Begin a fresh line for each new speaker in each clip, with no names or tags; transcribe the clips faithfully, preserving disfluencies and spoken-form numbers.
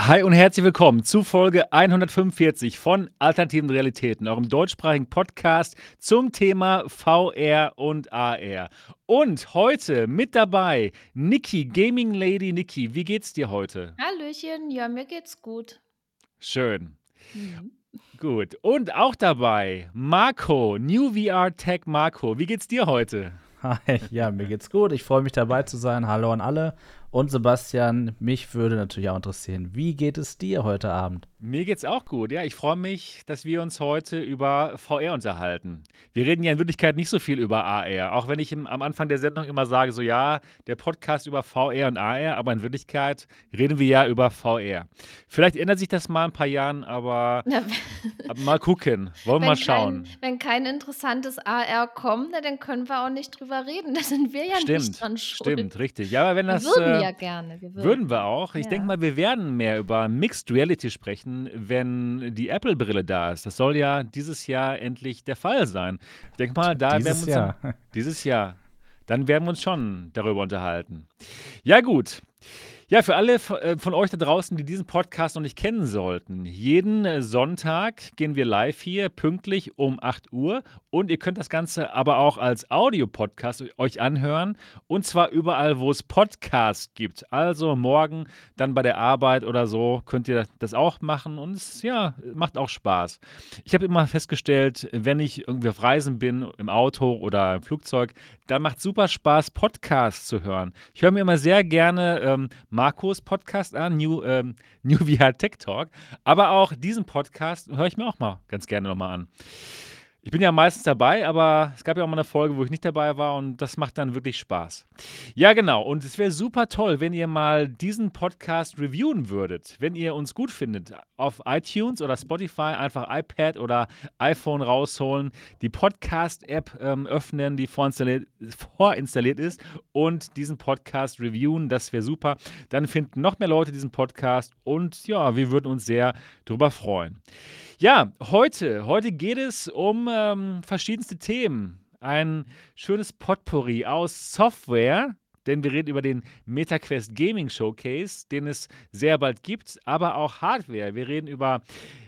Hi und herzlich willkommen zu Folge hundertfünfundvierzig von Alternativen Realitäten, eurem deutschsprachigen Podcast zum Thema V R und A R. Und heute mit dabei Niki, Gaming Lady Niki. Wie geht's dir heute?
Hallöchen, ja, mir geht's gut.
Schön.
Mhm.
Gut. Und auch dabei Marco, New V R Tech Marco. Wie geht's dir heute?
Hi, ja, mir geht's gut. Ich freue mich dabei zu sein. Hallo an alle. Und Sebastian, mich würde natürlich auch interessieren, wie geht es dir heute Abend?
Mir geht's auch gut. Ja, ich freue mich, dass wir uns heute über V R unterhalten. Wir reden ja in Wirklichkeit nicht so viel über A R, auch wenn ich im, am Anfang der Sendung immer sage, so ja, der Podcast über V R und A R, aber in Wirklichkeit reden wir ja über V R. Vielleicht ändert sich das mal in ein paar Jahren, aber,
Na,
aber mal gucken. Wollen wir mal
wenn kein
schauen.
wenn kein interessantes A R kommt, na, dann können wir auch nicht drüber reden. Da sind wir ja nicht
Stimmt,
dran schuld.
stimmt, richtig. Ja, aber wenn
Wir
das
würden
äh,
ja gerne, wir
würden wir
würden.
auch. Ich denke
Ja.
mal, wir werden mehr über Mixed Reality sprechen, wenn die Apple-Brille da ist. Das soll ja dieses Jahr endlich der Fall sein. Ich denke mal, da werden wir
Dieses
uns dann
Jahr.
dieses Jahr, dann werden wir uns schon darüber unterhalten. Ja, gut. Ja, für alle v äh, von euch da draußen, die diesen Podcast noch nicht kennen sollten, jeden, äh, Sonntag gehen wir live hier pünktlich um acht Uhr und ihr könnt das Ganze aber auch als Audiopodcast euch anhören und zwar überall, wo es Podcasts gibt. Also morgen dann bei der Arbeit oder so könnt ihr das auch machen und es, ja, macht auch Spaß. Ich habe immer festgestellt, wenn ich irgendwie auf Reisen bin, im Auto oder im Flugzeug, dann macht super Spaß, Podcasts zu hören. Ich höre mir immer sehr gerne, ähm, Marcos Podcast an, New, ähm, New V R Tech Talk. Aber auch diesen Podcast höre ich mir auch mal ganz gerne nochmal an. Ich bin ja meistens dabei, aber es gab ja auch mal eine Folge, wo ich nicht dabei war und das macht dann wirklich Spaß. Ja, genau. Und es wäre super toll, wenn ihr mal diesen Podcast reviewen würdet. Wenn ihr uns gut findet, auf iTunes oder Spotify einfach iPad oder iPhone rausholen, die Podcast-App ähm, öffnen, die vorinstalliert, vorinstalliert ist und diesen Podcast reviewen. Das wäre super. Dann finden noch mehr Leute diesen Podcast und ja, wir würden uns sehr darüber freuen. Ja, heute heute geht es um, ähm, verschiedenste Themen. Ein schönes Potpourri aus Software, denn wir reden über den MetaQuest Gaming Showcase, den es sehr bald gibt, aber auch Hardware. Wir reden über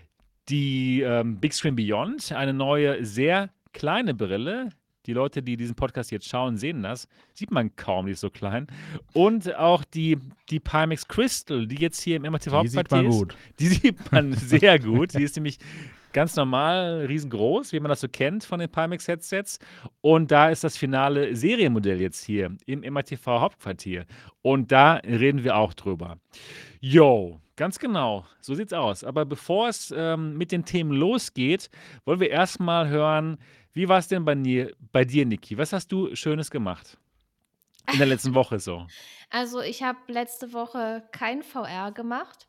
die, ähm, Big Screen Beyond, eine neue, sehr kleine Brille. Die Leute, die diesen Podcast jetzt schauen, sehen das. Sieht man kaum, die ist so klein. Und auch die die Pimax Crystal, die jetzt hier im M R T
Die sieht man
V-Hauptquartier ist,
gut.
die sieht man sehr gut. Die ist nämlich ganz normal, riesengroß, wie man das so kennt von den Pimax-Headsets. Und da ist das finale Serienmodell jetzt hier im M R T V-Hauptquartier. Und da reden wir auch drüber. Jo, ganz genau. So sieht's aus. Aber bevor es ähm, mit den Themen losgeht, wollen wir erst mal hören, wie war es denn bei, dir, bei dir, Niki? Was hast du Schönes gemacht in der letzten Woche so?
Also, ich habe letzte Woche kein V R gemacht.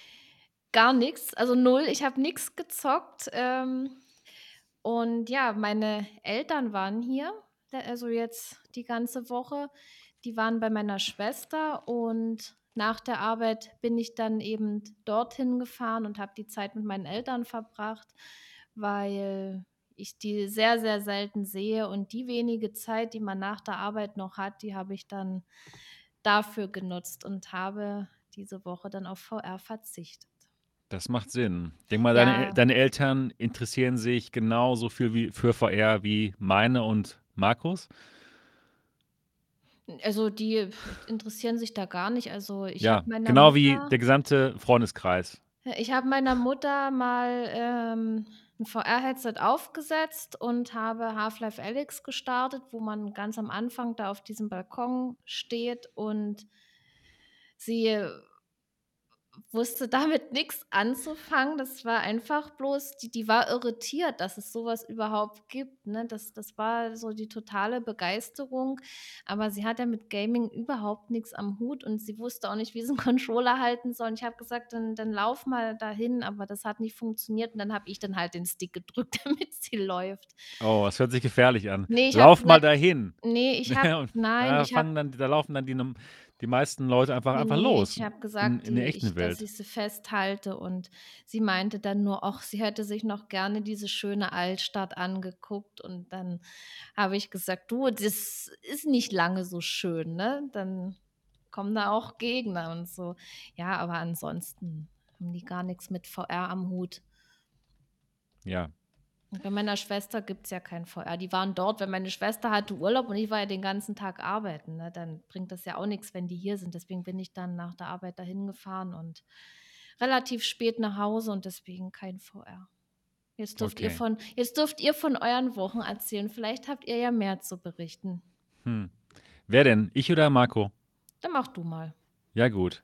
Gar nichts, also null. Ich habe nichts gezockt, ähm, und ja, meine Eltern waren hier, da also jetzt die ganze Woche. Die waren bei meiner Schwester und nach der Arbeit bin ich dann eben dorthin gefahren und habe die Zeit mit meinen Eltern verbracht, weil ich die sehr, sehr selten sehe und die wenige Zeit, die man nach der Arbeit noch hat, die habe ich dann dafür genutzt und habe diese Woche dann auf V R verzichtet.
Das macht Sinn. Denk mal, deine, El-
Ja,
deine Eltern interessieren sich genauso viel wie für V R wie meine und Markus.
also die interessieren sich da gar nicht. Also, ich habe
Ja,
meiner
genau wie
Mutter
der gesamte Freundeskreis.
ich habe meiner Mutter mal, ähm, 'n V R-Headset aufgesetzt und habe Half-Life Alyx gestartet, wo man ganz am Anfang da auf diesem Balkon steht und sie wusste damit nix anzufangen. Das war einfach bloß die die war irritiert, dass es so was überhaupt gibt, ne? Das das war so die totale Begeisterung, aber sie hat ja mit Gaming überhaupt nix am Hut und sie wusste auch nicht, wie sie 'n Controller halten soll. Und ich habe gesagt: „Dann dann lauf mal dahin“, aber das hat nicht funktioniert und dann habe ich dann halt den Stick gedrückt, damit sie läuft.
Oh, das hört sich gefährlich an.
Ne, ich habe
Lauf mal
gesagt
dahin.
ne, ich habe
Und
nein,
da
ich habe
fangen dann da laufen dann die nom die meisten Leute einfach
Ne,
einfach
ne,
los
ich habe
in
gesagt,
in der
die ich
echten
dass
Welt.
ich sie festhalte und sie meinte dann nur, ach, sie hätte sich noch gerne diese schöne Altstadt angeguckt und dann habe ich gesagt: „Du, das ist nicht lange so schön, ne?“ Dann kommen da auch Gegner und so. Ja, aber ansonsten haben die gar nichts mit V R am Hut.
Ja.
Und bei meiner Schwester gibt es ja kein V R. Die waren dort, wenn meine Schwester hatte Urlaub und ich war ja den ganzen Tag arbeiten. Ne? Dann bringt das ja auch nichts, wenn die hier sind. Deswegen bin ich dann nach der Arbeit dahin gefahren und relativ spät nach Hause und deswegen kein V R. Jetzt dürft, ihr
Okay.
von, jetzt dürft ihr von euren Wochen erzählen. Vielleicht habt ihr ja mehr zu berichten.
Hm. Wer denn? Ich oder Marco?
Dann mach du mal.
Ja, gut.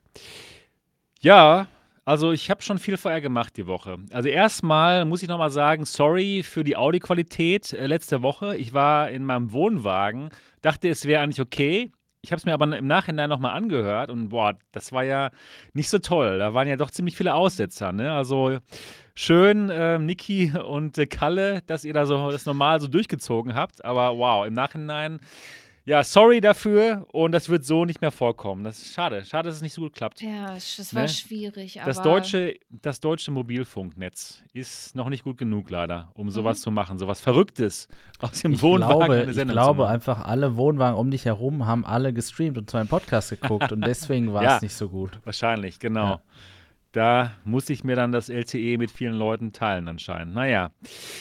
Ja, also ich habe schon viel V R gemacht die Woche. Also erstmal muss ich nochmal sagen, sorry für die Audioqualität äh, letzte Woche. Ich war in meinem Wohnwagen, dachte, es wäre eigentlich okay. Ich habe es mir aber im Nachhinein nochmal angehört und boah, das war ja nicht so toll. Da waren ja doch ziemlich viele Aussetzer, ne? Also schön, äh, Niki und äh, Kalle, dass ihr da so das normal so durchgezogen habt. Aber wow, im Nachhinein, ja, sorry dafür und das wird so nicht mehr vorkommen. Das ist schade. Schade, dass es nicht so gut klappt.
Ja, es war
Ne?
schwierig,
Das
aber
deutsche, das deutsche Mobilfunknetz ist noch nicht gut genug, leider, um sowas
Mhm.
zu machen. Sowas Verrücktes aus dem
Ich
Wohnwagen
glaube,
eine
ich
Sendung zu
glaube
machen.
einfach, alle Wohnwagen um dich herum haben alle gestreamt und zwar einen Podcast geguckt und deswegen war
Ja.
es nicht so gut.
Wahrscheinlich, genau.
Ja.
Da muss ich mir dann das L T E mit vielen Leuten teilen anscheinend. Naja.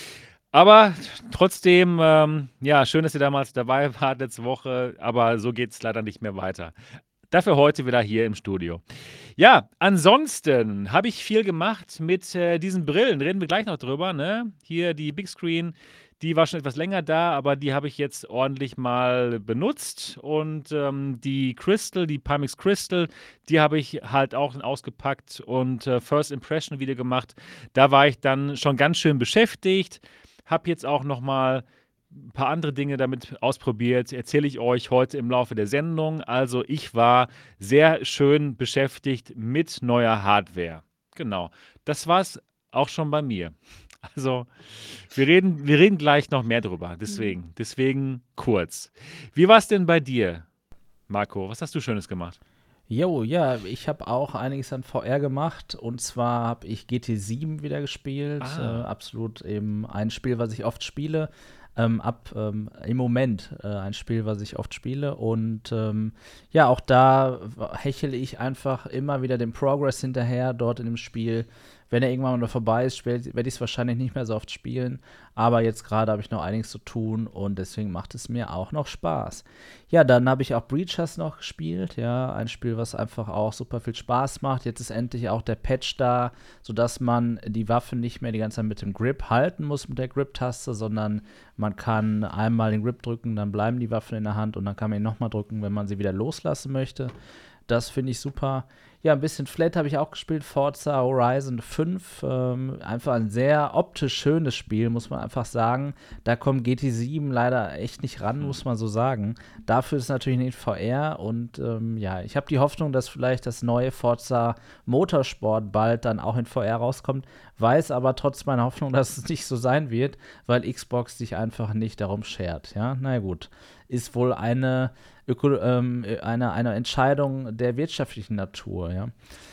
Aber trotzdem, ähm, ja, schön, dass ihr damals dabei wart letzte Woche, aber so geht es leider nicht mehr weiter. Dafür heute wieder hier im Studio. Ja, ansonsten habe ich viel gemacht mit äh, diesen Brillen. Reden wir gleich noch drüber. Ne? Hier die Big Screen, die war schon etwas länger da, aber die habe ich jetzt ordentlich mal benutzt. Und ähm, die Crystal, die Pimax Crystal, die habe ich halt auch ausgepackt und äh, First Impression Video gemacht. Da war ich dann schon ganz schön beschäftigt. Habe jetzt auch noch mal ein paar andere Dinge damit ausprobiert, erzähle ich euch heute im Laufe der Sendung. Also ich war sehr schön beschäftigt mit neuer Hardware. Genau, das war es auch schon bei mir. Also wir reden, wir reden gleich noch mehr drüber, deswegen, deswegen kurz. Wie war es denn bei dir, Marco? Was hast du Schönes gemacht?
Jo, ja, ich habe auch einiges an V R gemacht und zwar habe ich G T sieben wieder gespielt.
Ah.
Äh, absolut eben ein Spiel, was ich oft spiele. Ähm, ab ähm, im Moment äh, ein Spiel, was ich oft spiele. Und ähm, ja, auch da hechele ich einfach immer wieder den Progress hinterher dort in dem Spiel. Wenn er irgendwann mal vorbei ist, werde ich es wahrscheinlich nicht mehr so oft spielen. Aber jetzt gerade habe ich noch einiges zu tun und deswegen macht es mir auch noch Spaß. Ja, dann habe ich auch Breachers noch gespielt. Ja, ein Spiel, was einfach auch super viel Spaß macht. Jetzt ist endlich auch der Patch da, sodass man die Waffe nicht mehr die ganze Zeit mit dem Grip halten muss, mit der Grip-Taste, sondern man kann einmal den Grip drücken, dann bleiben die Waffen in der Hand und dann kann man ihn nochmal drücken, wenn man sie wieder loslassen möchte. Das finde ich super. Ja, ein bisschen Flat habe ich auch gespielt, Forza Horizon fünf. Ähm, einfach ein sehr optisch schönes Spiel, muss man einfach sagen. Da kommt G T sieben leider echt nicht ran, muss man so sagen. Dafür ist es natürlich nicht V R und ähm, ja, ich habe die Hoffnung, dass vielleicht das neue Forza Motorsport bald dann auch in V R rauskommt. Weiß aber trotz meiner Hoffnung, dass es nicht so sein wird, weil Xbox sich einfach nicht darum schert. Ja, na gut. Ist wohl eine, Öko ähm, eine, eine Entscheidung der wirtschaftlichen Natur, ja.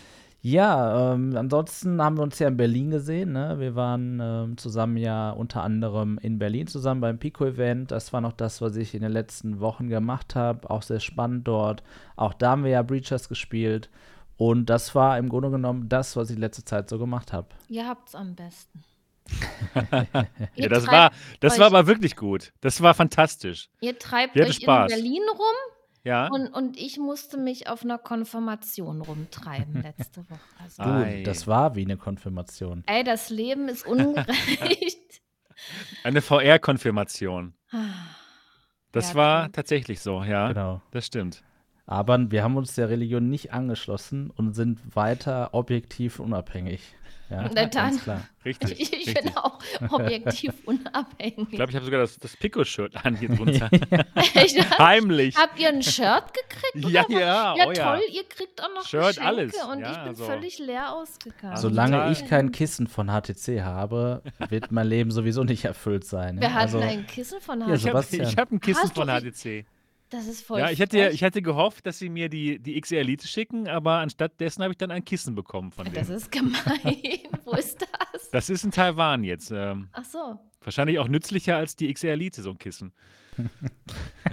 Ja, ähm, ansonsten haben wir uns ja in Berlin gesehen, ne? Wir waren ähm, zusammen ja unter anderem in Berlin zusammen beim Pico-Event. Das war noch das, was ich in den letzten Wochen gemacht habe. Auch sehr spannend dort. Auch da haben wir ja Breachers gespielt. Und das war im Grunde genommen das, was ich letzte Zeit so gemacht habe.
Ihr habt's am besten.
Ja,
Ihr
das
treibt
war, das war
euch-
aber wirklich gut. Das war fantastisch.
Ihr treibt
Wir hatten
euch
Spaß.
in Berlin rum
Ja?
und, und ich musste mich auf einer Konfirmation rumtreiben letzte Woche. Also,
Du,
Ei.
das war wie eine Konfirmation.
ey, das Leben ist ungerecht.
Eine V R-Konfirmation. Das
Ja,
war
toll.
tatsächlich so, ja.
Genau.
Das stimmt.
Aber wir haben uns der Religion nicht angeschlossen und sind weiter objektiv unabhängig. Ja,
Na dann.
ganz klar.
Richtig.
Ich, ich
richtig.
bin auch objektiv unabhängig.
Ich glaube, ich habe sogar das, das Pico-Shirt an hier drunter.
Echt?
Heimlich.
Habt ihr ein Shirt gekriegt?
Ja,
oder was?
ja,
Ja,
oh ja.
toll, ihr kriegt auch noch
Shirt,
Geschenke
alles.
und
Ja,
ich bin
also-
völlig leer ausgegangen.
Also
Solange
total.
ich kein Kissen von H T C habe, wird mein Leben sowieso nicht erfüllt sein.
Wir
Ja?
hatten
Also,
ein Kissen von
Ja,
H T
Ich habe
Sebastian.
ich hab ein Kissen
Hast du
von H
echt-
T C.
Das ist voll
Ja, ich hätte,
frech.
ich hätte gehofft, dass sie mir die, die X Elite schicken, aber anstatt dessen habe ich dann ein Kissen bekommen von
Das
denen.
ist gemein. Wo ist das?
Das ist in Taiwan jetzt. Ähm,
Ach so.
wahrscheinlich auch nützlicher als die X Elite, so ein Kissen.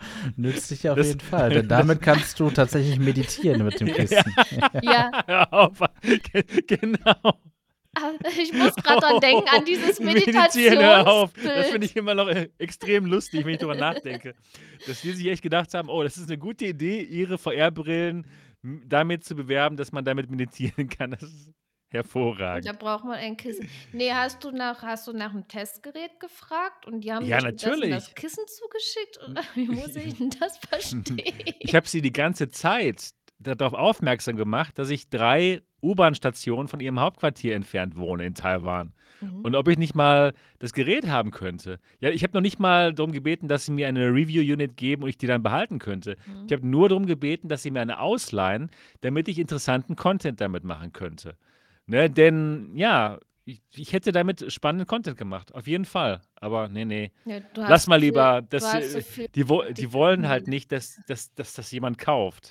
Nützlich auf
Das,
jeden Fall, denn
das,
damit kannst du tatsächlich meditieren mit dem
ja,
Kissen.
Ja,
hör auf. Ge- Genau.
ah, ich muss gerade dran denken, an dieses
Meditieren, hör auf. Das finde
Meditationsbild.
ich immer noch äh, extrem lustig, wenn ich drüber nachdenke. Dass die sich echt gedacht haben, oh, das ist eine gute Idee, ihre V R-Brillen m- damit zu bewerben, dass man damit meditieren kann. Das ist
Und
hervorragend.
da braucht man ein Kissen. Nee, hast du nach, hast du nach einem Testgerät gefragt und die haben
Ja,
dir stattdessen das
natürlich.
Kissen zugeschickt? Oder wie muss ich denn das
Ich
verstehen?
habe sie die ganze Zeit darauf aufmerksam gemacht, dass ich drei U-Bahn-Stationen von ihrem Hauptquartier entfernt wohne in Taiwan.
Mhm.
Und ob ich nicht mal das Gerät haben könnte. Ja, ich habe noch nicht mal darum gebeten, dass sie mir eine Review-Unit geben und ich die dann behalten könnte. Ich
Mhm.
habe nur darum gebeten, dass sie mir eine ausleihen, damit ich interessanten Content damit machen könnte. Ne? Denn ja, ich, ich hätte damit spannenden Content gemacht. Auf jeden Fall. Aber nee, nee.
Ja, du
Lass
hast so
mal
viel,
lieber,
du
das,
hast so
äh,
viel
die, wo,
mit
die
den
wollen halt
Gefühlen.
nicht, dass, dass, dass das jemand kauft.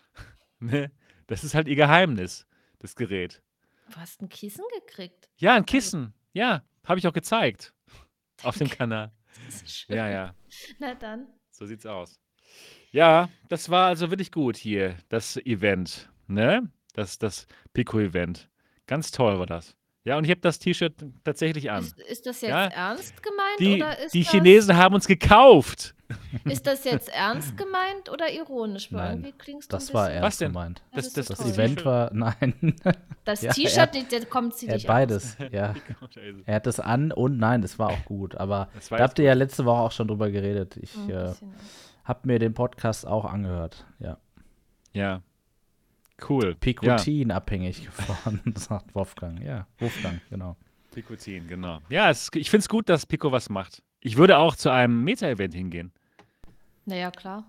Ne? Das ist halt ihr Geheimnis, das Gerät.
Du hast ein Kissen gekriegt.
Ja, ein
Also,
Kissen. Ja, habe ich auch gezeigt auf dem
danke.
Kanal.
Das ist schön.
Ja, ja,
Na dann.
so sieht's aus. Ja, das war also wirklich gut hier, das Event, ne? Das, das Pico-Event. Ganz toll war das. Ja, und ich habe das T-Shirt tatsächlich an.
Ist, ist das jetzt
Ja,
ernst gemeint
die,
oder ist
die
das,
Chinesen haben uns gekauft.
ist das jetzt ernst gemeint oder ironisch? Weil
Nein,
irgendwie klingst du ein
das war
bisschen.
Was
ernst
denn?
gemeint.
Ja,
Das,
das
das,
ist
Das
das
toll.
Event
T-Shirt.
war, nein.
Das
Ja, er
T-Shirt,
hat,
nicht- das kommt
er
ziemlich
hat beides.
aus.
Ja,
Scheiße.
er hat es an und nein, das war auch gut. Aber
Das war
da
echt
habt ihr ja
gut.
letzte Woche auch schon drüber geredet. Ich
Ein
äh,
bisschen.
habe mir den Podcast auch angehört. Ja.
Ja, cool. Ja,
Pikotin abhängig von, sagt Wolfgang. Ja, Wolfgang, genau.
Picotin, genau. Ja, es, ich finde es gut, dass Pico was macht. Ich würde auch zu einem Meta-Event hingehen.
Naja, klar.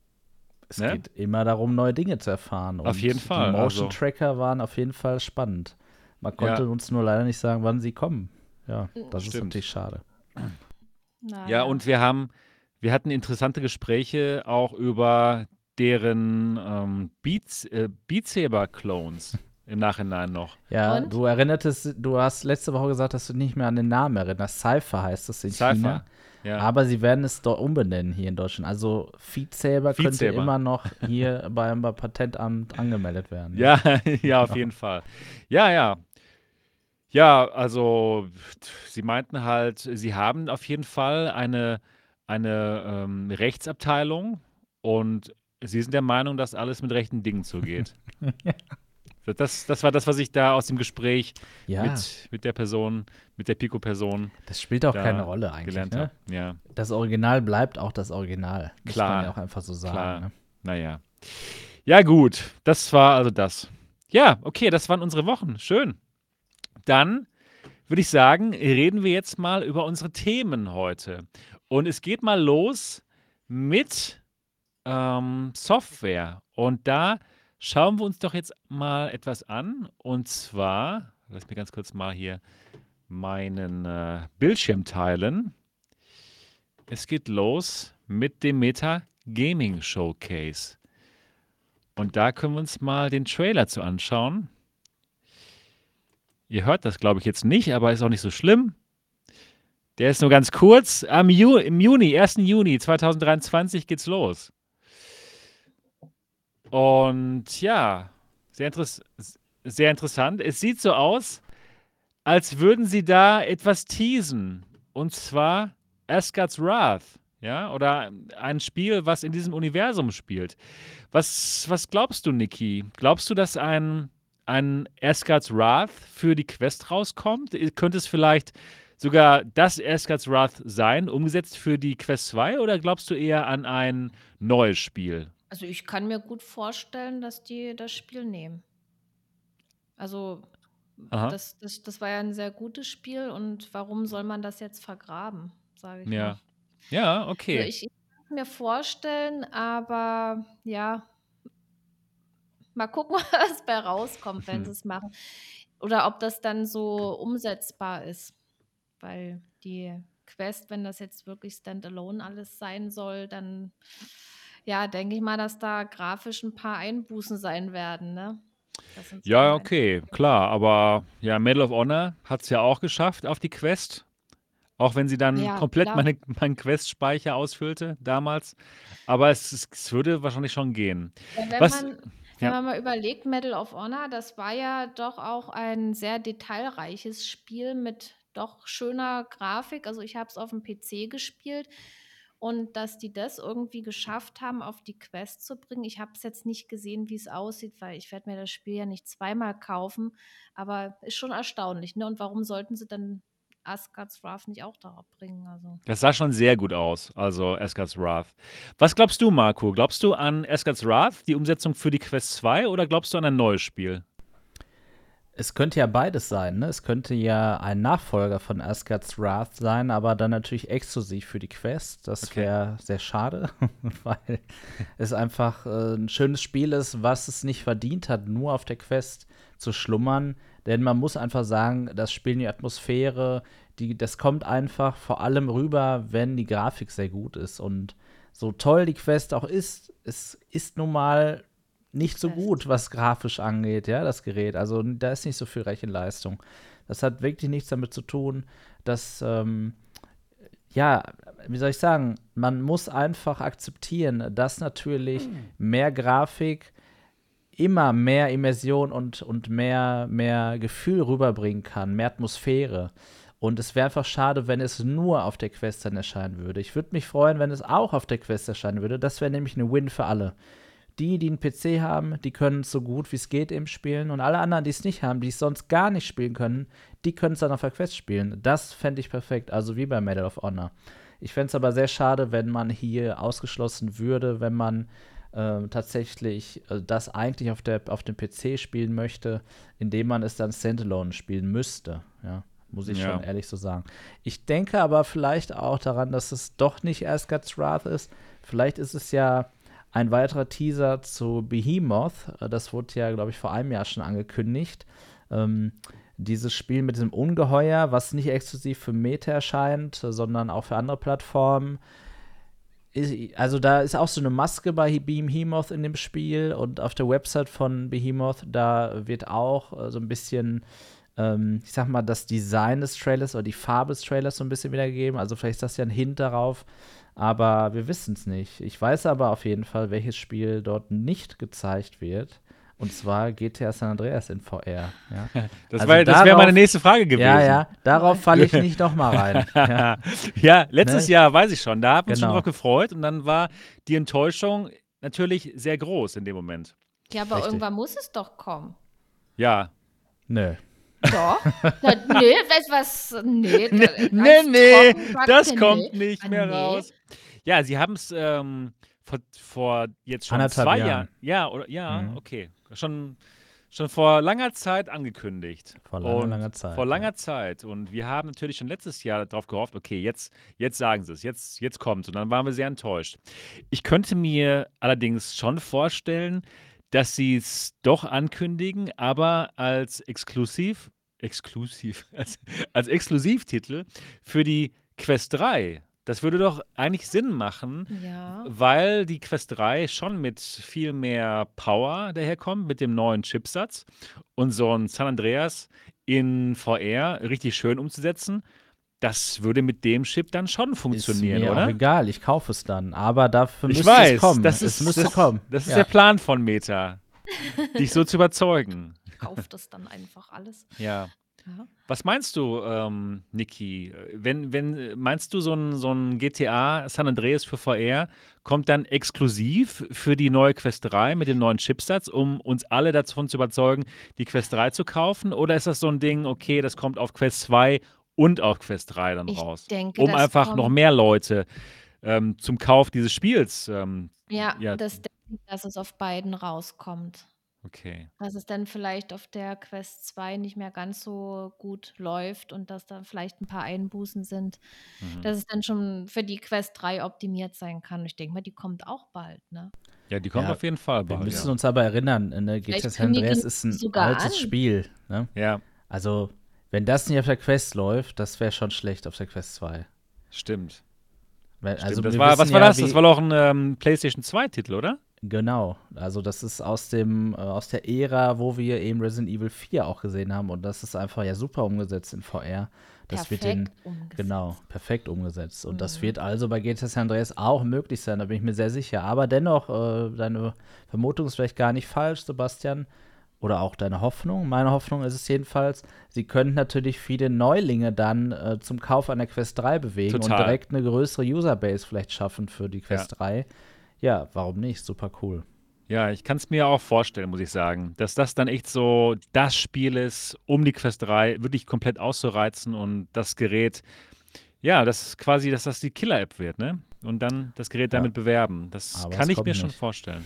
Es
Ne?
geht immer darum, neue Dinge zu erfahren.
Auf
Und
jeden
die
Fall.
Motion
Also,
Tracker waren auf jeden Fall spannend. Man konnte
ja,
uns nur leider nicht sagen, wann sie kommen. Ja, das ist
stimmt.
natürlich schade.
Ja,
Naja.
und wir haben, wir hatten interessante Gespräche auch über deren ähm, Beats, äh, Beat Saber-Clones im Nachhinein noch.
Ja,
Und?
du erinnertest, du hast letzte Woche gesagt, dass du nicht mehr an den Namen erinnerst. Cypher heißt es in
Cypher,
China.
ja.
Aber sie werden es dort umbenennen hier in Deutschland. Also Feed Saber
Beat
könnte
Saber.
immer noch hier beim, beim Patentamt angemeldet werden.
Ja, ja, auf
Genau.
jeden Fall. Ja, ja. Ja, also sie meinten halt, sie haben auf jeden Fall eine, eine ähm, Rechtsabteilung und sie sind der Meinung, dass alles mit rechten Dingen zugeht. Das, das war das, was ich da aus dem Gespräch
Ja,
mit, mit der Person, mit der Pico-Person
das spielt auch keine
da
Rolle eigentlich.
gelernt
Ne?
habe. Ja,
Das Original bleibt auch das Original. Muss man ja
klar,
auch einfach so sagen.
klar.
Ne?
Naja. Ja, gut. Das war also das. Ja, okay, das waren unsere Wochen. Schön. Dann würde ich sagen, reden wir jetzt mal über unsere Themen heute. Und es geht mal los mit ähm, Software. Und da schauen wir uns doch jetzt mal etwas an. Und zwar, lass mich ganz kurz mal hier meinen äh, Bildschirm teilen. Es geht los mit dem Meta Gaming Showcase. Und da können wir uns mal den Trailer zu anschauen. Ihr hört das, glaube ich, jetzt nicht, aber ist auch nicht so schlimm. Der ist nur ganz kurz. Am Ju Im Juni, ersten Juni zweitausenddreiundzwanzig geht's los. Und ja, sehr, interess sehr interessant. Es sieht so aus, als würden sie da etwas teasen. Und zwar Asgard's Wrath. Ja, oder ein Spiel, was in diesem Universum spielt. Was, was glaubst du, Niki? Glaubst du, dass ein, ein Asgard's Wrath für die Quest rauskommt? Könnte es vielleicht sogar das Asgard's Wrath sein, umgesetzt für die Quest zwei? Oder glaubst du eher an ein neues Spiel?
Also ich kann mir gut vorstellen, dass die das Spiel nehmen. Also
Aha.
das, das, das war ja ein sehr gutes Spiel und warum soll man das jetzt vergraben, sage ich
Ja.
mal.
Ja,
Also
okay.
ich, ich kann es mir vorstellen, aber ja, mal gucken, was bei rauskommt, wenn sie es machen. Oder ob das dann so umsetzbar ist. Weil die Quest, wenn das jetzt wirklich standalone alles sein soll, dann ja, denke ich mal, dass da grafisch ein paar Einbußen sein werden, ne? Das sind so
Ja,
meine
okay,
Einschätzungen.
klar. Aber ja, Medal of Honor hat es ja auch geschafft auf die Quest. Auch wenn sie dann
Ja,
komplett
klar.
meine, meinen Quest-Speicher ausfüllte damals. Aber es, es, es würde wahrscheinlich schon gehen.
Ja, wenn
Was,
man wenn
ja,
man mal überlegt, Medal of Honor, das war ja doch auch ein sehr detailreiches Spiel mit doch schöner Grafik. Also, ich habe es auf'm P C gespielt und dass die das irgendwie geschafft haben, auf die Quest zu bringen. Ich habe es jetzt nicht gesehen, wie es aussieht, weil ich werde mir das Spiel ja nicht zweimal kaufen, aber ist schon erstaunlich, ne? Und warum sollten sie dann Asgard's Wrath nicht auch darauf bringen? Also
das sah schon sehr gut aus, also Asgard's Wrath. Was glaubst du, Marco? Glaubst du an Asgard's Wrath, die Umsetzung für die Quest zwei, oder glaubst du an ein neues Spiel?
Es könnte ja beides sein, ne? Es könnte ja ein Nachfolger von Asgard's Wrath sein, aber dann natürlich exklusiv für die Quest. Das
Okay.
wäre sehr schade, weil es einfach äh, ein schönes Spiel ist, was es nicht verdient hat, nur auf der Quest zu schlummern. Denn man muss einfach sagen, das Spiel, die Atmosphäre, die, das kommt einfach vor allem rüber, wenn die Grafik sehr gut ist. Und so toll die Quest auch ist, es ist nun mal nicht so
Quest.
gut, was grafisch angeht, ja, das Gerät. Also da ist nicht so viel Rechenleistung. Das hat wirklich nichts damit zu tun, dass, ähm, ja, wie soll ich sagen, man muss einfach akzeptieren, dass natürlich mehr Grafik immer mehr Immersion und, und mehr, mehr Gefühl rüberbringen kann, mehr Atmosphäre. Und es wäre einfach schade, wenn es nur auf der Quest dann erscheinen würde. Ich würde mich freuen, wenn es auch auf der Quest erscheinen würde. Das wäre nämlich eine Win für alle. Die, die einen P C haben, die können es so gut wie es geht eben spielen. Und alle anderen, die es nicht haben, die es sonst gar nicht spielen können, die können es dann auf der Quest spielen. Das fände ich perfekt, also wie bei Medal of Honor. Ich fände es aber sehr schade, wenn man hier ausgeschlossen würde, wenn man äh, tatsächlich äh, das eigentlich auf, der, auf dem P C spielen möchte, indem man es dann Standalone spielen müsste. Ja, muss ich
Ja.
schon ehrlich so sagen. Ich denke aber vielleicht auch daran, dass es doch nicht Asgard's Wrath ist. Vielleicht ist es ja ein weiterer Teaser zu Behemoth. Das wurde ja, glaube ich, vor einem Jahr schon angekündigt. Ähm, dieses Spiel mit diesem Ungeheuer, was nicht exklusiv für Meta erscheint, sondern auch für andere Plattformen. Ist, also da ist auch so eine Maske bei Behemoth in dem Spiel und auf der Website von Behemoth, da wird auch äh, so ein bisschen, ähm, ich sag mal, das Design des Trailers oder die Farbe des Trailers so ein bisschen wiedergegeben. Also vielleicht ist das ja ein Hint darauf. Aber wir wissen es nicht. Ich weiß aber auf jeden Fall, welches Spiel dort nicht gezeigt wird. Und zwar G T A San Andreas in V R. Ja,
Das,
Also
war- das wäre
darauf-
meine nächste Frage gewesen.
ja, ja darauf falle ich nicht noch mal rein. Ja.
Ja, letztes
Ne?
Jahr, weiß ich schon, da haben wir uns schon
Genau.
drauf gefreut und dann war die Enttäuschung natürlich sehr groß in dem Moment.
Ja, aber
Richtig.
irgendwann muss es doch kommen.
Ja.
Nö.
Doch. Na, nee, weißt du was? Nee, da-
Nee,
ganz
nee, nee,
trocken sagt
das
er,
kommt
nee.
nicht
Ah,
mehr
nee.
raus. Ja, sie haben es ähm, vor, vor jetzt schon
Anderthalb
zwei
Jahren.
Jahren. Ja, oder ja,
Mhm.
okay. Schon, schon vor langer Zeit angekündigt.
Vor langer,
und
langer Zeit,
Vor langer
ja.
Zeit. Und wir haben natürlich schon letztes Jahr darauf gehofft, okay, jetzt, jetzt sagen sie es, jetzt, jetzt kommt Und dann waren wir sehr enttäuscht. Ich könnte mir allerdings schon vorstellen, dass sie es doch ankündigen, aber als exklusiv, exklusiv, als, als Exklusivtitel für die Quest drei. Das würde doch eigentlich Sinn machen,
Ja.
weil die Quest drei schon mit viel mehr Power daherkommt, mit dem neuen Chipsatz und so ein San Andreas in V R richtig schön umzusetzen. Das würde mit dem Chip dann schon funktionieren,
ist mir
oder?
auch egal, ich kaufe es dann. Aber dafür
Ich
müsste
weiß,
es kommen.
das
es
ist,
müsste
das,
kommen.
das ist
ja.
der Plan von Meta, dich so zu überzeugen.
Kauft das dann einfach alles.
Ja.
Ja.
Was meinst du, ähm, Niki? Wenn, wenn, meinst du, so ein, so ein G T A San Andreas für V R kommt dann exklusiv für die neue Quest drei mit dem neuen Chipsatz, um uns alle davon zu überzeugen, die Quest drei zu kaufen? Oder ist das so ein Ding, okay, das kommt auf Quest zwei und auf Quest drei dann
Ich
raus?
denke,
Um
das
einfach
kommt-
noch mehr Leute ähm, zum Kauf dieses Spiels. Ähm,
Ja,
Ja.
das denke ich, dass es auf beiden rauskommt.
okay.
Dass es dann vielleicht auf der Quest zwei nicht mehr ganz so gut läuft und dass da vielleicht ein paar Einbußen sind,
Mhm.
dass es dann schon für die Quest drei optimiert sein kann. Ich denke mal, die kommt auch bald, ne?
Ja, die kommt
Ja,
auf jeden Fall
Wir
bald.
müssen
Ja.
uns aber erinnern, ne, G T A
Vielleicht
San Andreas
kündigen
ist ein
sie sogar
altes
an.
Spiel. Ne?
ja,
Also, wenn das nicht auf der Quest läuft, das wäre schon schlecht auf der Quest zwei.
stimmt.
Weil,
Stimmt.
also
das
wir
war,
wissen
was war
ja,
das?
wie-
Das war doch ein ähm, PlayStation zwei Titel, oder?
Genau, also das ist aus dem, äh, aus der Ära, wo wir eben Resident Evil vier auch gesehen haben und das ist einfach ja super umgesetzt in V R. Das wird den,
Perfekt umgesetzt.
genau, perfekt umgesetzt. Und das
Mhm.
wird also bei G T A San Andreas auch möglich sein, da bin ich mir sehr sicher. Aber dennoch, äh, deine Vermutung ist vielleicht gar nicht falsch, Sebastian. Oder auch deine Hoffnung. Meine Hoffnung ist es jedenfalls, sie können natürlich viele Neulinge dann äh, zum Kauf einer Quest drei bewegen und
Total.
direkt eine größere Userbase vielleicht schaffen für die
Ja.
Quest drei. Ja, warum nicht? Super cool.
Ja, ich kann es mir auch vorstellen, muss ich sagen, dass das dann echt so das Spiel ist, um die Quest drei wirklich komplett auszureizen und das Gerät, ja, das ist quasi, dass das die Killer-App wird, ne? Und dann das Gerät
Ja.
damit bewerben. Das
Aber
kann
es
ich
kommt
mir schon
nicht.
vorstellen.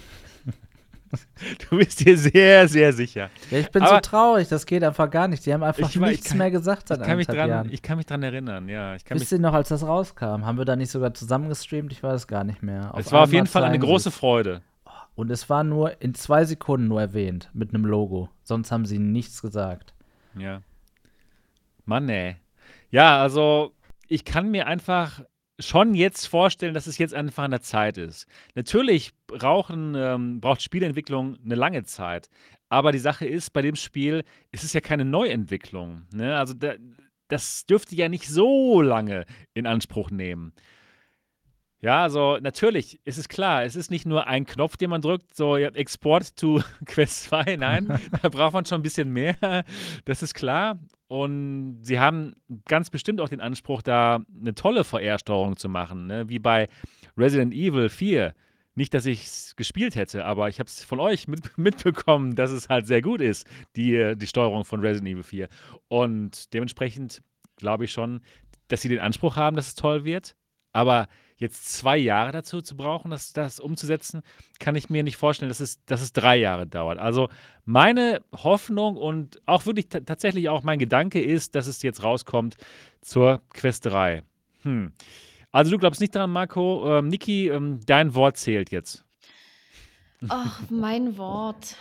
Du bist dir sehr, sehr sicher.
Ja, ich bin
Aber
so traurig, das geht einfach gar nicht. Die haben einfach
Ich war- ich
nichts
kann-
mehr gesagt seit
Ich kann, mich
anderthalb
dran,
Jahren.
ich kann mich dran erinnern, ja. Ich kann mich,
Wisst ihr noch, als das rauskam? Haben wir da nicht sogar zusammen gestreamt? Ich weiß gar nicht mehr.
es war auf jeden
einmal
Fall eine
zeigen
große
sie's.
Freude.
Und es war nur in zwei Sekunden nur erwähnt, mit einem Logo. Sonst haben sie nichts gesagt.
Ja. Mann, ey. Ja, also ich kann mir einfach schon jetzt vorstellen, dass es jetzt einfach an der Zeit ist. Natürlich brauchen, ähm, braucht Spieleentwicklung eine lange Zeit. Aber die Sache ist, bei dem Spiel ist es ja keine Neuentwicklung. Ne? Also da, das dürfte ja nicht so lange in Anspruch nehmen. Ja, also natürlich, ist es klar, es ist nicht nur ein Knopf, den man drückt, so ja, Export to Quest zwei, nein, da braucht man schon ein bisschen mehr, das ist klar. Und sie haben ganz bestimmt auch den Anspruch, da eine tolle V R-Steuerung zu machen, ne? Wie bei Resident Evil vier. Nicht, dass ich es gespielt hätte, aber ich habe es von euch mit, mitbekommen, dass es halt sehr gut ist, die, äh, die Steuerung von Resident Evil vier. Und dementsprechend glaube ich schon, dass sie den Anspruch haben, dass es toll wird. Aber jetzt zwei Jahre dazu zu brauchen, das, das umzusetzen, kann ich mir nicht vorstellen, dass es, dass es drei Jahre dauert. Also meine Hoffnung und auch wirklich ta- tatsächlich auch mein Gedanke ist, dass es jetzt rauskommt zur Quest drei. Hm. Also du glaubst nicht daran, Marco. Ähm, Niki, ähm, dein Wort zählt jetzt.
Ach, mein Wort.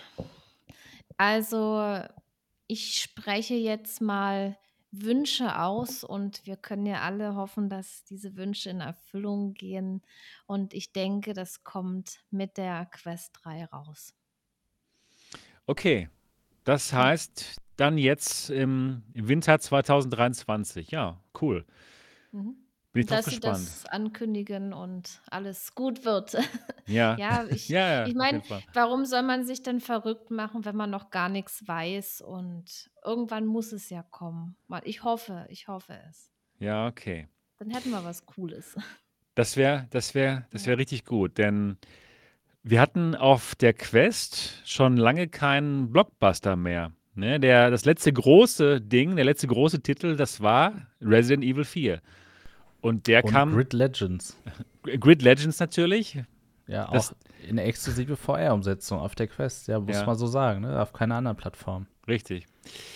Also, ich spreche jetzt mal Wünsche aus und wir können ja alle hoffen, dass diese Wünsche in Erfüllung gehen. Und ich denke, das kommt mit der Quest drei raus.
Okay, das heißt dann jetzt im Winter zwanzig dreiundzwanzig. Ja, cool.
Mhm.
Bin ich drauf
Dass sie
gespannt.
das ankündigen und alles gut wird.
Ja,
Ja, ich,
ja, ja,
ich
auf
meine,
jeden Fall.
warum soll man sich denn verrückt machen, wenn man noch gar nichts weiß? Und irgendwann muss es ja kommen. Mal- Ich hoffe, ich hoffe es.
Ja, okay.
Dann hätten wir was Cooles.
Das wäre, das wäre, das
Ja.
wäre richtig gut, denn wir hatten auf der Quest schon lange keinen Blockbuster mehr. Ne? Der, das letzte große Ding, der letzte große Titel, das war Resident Evil vier. Und der
Und
kam,
Grid Legends.
Grid Legends natürlich.
Ja,
Das-
auch eine exklusive V R-Umsetzung auf der Quest. Ja, muss
Ja.
man so sagen, ne? Auf keiner anderen Plattform.
Richtig.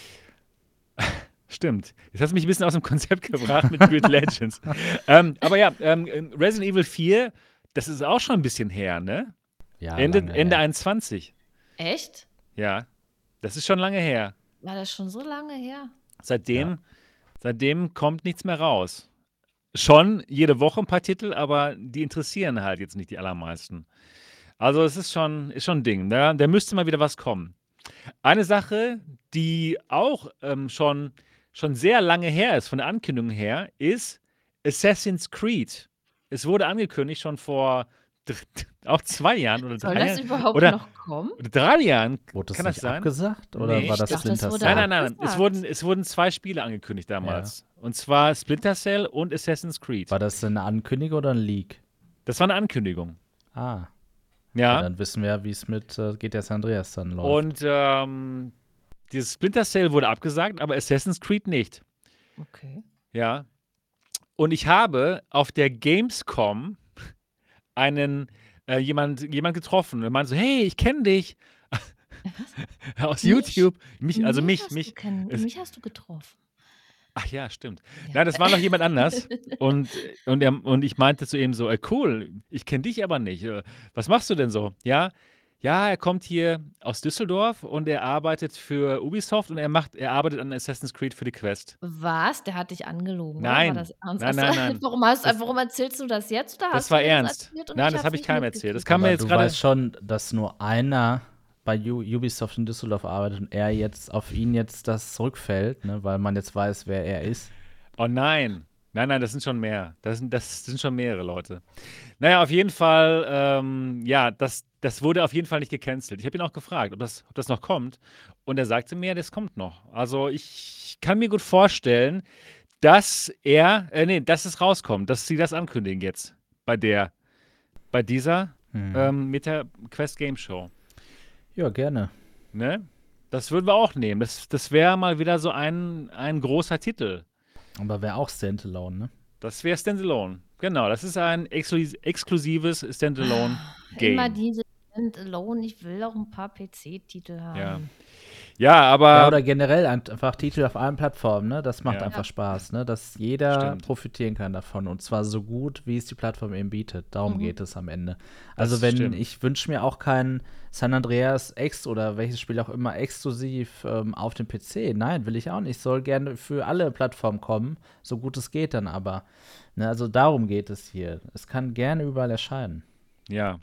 Stimmt. Jetzt hast du mich ein bisschen aus dem Konzept gebracht mit Grid Legends. ähm, aber ja, ähm, Resident Evil vier, das ist auch schon ein bisschen her, ne?
Ja,
Ende,
lange
Ende
her.
einundzwanzig.
Echt?
Ja, das ist schon lange her.
War das schon so lange her?
Seitdem, seitdem kommt nichts mehr raus. Schon jede Woche ein paar Titel, aber die interessieren halt jetzt nicht die allermeisten. Also es ist schon, ist schon ein Ding. Da, da müsste mal wieder was kommen. Eine Sache, die auch ähm, schon, schon sehr lange her ist, von der Ankündigung her, ist Assassin's Creed. Es wurde angekündigt schon vor dr- auch zwei Jahren oder
Soll
drei
das
Jahren.
überhaupt
oder-
noch kommen?
Oder drei Jahren.
Wurde das
Kann das
nicht
sein?
abgesagt? Oder
Nee,
war das
ich
dachte, das
Splinter
wurde
Cell?
Nein, nein, nein. Es
abgesagt.
wurden, es wurden zwei Spiele angekündigt damals. Und zwar Splinter Cell und Assassin's Creed.
War das eine Ankündigung oder ein Leak?
Das war eine Ankündigung.
Ah, ja,
Ja.
dann wissen wir ja, wie es mit äh, G T A San Andreas dann läuft.
Und ähm, dieses Splinter Cell wurde abgesagt, aber Assassin's Creed nicht.
Okay.
Ja. Und ich habe auf der Gamescom einen äh, jemand, jemand getroffen. Und meinte so, hey, ich kenne dich. Aus
Mich?
YouTube. Mich, also mich,
hast
mich.
Du kenn,
es-
mich hast du getroffen.
Ach ja, stimmt.
Ja.
Nein, das war noch jemand anders. Und, und, er, und ich meinte zu ihm so, äh, cool, ich kenne dich aber nicht. Äh, Was machst du denn so? Ja, Ja, er kommt hier aus Düsseldorf und er arbeitet für Ubisoft und er macht er arbeitet an Assassin's Creed für die Quest.
Was? Der hat dich angelogen, oder? War
Nein.
das ernst?
Nein,
Ach so,
nein, nein.
warum hast
Das
warum erzählst du das jetzt oder
das
hast du
war
mir das
ernst.
erzählt und
Nein,
ich
das
habe
habe
es
ich
nicht
keinem erzählt. Das
mitgekriegt?
kam mir
Aber
jetzt
du
gerade.
weißt schon, dass nur einer bei U Ubisoft in Düsseldorf arbeitet und er jetzt auf ihn jetzt das zurückfällt, ne, weil man jetzt weiß, wer er ist.
Oh nein. Nein, nein, das sind schon mehr. Das sind das sind schon mehrere Leute. Na ja, auf jeden Fall, ähm, ja, das das wurde auf jeden Fall nicht gecancelt. Ich habe ihn auch gefragt, ob das ob das noch kommt und er sagte mir, das kommt noch. Also, ich kann mir gut vorstellen, dass er äh, ne, dass es rauskommt, dass sie das ankündigen jetzt bei der bei dieser,
Mhm.
ähm, Meta Quest Game Show,
Ja, gerne.
ne? Das würden wir auch nehmen. Das das wäre mal wieder so ein ein großer Titel.
Aber wäre auch Standalone, ne?
Das wäre Standalone. Genau, das ist ein exklusi exklusives Standalone-Game.
Immer diese Standalone, ich will auch ein paar P C-Titel haben.
Ja. Ja,
Ja,
aber
oder generell einfach Titel auf allen Plattformen, ne? Das macht
Ja.
einfach Spaß, ne? Dass jeder
Stimmt.
profitieren kann davon und zwar so gut, wie es die Plattform eben bietet. Darum
Mhm.
geht es am Ende. Also
Das
wenn
stimmt.
ich wünsche mir auch kein San Andreas Ex oder welches Spiel auch immer exklusiv ähm, auf dem P C. Nein, will ich auch nicht. Soll gerne für alle Plattformen kommen, so gut es geht dann aber. Ne? Also darum geht es hier. Es kann gerne überall erscheinen.
Ja.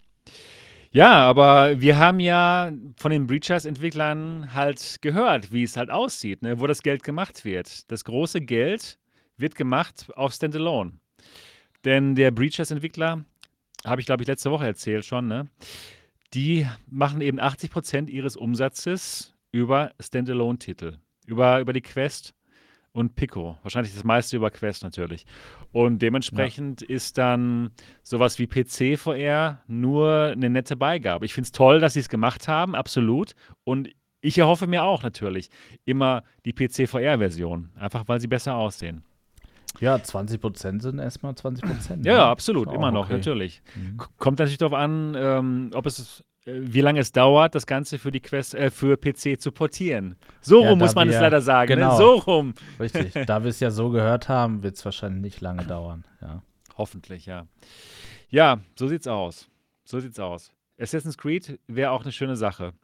Ja, aber wir haben ja von den Breachers-Entwicklern halt gehört, wie es halt aussieht, ne, wo das Geld gemacht wird. Das große Geld wird gemacht auf Standalone. Denn der Breachers-Entwickler, habe ich, glaube ich, letzte Woche erzählt schon, ne, die machen eben achtzig Prozent ihres Umsatzes über Standalone-Titel. Über, über die Quest und Pico. Wahrscheinlich das meiste über Quest natürlich. Und dementsprechend ist dann sowas wie P C V R nur eine nette Beigabe. Ich finde es toll, dass sie es gemacht haben, absolut. Und ich erhoffe mir auch natürlich immer die P C V R-Version, einfach weil sie besser aussehen.
Ja, zwanzig Prozent sind erstmal zwanzig Prozent.
Ja,
ne?
ja, absolut,
Ist auch
immer noch,
okay.
natürlich.
Mhm.
K- Kommt natürlich darauf an, ähm, ob es, äh, wie lange es dauert, das Ganze für die Quest, äh, für P C zu portieren. So
Ja,
rum
da
muss man es
wir-
leider sagen, ne?
genau.
So rum.
Richtig. Da wir es ja so gehört haben, wird es wahrscheinlich nicht lange dauern. Ja.
Hoffentlich, ja. Ja, so sieht's aus. So sieht's aus. Assassin's Creed wäre auch eine schöne Sache.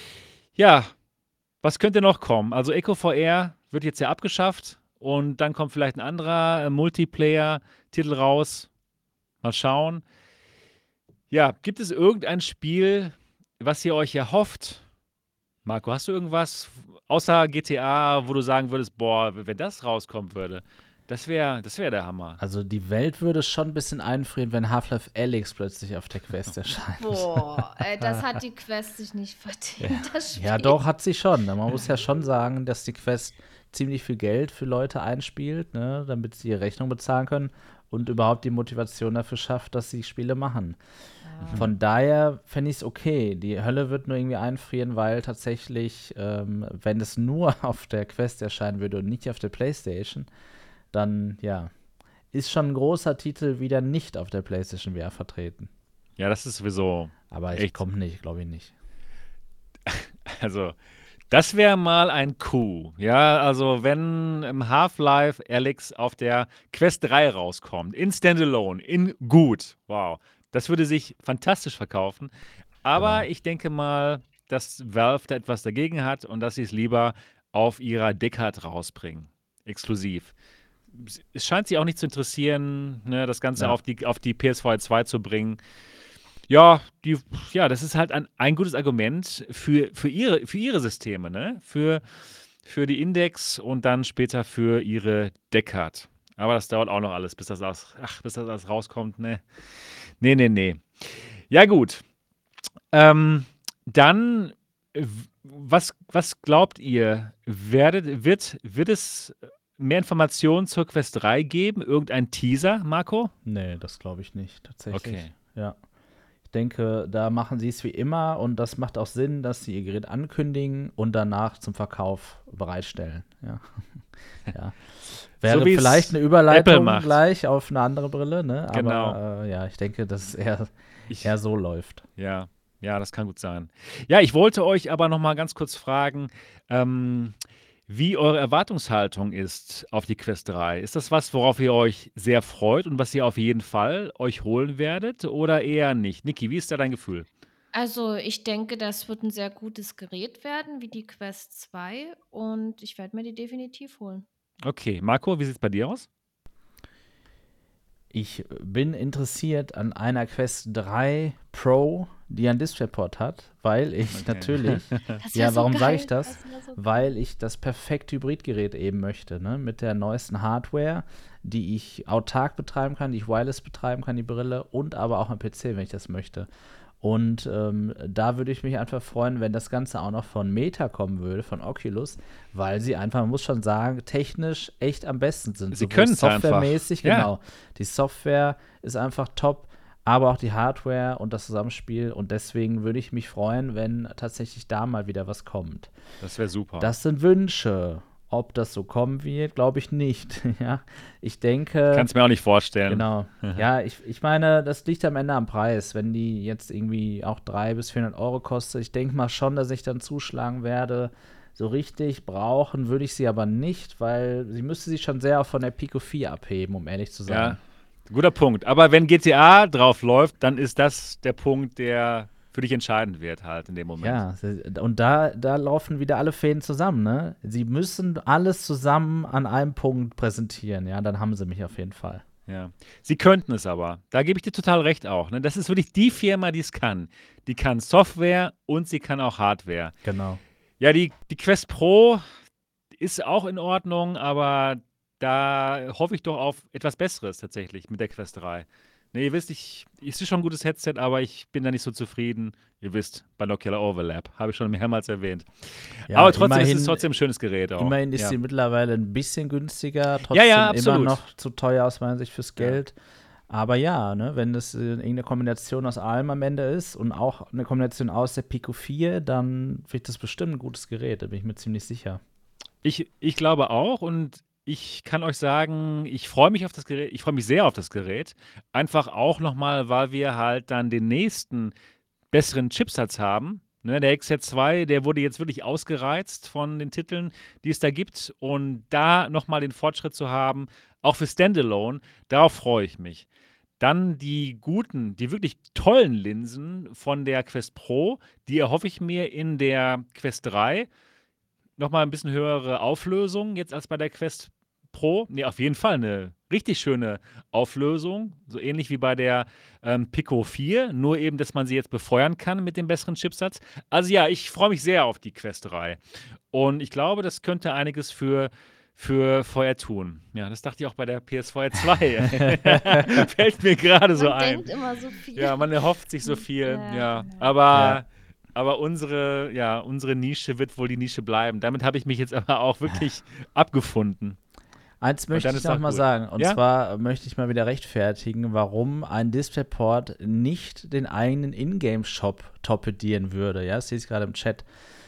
Ja, was könnte noch kommen? Also Echo V R wird jetzt ja abgeschafft und dann kommt vielleicht ein anderer äh, Multiplayer-Titel raus. Mal schauen. Ja, gibt es irgendein Spiel, was ihr euch erhofft? Marco, hast du irgendwas außer G T A, wo du sagen würdest, boah, wenn das rauskommen würde, das wäre das wär der Hammer.
Also die Welt würde schon ein bisschen einfrieren, wenn Half-Life Alyx plötzlich auf der Quest erscheint.
Boah, ey, das hat die Quest sich nicht verdient, das Spiel.
Ja, doch, hat sie schon. Man muss ja schon sagen, dass die Quest ziemlich viel Geld für Leute einspielt, ne, damit sie ihre Rechnung bezahlen können und überhaupt die Motivation dafür schafft, dass sie Spiele machen. Von daher fände ich es okay. Die Hölle wird nur irgendwie einfrieren, weil tatsächlich, ähm, wenn es nur auf der Quest erscheinen würde und nicht auf der PlayStation, dann, ja, ist schon ein großer Titel wieder nicht auf der PlayStation V R vertreten.
Ja, das ist sowieso.
Aber ich
Echt?
kommt nicht, glaube ich nicht.
Also, das wäre mal ein Coup. Ja, also wenn im Half-Life Alyx auf der Quest drei rauskommt, in Standalone, in gut, wow, das würde sich fantastisch verkaufen. Aber
Genau.
ich denke mal, dass Valve da etwas dagegen hat und dass sie es lieber auf ihrer Deckard rausbringen. Exklusiv. Es scheint sie auch nicht zu interessieren, ne, das Ganze
Ja.
auf die, auf die P S V R zwei zu bringen. Ja, die, ja, das ist halt ein, ein gutes Argument für, für, ihre, für ihre Systeme, ne? Für, für die Index und dann später für ihre Deckard. Aber das dauert auch noch alles, bis das alles, ach, bis das alles rauskommt, ne? Nee, nee, nee. Ja, gut. Ähm, dann, äh, was, was glaubt ihr? Werdet, wird, wird es mehr Informationen zur Quest drei geben? Irgendein Teaser, Marco?
Nee, das glaube ich nicht, tatsächlich.
Okay.
Ja. Ich denke, da machen sie es wie immer und das macht auch Sinn, dass sie ihr Gerät ankündigen und danach zum Verkauf bereitstellen. Ja. ja. Wäre
wie es
vielleicht eine
Apple
Überleitung
macht.
gleich auf eine andere Brille, ne? Aber
Genau.
äh, ja, ich denke, dass es eher,
Ich,
eher so läuft.
ja, ja, das kann gut sein. Ja, ich wollte euch aber noch mal ganz kurz fragen, ähm, wie eure Erwartungshaltung ist auf die Quest drei. Ist das was, worauf ihr euch sehr freut und was ihr auf jeden Fall euch holen werdet oder eher nicht? Niki, wie ist da dein Gefühl?
Also, ich denke, das wird ein sehr gutes Gerät werden, wie die Quest zwei und ich werde mir die definitiv holen.
Okay, Marco, wie sieht's bei dir aus?
Ich bin interessiert an einer Quest drei Pro, die ein DisplayPort hat, weil ich
Okay.
natürlich,
Das wäre
ja,
so
warum sage
geil.
ich das?
Das wäre so geil.
Weil ich das perfekte Hybridgerät eben möchte, ne? Mit der neuesten Hardware, die ich autark betreiben kann, die ich wireless betreiben kann, die Brille, und aber auch am P C, wenn ich das möchte. Und ähm, da würde ich mich einfach freuen, wenn das Ganze auch noch von Meta kommen würde, von Oculus, weil sie einfach, man muss schon sagen, technisch echt am besten sind.
Sie
Sowohl
können's einfach.
softwaremäßig,
Ja.
genau. Die Software ist einfach top, aber auch die Hardware und das Zusammenspiel. Und deswegen würde ich mich freuen, wenn tatsächlich da mal wieder was kommt.
Das wäre super.
Das sind Wünsche. Ob das so kommen wird, glaube ich nicht. Ja, ich denke.
Kannst mir auch nicht vorstellen.
Genau. Ja, ich, ich meine, das liegt am Ende am Preis. Wenn die jetzt irgendwie auch dreihundert bis vierhundert Euro kostet, ich denke mal schon, dass ich dann zuschlagen werde. So richtig brauchen würde ich sie aber nicht, weil sie müsste sich schon sehr auch von der Pico vier abheben, um ehrlich zu sein.
Ja, guter Punkt. Aber wenn G T A drauf läuft, dann ist das der Punkt, der für dich entscheidend wird halt in dem Moment.
Ja, und da, da laufen wieder alle Fäden zusammen, ne? Sie müssen alles zusammen an einem Punkt präsentieren, ja, dann haben sie mich auf jeden Fall.
Ja. Sie könnten es aber. Da gebe ich dir total recht auch. Ne? Das ist wirklich die Firma, die es kann. Die kann Software und sie kann auch Hardware.
Genau.
Ja, die, die Quest Pro ist auch in Ordnung, aber da hoffe ich doch auf etwas Besseres tatsächlich mit der Quest drei. Ne, ihr wisst, ich, es ist schon ein gutes Headset, aber ich bin da nicht so zufrieden. Ihr wisst, Binocular Overlap, habe ich schon mehrmals erwähnt.
Ja,
aber trotzdem
immerhin,
ist es trotzdem ein schönes Gerät auch.
Immerhin ist
ja.
sie mittlerweile ein bisschen günstiger, trotzdem
Ja, ja,
immer
absolut.
noch zu teuer aus meiner Sicht fürs
Ja.
Geld. Aber ja, ne, wenn das äh, irgendeine Kombination aus allem am Ende ist und auch eine Kombination aus der Pico vier, dann wird das bestimmt ein gutes Gerät, da bin ich mir ziemlich sicher.
Ich, ich glaube auch und ich kann euch sagen, ich freue mich auf das Gerät, ich freue mich sehr auf das Gerät. Einfach auch nochmal, weil wir halt dann den nächsten besseren Chipsatz haben. Ne, der X Z zwei, der wurde jetzt wirklich ausgereizt von den Titeln, die es da gibt. Und da nochmal den Fortschritt zu haben, auch für Standalone, darauf freue ich mich. Dann die guten, die wirklich tollen Linsen von der Quest Pro, die erhoffe ich mir in der Quest drei. Nochmal ein bisschen höhere Auflösung jetzt als bei der Quest Pro. Ne, auf jeden Fall eine richtig schöne Auflösung, so ähnlich wie bei der ähm, Pico vier, nur eben, dass man sie jetzt befeuern kann mit dem besseren Chipsatz. Also ja, ich freue mich sehr auf die Quest drei. Und ich glaube, das könnte einiges für, für V R tun. Ja, das dachte ich auch bei der P S V R zwei. Fällt mir gerade so
Man
ein.
denkt immer so viel.
Ja, man erhofft sich so viel.
Ja,
Ja,
ja.
aber,
Ja.
aber unsere, ja, unsere Nische wird wohl die Nische bleiben. Damit habe ich mich jetzt aber auch wirklich abgefunden.
Eins möchte
dann
ich
ist auch
noch mal
gut.
sagen, und
Ja?
zwar möchte ich mal wieder rechtfertigen, warum ein DisplayPort nicht den eigenen Ingame-Shop torpedieren würde. Ja, das sehe ich gerade im Chat.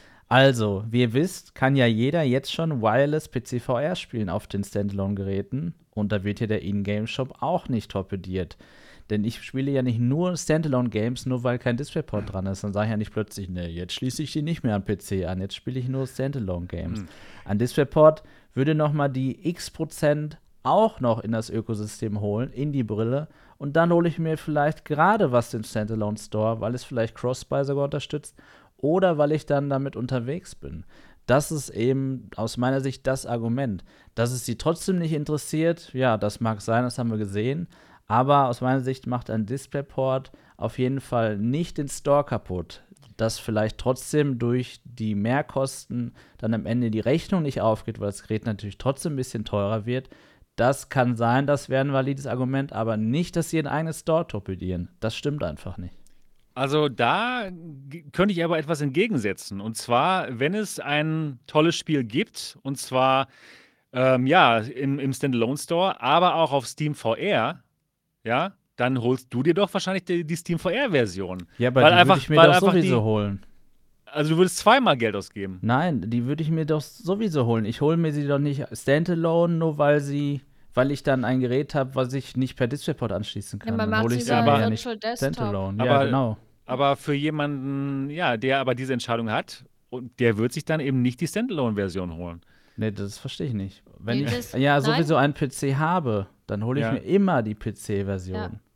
Also, wie ihr wisst, kann ja jeder jetzt schon Wireless P C V R spielen auf den Standalone-Geräten. Und da wird ja der Ingame-Shop auch nicht torpediert. Denn ich spiele ja nicht nur Standalone-Games, nur weil kein DisplayPort dran ist. Dann sage ich ja nicht plötzlich, ne, jetzt schließe ich die nicht mehr an P C an. Jetzt spiele ich nur Standalone-Games.
Hm.
Ein DisplayPort würde noch mal die x Prozent auch noch in das Ökosystem holen, in die Brille. Und dann hole ich mir vielleicht gerade was den Standalone Store, weil es vielleicht Cross-Buy sogar unterstützt oder weil ich dann damit unterwegs bin. Das ist eben aus meiner Sicht das Argument. Dass es sie trotzdem nicht interessiert, ja, das mag sein, das haben wir gesehen. Aber aus meiner Sicht macht ein DisplayPort auf jeden Fall nicht den Store kaputt. Dass vielleicht trotzdem durch die Mehrkosten dann am Ende die Rechnung nicht aufgeht, weil das Gerät natürlich trotzdem ein bisschen teurer wird. Das kann sein, das wäre ein valides Argument, aber nicht, dass sie ein eigenes Store torpedieren. Das stimmt einfach nicht.
Also da g- könnte ich aber etwas entgegensetzen. Und zwar, wenn es ein tolles Spiel gibt, und zwar ähm, ja, im, im Standalone Store, aber auch auf Steam V R, ja, dann holst du dir doch wahrscheinlich die, die Steam V R-Version.
Ja, aber
Weil
die
einfach-
würde ich mir
weil
doch
einfach
sowieso
die-
holen.
Also du würdest zweimal Geld ausgeben.
Nein, die würde ich mir doch sowieso holen. Ich hole mir sie doch nicht standalone, nur weil sie, weil ich dann ein Gerät habe, was ich nicht per DisplayPort anschließen kann.
Ja, man
dann
macht
hole
sie
ich sie
ja
über
aber-
mir ja
einen
nicht
Virtual Desktop.
standalone.
Aber-
Ja, genau.
Aber für jemanden, ja, der aber diese Entscheidung hat, und der wird sich dann eben nicht die Standalone-Version holen.
Nee, das verstehe ich nicht. Wenn
Nee,
ich
das-
ja
nein.
sowieso einen P C habe, dann hole ich
Ja.
mir immer die P C-Version.
Ja.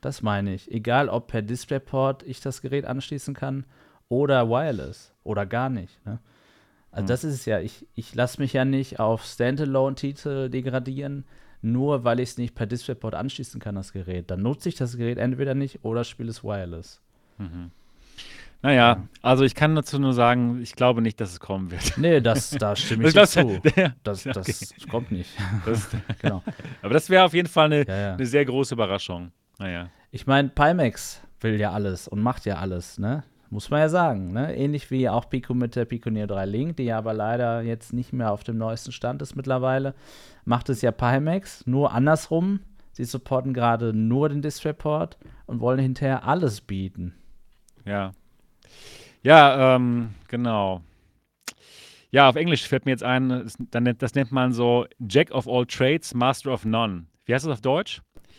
Das meine ich. Egal, ob per DisplayPort ich das Gerät anschließen kann oder wireless oder gar nicht. Ne? Also
Hm.
das ist es ja. Ich, ich lasse mich ja nicht auf Standalone-Titel degradieren, nur weil ich es nicht per DisplayPort anschließen kann, das Gerät. Dann nutze ich das Gerät entweder nicht oder spiele es wireless.
Mhm. Naja,
Ja.
also ich kann dazu nur sagen, ich glaube nicht, dass es kommen wird.
Nee, das, da stimme ich
Das
dir
glaubst
zu.
du? Ja,
Das,
okay.
das kommt nicht.
Das,
Genau.
aber das wäre auf jeden Fall eine,
Ja, ja.
eine sehr große Überraschung. Naja.
Ich meine, Pimax will ja alles und macht ja alles, ne? Muss man ja sagen, ne? Ähnlich wie auch Pico mit der Pico Neo drei Link, die ja aber leider jetzt nicht mehr auf dem neuesten Stand ist mittlerweile, macht es ja Pimax, nur andersrum. Sie supporten gerade nur den DisplayPort und wollen hinterher alles bieten.
Ja. Ja, ähm, genau. Ja, auf Englisch fällt mir jetzt ein, das, dann nennt- das nennt man so Jack of all trades, Master of none. Wie heißt das auf Deutsch?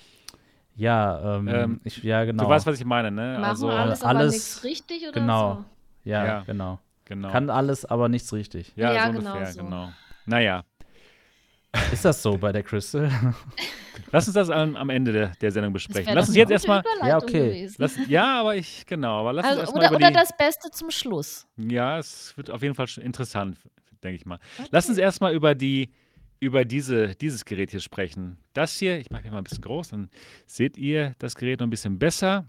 Ja, ähm,
Ähm,
ich, ja, genau.
Du weißt, was ich meine, ne?
Machen
Also,
alles,
äh,
aber
alles-
nichts richtig oder
genau.
so?
Ja,
Ja.
genau.
genau.
Kann alles, aber nichts richtig.
ja,
Ja,
so
genau
ungefähr,
so.
genau. Naja,
Ist das so bei der Crystal?
lass uns das am, am Ende der, der Sendung
Das
besprechen.
wäre
Lass
doch
uns
eine
jetzt
gute
erstmal.
Überleitung
Ja, okay.
gewesen.
Lass, ja, aber ich, genau, aber lass uns
Also,
erstmal
oder,
über
oder
die.
das Beste zum Schluss.
Ja, es wird auf jeden Fall schon interessant, denke ich mal.
Okay.
Lass uns erstmal über die über diese, dieses Gerät hier sprechen. Das hier, ich mache hier mal ein bisschen groß, dann seht ihr das Gerät noch ein bisschen besser.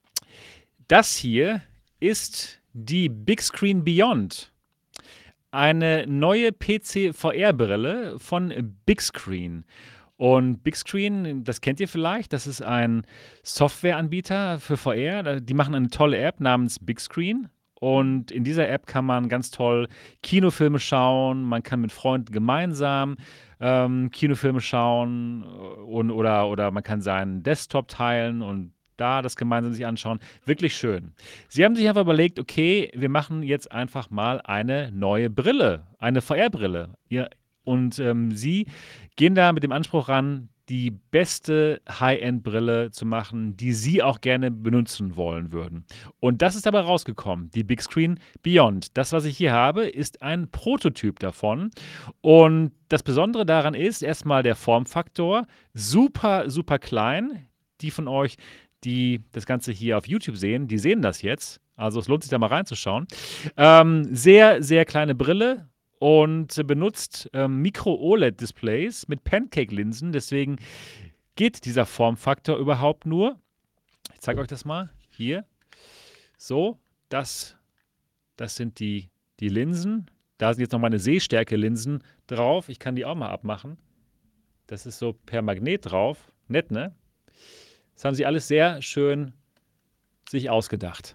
Das hier ist die Big Screen Beyond. Eine neue P C-V R-Brille von Big Screen. Und Big Screen, das kennt ihr vielleicht, das ist ein Softwareanbieter für V R. Die machen eine tolle App namens Big Screen. Und in dieser App kann man ganz toll Kinofilme schauen, man kann mit Freunden gemeinsam ähm, Kinofilme schauen und, oder, oder man kann seinen Desktop teilen und da das gemeinsam sich anschauen. Wirklich schön. Sie haben sich einfach überlegt, okay, wir machen jetzt einfach mal eine neue Brille, eine V R-Brille. Ihr, und ähm, Sie gehen da mit dem Anspruch ran, die beste High-End-Brille zu machen, die Sie auch gerne benutzen wollen würden. Und das ist dabei rausgekommen, die Big Screen Beyond. Das, was ich hier habe, ist ein Prototyp davon. Und das Besondere daran ist erstmal der Formfaktor, super, super klein. Die von euch, die das Ganze hier auf YouTube sehen, die sehen das jetzt. Also es lohnt sich da mal reinzuschauen. Ähm, sehr, sehr kleine Brille und benutzt ähm, Micro-O L E D-Displays mit Pancake-Linsen. Deswegen geht dieser Formfaktor überhaupt nur. Ich zeige euch das mal. Hier. So, das, das sind die, die Linsen. Da sind jetzt noch meine Sehstärke-Linsen drauf. Ich kann die auch mal abmachen. Das ist so per Magnet drauf. Nett, ne? Das haben sie alles sehr schön sich ausgedacht.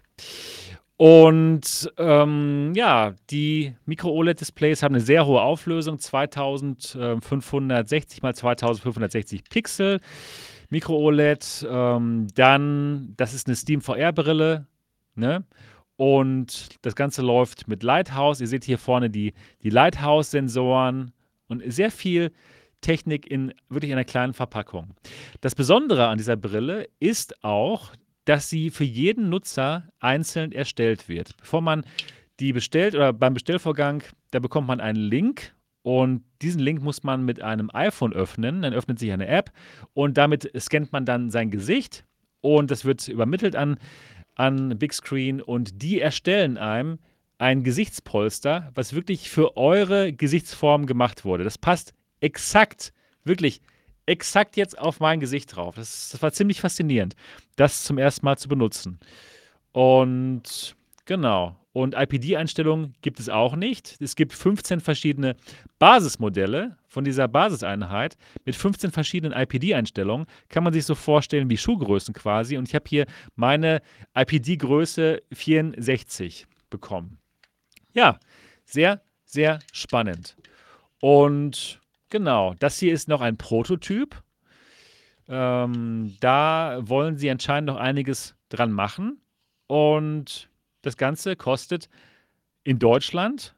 Und ähm, ja, die Micro-O L E D-Displays haben eine sehr hohe Auflösung, zweitausendfünfhundertsechzig mal zweitausendfünfhundertsechzig Pixel. Micro-O L E D, ähm, dann, das ist eine Steam-V R-Brille, ne? Und das Ganze läuft mit Lighthouse. Ihr seht hier vorne die, die Lighthouse-Sensoren und sehr viel Technik in wirklich einer kleinen Verpackung. Das Besondere an dieser Brille ist auch, dass sie für jeden Nutzer einzeln erstellt wird. Bevor man die bestellt oder beim Bestellvorgang, da bekommt man einen Link und diesen Link muss man mit einem iPhone öffnen. Dann öffnet sich eine App und damit scannt man dann sein Gesicht und das wird übermittelt an, an Big Screen und die erstellen einem ein Gesichtspolster, was wirklich für eure Gesichtsform gemacht wurde. Das passt exakt, wirklich exakt jetzt auf mein Gesicht drauf. Das, das war ziemlich faszinierend, das zum ersten Mal zu benutzen. Und genau. Und I P D-Einstellungen gibt es auch nicht. Es gibt fünfzehn verschiedene Basismodelle von dieser Basiseinheit mit fünfzehn verschiedenen I P D-Einstellungen. Kann man sich so vorstellen wie Schuhgrößen quasi. Und ich habe hier meine I P D-Größe vierundsechzig bekommen. Ja, sehr, sehr spannend. Und genau, das hier ist noch ein Prototyp. Ähm, da wollen sie anscheinend noch einiges dran machen. Und das Ganze kostet in Deutschland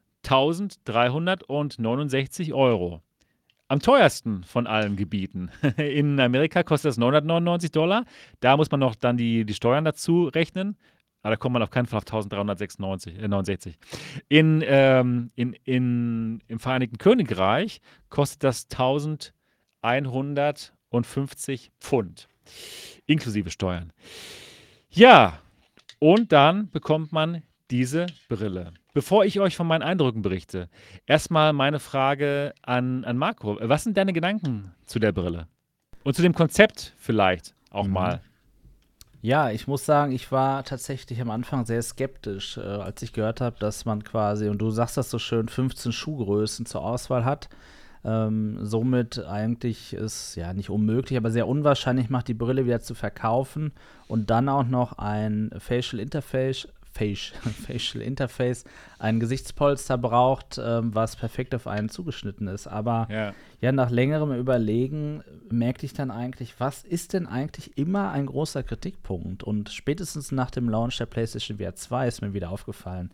eintausenddreihundertneunundsechzig Euro. Am teuersten von allen Gebieten. In Amerika kostet das neunhundertneunundneunzig Dollar. Da muss man noch dann die, die Steuern dazu rechnen. Aber da kommt man auf keinen Fall auf eintausenddreihundertneunundsechzig. In, ähm, in, in, Im Vereinigten Königreich kostet das eintausendeinhundertfünfzig Pfund. Inklusive Steuern. Ja, und dann bekommt man diese Brille. Bevor ich euch von meinen Eindrücken berichte, erstmal meine Frage an, an Marco. Was sind deine Gedanken zu der Brille? Und zu dem Konzept vielleicht auch
Mhm.
mal.
Ja, ich muss sagen, ich war tatsächlich am Anfang sehr skeptisch, äh, als ich gehört habe, dass man quasi, und du sagst das so schön, fünfzehn Schuhgrößen zur Auswahl hat. Ähm, somit eigentlich ist ja nicht unmöglich, aber sehr unwahrscheinlich macht, die Brille wieder zu verkaufen und dann auch noch ein Facial Interface, Facial, Facial Interface, ein Gesichtspolster braucht, ähm, was perfekt auf einen zugeschnitten ist. Aber
Ja.
ja, nach längerem Überlegen merkte ich dann eigentlich, was ist denn eigentlich immer ein großer Kritikpunkt? Und spätestens nach dem Launch der PlayStation V R zwei ist mir wieder aufgefallen,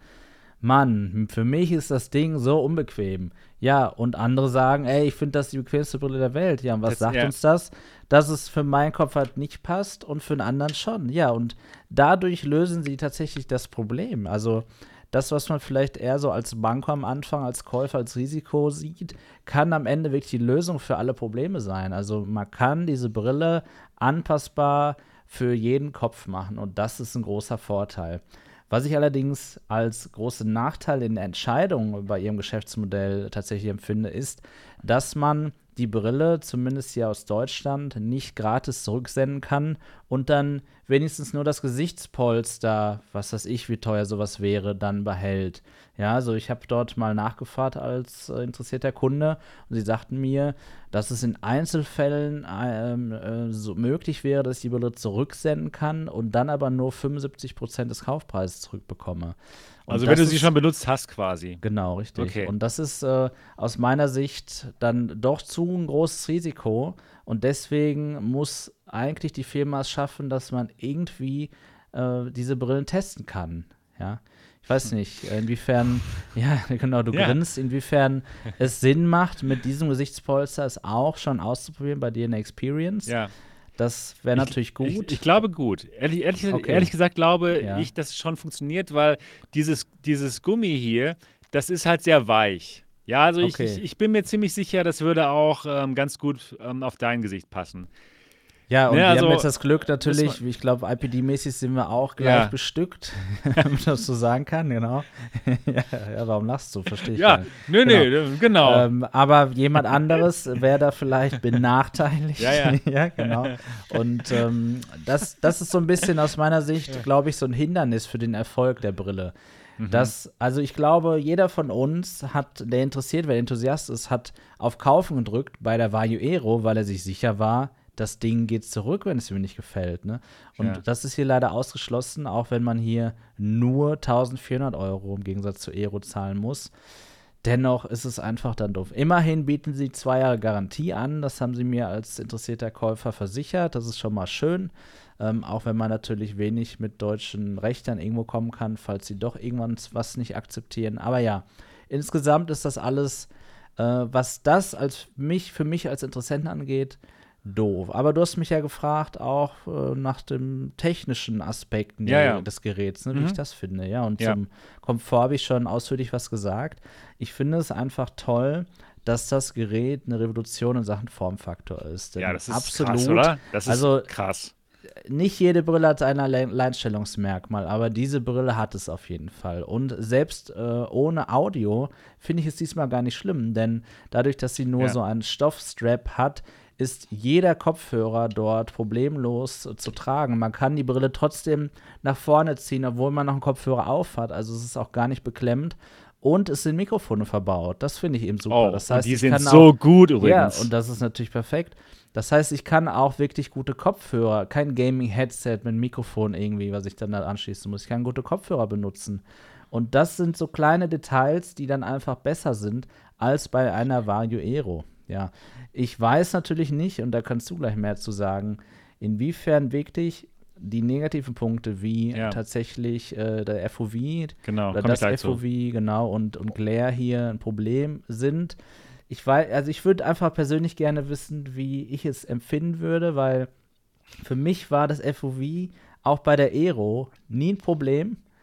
Mann, für mich ist das Ding so unbequem. Ja, und andere sagen, ey, ich finde das die bequemste Brille der Welt. Ja, und was
Das-
sagt
ja.
uns das? Dass es für meinen Kopf halt nicht passt und für den anderen schon. Ja, und dadurch lösen sie tatsächlich das Problem. Also das, was man vielleicht eher so als Manko am Anfang, als Käufer, als Risiko sieht, kann am Ende wirklich die Lösung für alle Probleme sein. Also man kann diese Brille anpassbar für jeden Kopf machen und das ist ein großer Vorteil. Was ich allerdings als großen Nachteil in der Entscheidung bei ihrem Geschäftsmodell tatsächlich empfinde, ist, dass man die Brille, zumindest hier aus Deutschland, nicht gratis zurücksenden kann und dann wenigstens nur das Gesichtspolster, was weiß ich, wie teuer sowas wäre, dann behält. Ja, also ich habe dort mal nachgefragt als äh, interessierter Kunde und sie sagten mir, dass es in Einzelfällen ähm, äh, so möglich wäre, dass ich die Brille zurücksenden kann und dann aber nur fünfundsiebzig Prozent des Kaufpreises zurückbekomme. Und
Also
das
wenn du sie
ist-
schon benutzt hast quasi.
Genau, richtig.
Okay.
Und das ist äh, aus meiner Sicht dann doch zu ein großes Risiko. Und deswegen muss eigentlich die Firma es schaffen, dass man irgendwie äh, diese Brillen testen kann. Ja, ich weiß nicht, inwiefern, ja, genau, du
Ja.
grinst, inwiefern es Sinn macht, mit diesem Gesichtspolster es auch schon auszuprobieren bei dir in der Experience.
Ja.
Das wäre natürlich gut.
Ich, ich glaube gut. Ehrlich, ehrlich,
Okay.
ehrlich gesagt glaube
Ja.
ich, dass es schon funktioniert, weil dieses, dieses Gummi hier, das ist halt sehr weich. Ja, also ich,
Okay.
ich, ich bin mir ziemlich sicher, das würde auch ähm, ganz gut ähm, auf dein Gesicht passen.
Ja, und
Ne,
wir
also,
haben jetzt das Glück natürlich,
muss
ich glaube, I P D-mäßig sind wir auch gleich
Ja.
bestückt, wenn man das so sagen kann, genau. ja, ja, warum lachst du? Verstehe ich
Ja,
gar nicht.
nö, nö, genau.
Ähm, aber jemand anderes wäre da vielleicht benachteiligt.
Ja, ja.
ja, genau. Und ähm, das, das ist so ein bisschen aus meiner Sicht, glaube ich, so ein Hindernis für den Erfolg der Brille.
Mhm.
Das, also ich glaube, jeder von uns hat, der interessiert, wer Enthusiast ist, hat auf Kaufen gedrückt bei der Vario Aero, weil er sich sicher war, das Ding geht zurück, wenn es ihm nicht gefällt. Ne? Und
Ja.
das ist hier leider ausgeschlossen, auch wenn man hier nur eintausendvierhundert Euro im Gegensatz zu Aero zahlen muss. Dennoch ist es einfach dann doof. Immerhin bieten sie zwei Jahre Garantie an. Das haben sie mir als interessierter Käufer versichert. Das ist schon mal schön. Ähm, auch wenn man natürlich wenig mit deutschen Rechtern irgendwo kommen kann, falls sie doch irgendwann was nicht akzeptieren. Aber ja, insgesamt ist das alles, äh, was das als mich, für mich als Interessenten angeht, doof. Aber du hast mich ja gefragt auch äh, nach dem technischen Aspekten
Ja,
der,
ja.
des Geräts, ne, wie
Mhm.
ich das finde. Ja, und
Ja.
zum Komfort habe ich schon ausführlich was gesagt. Ich finde es einfach toll, dass das Gerät eine Revolution in Sachen Formfaktor ist. Denn
Ja, das ist
absolut,
krass, oder? Das ist
Also-
krass.
nicht jede Brille hat ein Alleinstellungsmerkmal, aber diese Brille hat es auf jeden Fall. Und selbst äh, ohne Audio finde ich es diesmal gar nicht schlimm, denn dadurch, dass sie nur
Ja.
so einen Stoffstrap hat, ist jeder Kopfhörer dort problemlos äh, zu tragen. Man kann die Brille trotzdem nach vorne ziehen, obwohl man noch einen Kopfhörer auf hat. Also es ist auch gar nicht beklemmend. Und es sind Mikrofone verbaut. Das finde ich eben super.
Oh,
das
und
heißt,
die
ich
sind
kann
so
auch,
gut
ja,
übrigens.
und das ist natürlich perfekt. Das heißt, ich kann auch wirklich gute Kopfhörer, kein Gaming-Headset mit Mikrofon irgendwie, was ich dann da anschließen muss. Ich kann gute Kopfhörer benutzen. Und das sind so kleine Details, die dann einfach besser sind als bei einer Vario Aero. Ja, ich weiß natürlich nicht, und da kannst du gleich mehr zu sagen, inwiefern wirklich die negativen Punkte wie
Ja.
tatsächlich äh, der F O V
genau,
oder
komm ich
das
gleich
F O V,
zu.
genau, und, und Glare hier ein Problem sind. Ich weiß, also ich würde einfach persönlich gerne wissen, wie ich es empfinden würde, weil für mich war das F O V auch bei der Aero nie ein Problem.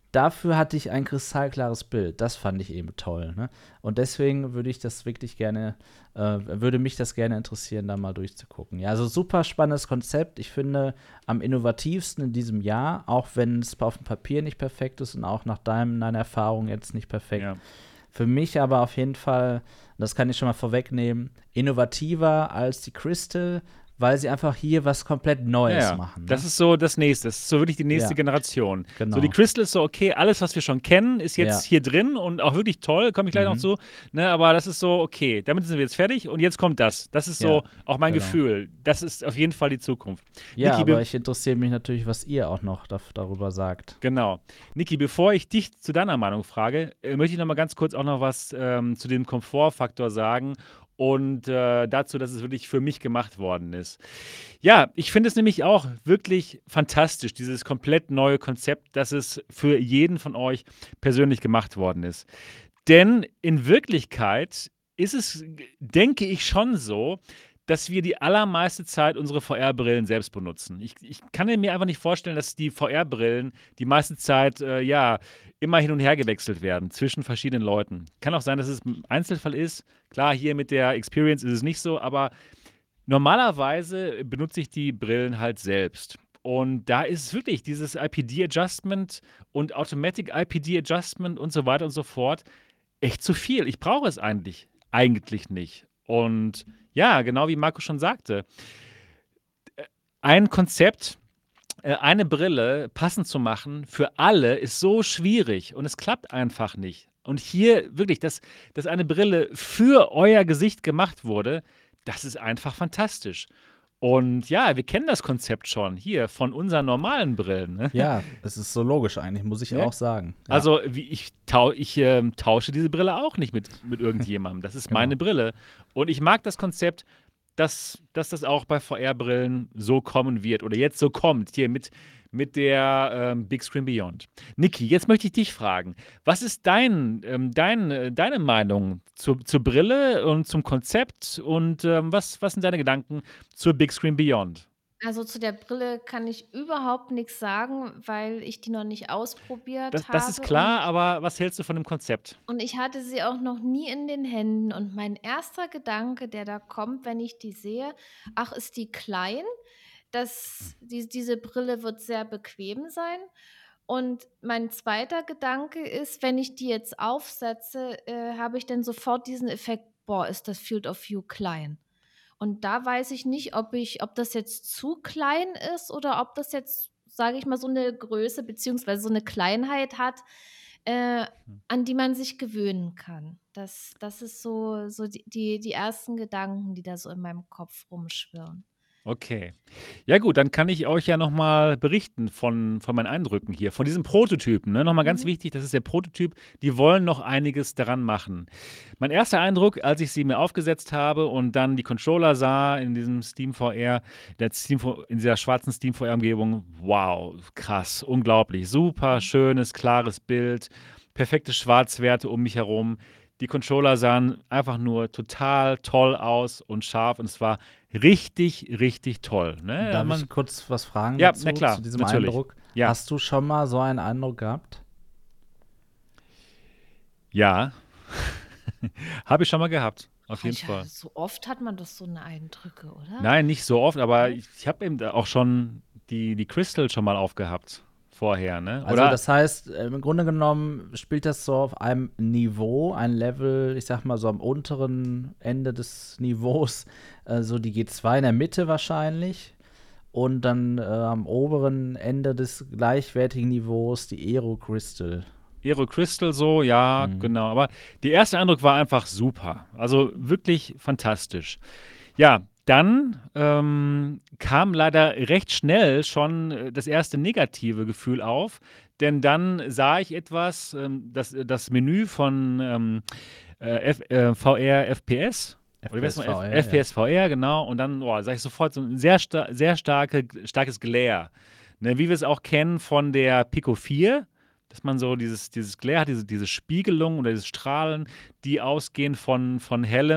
dafür hatte ich ein kristallklares Bild. Das fand ich eben toll. Ne? Und deswegen würde ich das wirklich gerne, äh, würde mich das gerne interessieren, da mal durchzugucken. Ja, also super spannendes Konzept. Ich finde am innovativsten in diesem Jahr, auch wenn es auf dem Papier nicht perfekt ist und auch nach deinem, deiner Erfahrung jetzt nicht perfekt.
Ja.
Für mich aber auf jeden Fall, das kann ich schon mal vorwegnehmen, innovativer als die Crystal, weil sie einfach hier was komplett Neues
Ja, ja.
machen. Ne?
Das ist so das Nächste. Das ist so wirklich die nächste
Ja.
Generation.
Genau.
So die Crystal ist so, okay, alles, was wir schon kennen, ist jetzt
Ja.
hier drin und auch wirklich toll, komme ich gleich
Mhm.
noch zu. Ne, aber das ist so, okay, damit sind wir jetzt fertig und jetzt kommt das. Das ist so
Ja,
auch mein
genau.
Gefühl. Das ist auf jeden Fall die Zukunft.
Ja,
Niki,
aber
be-
ich interessiere mich natürlich, was ihr auch noch da, darüber sagt.
Genau. Niki, bevor ich dich zu deiner Meinung frage, äh, möchte ich noch mal ganz kurz auch noch was ähm, zu dem Komfortfaktor sagen und äh, dazu, dass es wirklich für mich gemacht worden ist. Ja, ich finde es nämlich auch wirklich fantastisch, dieses komplett neue Konzept, dass es für jeden von euch persönlich gemacht worden ist. Denn in Wirklichkeit ist es, denke ich, schon so, dass wir die allermeiste Zeit unsere V R-Brillen selbst benutzen. Ich, ich kann mir einfach nicht vorstellen, dass die V R-Brillen die meiste Zeit, äh, ja, immer hin und her gewechselt werden zwischen verschiedenen Leuten. Kann auch sein, dass es ein Einzelfall ist. Klar, hier mit der Experience ist es nicht so, aber normalerweise benutze ich die Brillen halt selbst. Und da ist es wirklich dieses I P D-Adjustment und Automatic I P D-Adjustment und so weiter und so fort echt zu viel. Ich brauche es eigentlich, eigentlich nicht. Und ja, genau wie Marco schon sagte, ein Konzept, äh, eine Brille passend zu machen für alle ist so schwierig und es klappt einfach nicht. Und hier wirklich, dass, dass eine Brille für euer Gesicht gemacht wurde, das ist einfach fantastisch. Und ja, wir kennen das Konzept schon hier von unseren normalen Brillen. Ne?
Ja, es ist so logisch eigentlich, muss ich
Ne?
auch sagen. Ja.
Also wie ich, tau ich ähm, tausche diese Brille auch nicht mit, mit irgendjemandem. Das ist
Genau.
meine Brille. Und ich mag das Konzept, dass, dass das auch bei V R-Brillen so kommen wird oder jetzt so kommt, hier mit, mit der ähm, Big Screen Beyond. Niki, jetzt möchte ich dich fragen, was ist dein, ähm, dein, äh, deine Meinung zur, zur Brille und zum Konzept und ähm, was, was sind deine Gedanken zur Big Screen Beyond?
Also, zu der Brille kann ich überhaupt nichts sagen, weil ich die noch nicht ausprobiert
Das, das ist
habe
klar,
und
aber was hältst du von dem Konzept?
und ich hatte sie auch noch nie in den Händen und mein erster Gedanke, der da kommt, wenn ich die sehe: „Ach, ist die klein? Das die diese Brille wird sehr bequem sein.“ Und mein zweiter Gedanke ist, wenn ich die jetzt aufsetze, äh, habe ich dann sofort diesen Effekt: „Boah, ist das Field of View klein.“ Und da weiß ich nicht, ob ich ob das jetzt zu klein ist oder ob das jetzt, sage ich mal, so 'ne Größe beziehungsweise so 'ne Kleinheit hat, äh, an die man sich gewöhnen kann. Das das ist so so die die die ersten Gedanken, die da so in meinem Kopf rumschwirren.
Okay. Ja gut, dann kann ich euch ja noch mal berichten von von meinen Eindrücken hier, von diesem Prototypen, ne? Noch mal ganz
Mhm.
wichtig, das ist der Prototyp, die wollen noch einiges daran machen. Mein erster Eindruck, als ich sie mir aufgesetzt habe und dann die Controller sah in diesem Steam V R, der Steam V in dieser schwarzen Steam V R-Umgebung, wow, krass, unglaublich, super schönes, klares Bild, perfekte Schwarzwerte um mich herum. Die Controller sahen einfach nur total toll aus und scharf und es war richtig, richtig toll, ne?
Darf
Man
ich kurz was fragen
Ja,
dazu,
na klar,
zu diesem
natürlich.
Eindruck?
Ja.
Hast du schon mal so einen Eindruck gehabt?
Ja. Habe ich schon mal gehabt, auf jeden
Ja,
Fall.
so oft hat man doch so 'ne Eindrücke, oder?
Nein, nicht so oft, aber
Ne?
ich ich habe eben da auch schon die die Crystal schon mal aufgehabt vorher, ne?
Also,
Oder
das heißt, äh, im Grunde genommen spielt das so auf einem Niveau, ein Level, ich sage mal so am unteren Ende des Niveaus, äh, so die G zwei in der Mitte wahrscheinlich und dann, äh, am oberen Ende des gleichwertigen Niveaus die Aero Crystal.
Aero Crystal so, ja,
Mhm.
genau. Aber der erste Eindruck war einfach super. Also wirklich fantastisch. Ja, dann ähm, kam leider recht schnell schon äh, das erste negative Gefühl auf, denn dann sah ich etwas, ähm, das, das Menü von ähm, äh, F, äh, V R F P S. Oder wie heißt
F P S
noch? F-
V R, ja.
F P S V R, genau. Und dann oh, sah ich sofort so ein sehr, sta sehr starke, starkes Glare. Ne, wie wir es auch kennen von der Pico vier, dass man so dieses, dieses Glare hat, diese, diese Spiegelung oder dieses Strahlen, die ausgehen von, von hellem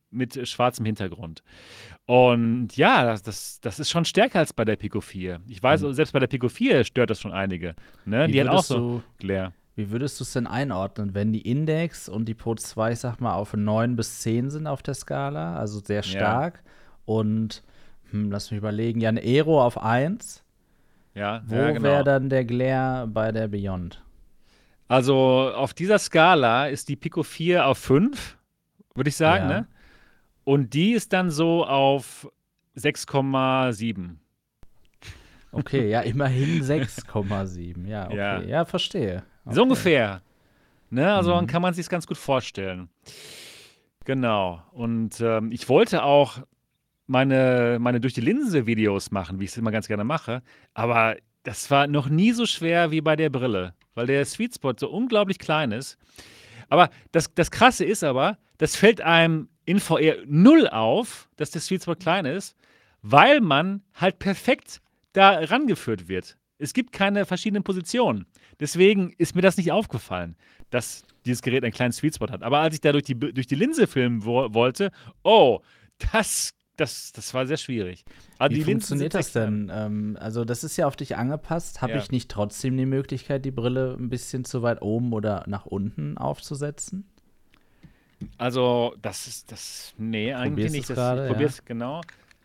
mit äh, schwarzem Hintergrund. Und ja, das, das, das ist schon stärker als bei der Pico vier. Ich weiß,
Mhm.
selbst bei der Pico vier stört das schon einige. Ne?
Wie
Die hat auch
würdest
so
du,
Glare.
wie würdest du es denn einordnen, wenn die Index und die Pro zwei, ich sag mal, auf neun bis zehn sind auf der Skala, also sehr
Ja,
stark und, hm, lass mich überlegen, ja, eine Aero auf eins.
ja, ja,
Wo wäre
genau.
dann der Glare bei der Beyond?
Also auf dieser Skala ist die Pico vier auf fünf, würde ich sagen,
Ja,
ne? Und die ist dann so auf sechs Komma sieben.
okay, ja, immerhin sechs Komma sieben. Ja, okay,
Ja,
ja, verstehe.
so
Okay.
ungefähr. Ne? Also dann
Mhm.
kann man sich ganz gut vorstellen. Genau. Und ähm, ich wollte auch meine, meine durch die Linse-Videos machen, wie ich es immer ganz gerne mache. Aber das war noch nie so schwer wie bei der Brille, weil der Sweet Spot so unglaublich klein ist. Aber das, das Krasse ist aber, das fällt einem in V R null auf, dass der Sweet Spot klein ist, weil man halt perfekt da rangeführt wird. Es gibt keine verschiedenen Positionen. Deswegen ist mir das nicht aufgefallen, dass dieses Gerät einen kleinen Sweet Spot hat. Aber als ich da durch die, durch die Linse filmen wo wollte, oh, das, das, das war sehr schwierig. Aber
Wie
die Linsen sind
funktioniert
sehr
das
klein.
denn? Ähm, also, das ist ja auf dich angepasst. Habe
Ja.
ich nicht trotzdem die Möglichkeit, die Brille ein bisschen zu weit oben oder nach unten aufzusetzen?
Also, das ist das. Nee, eigentlich
Probierst
nicht.
es
Das, ich
gerade,
probiere
ja?
es genau.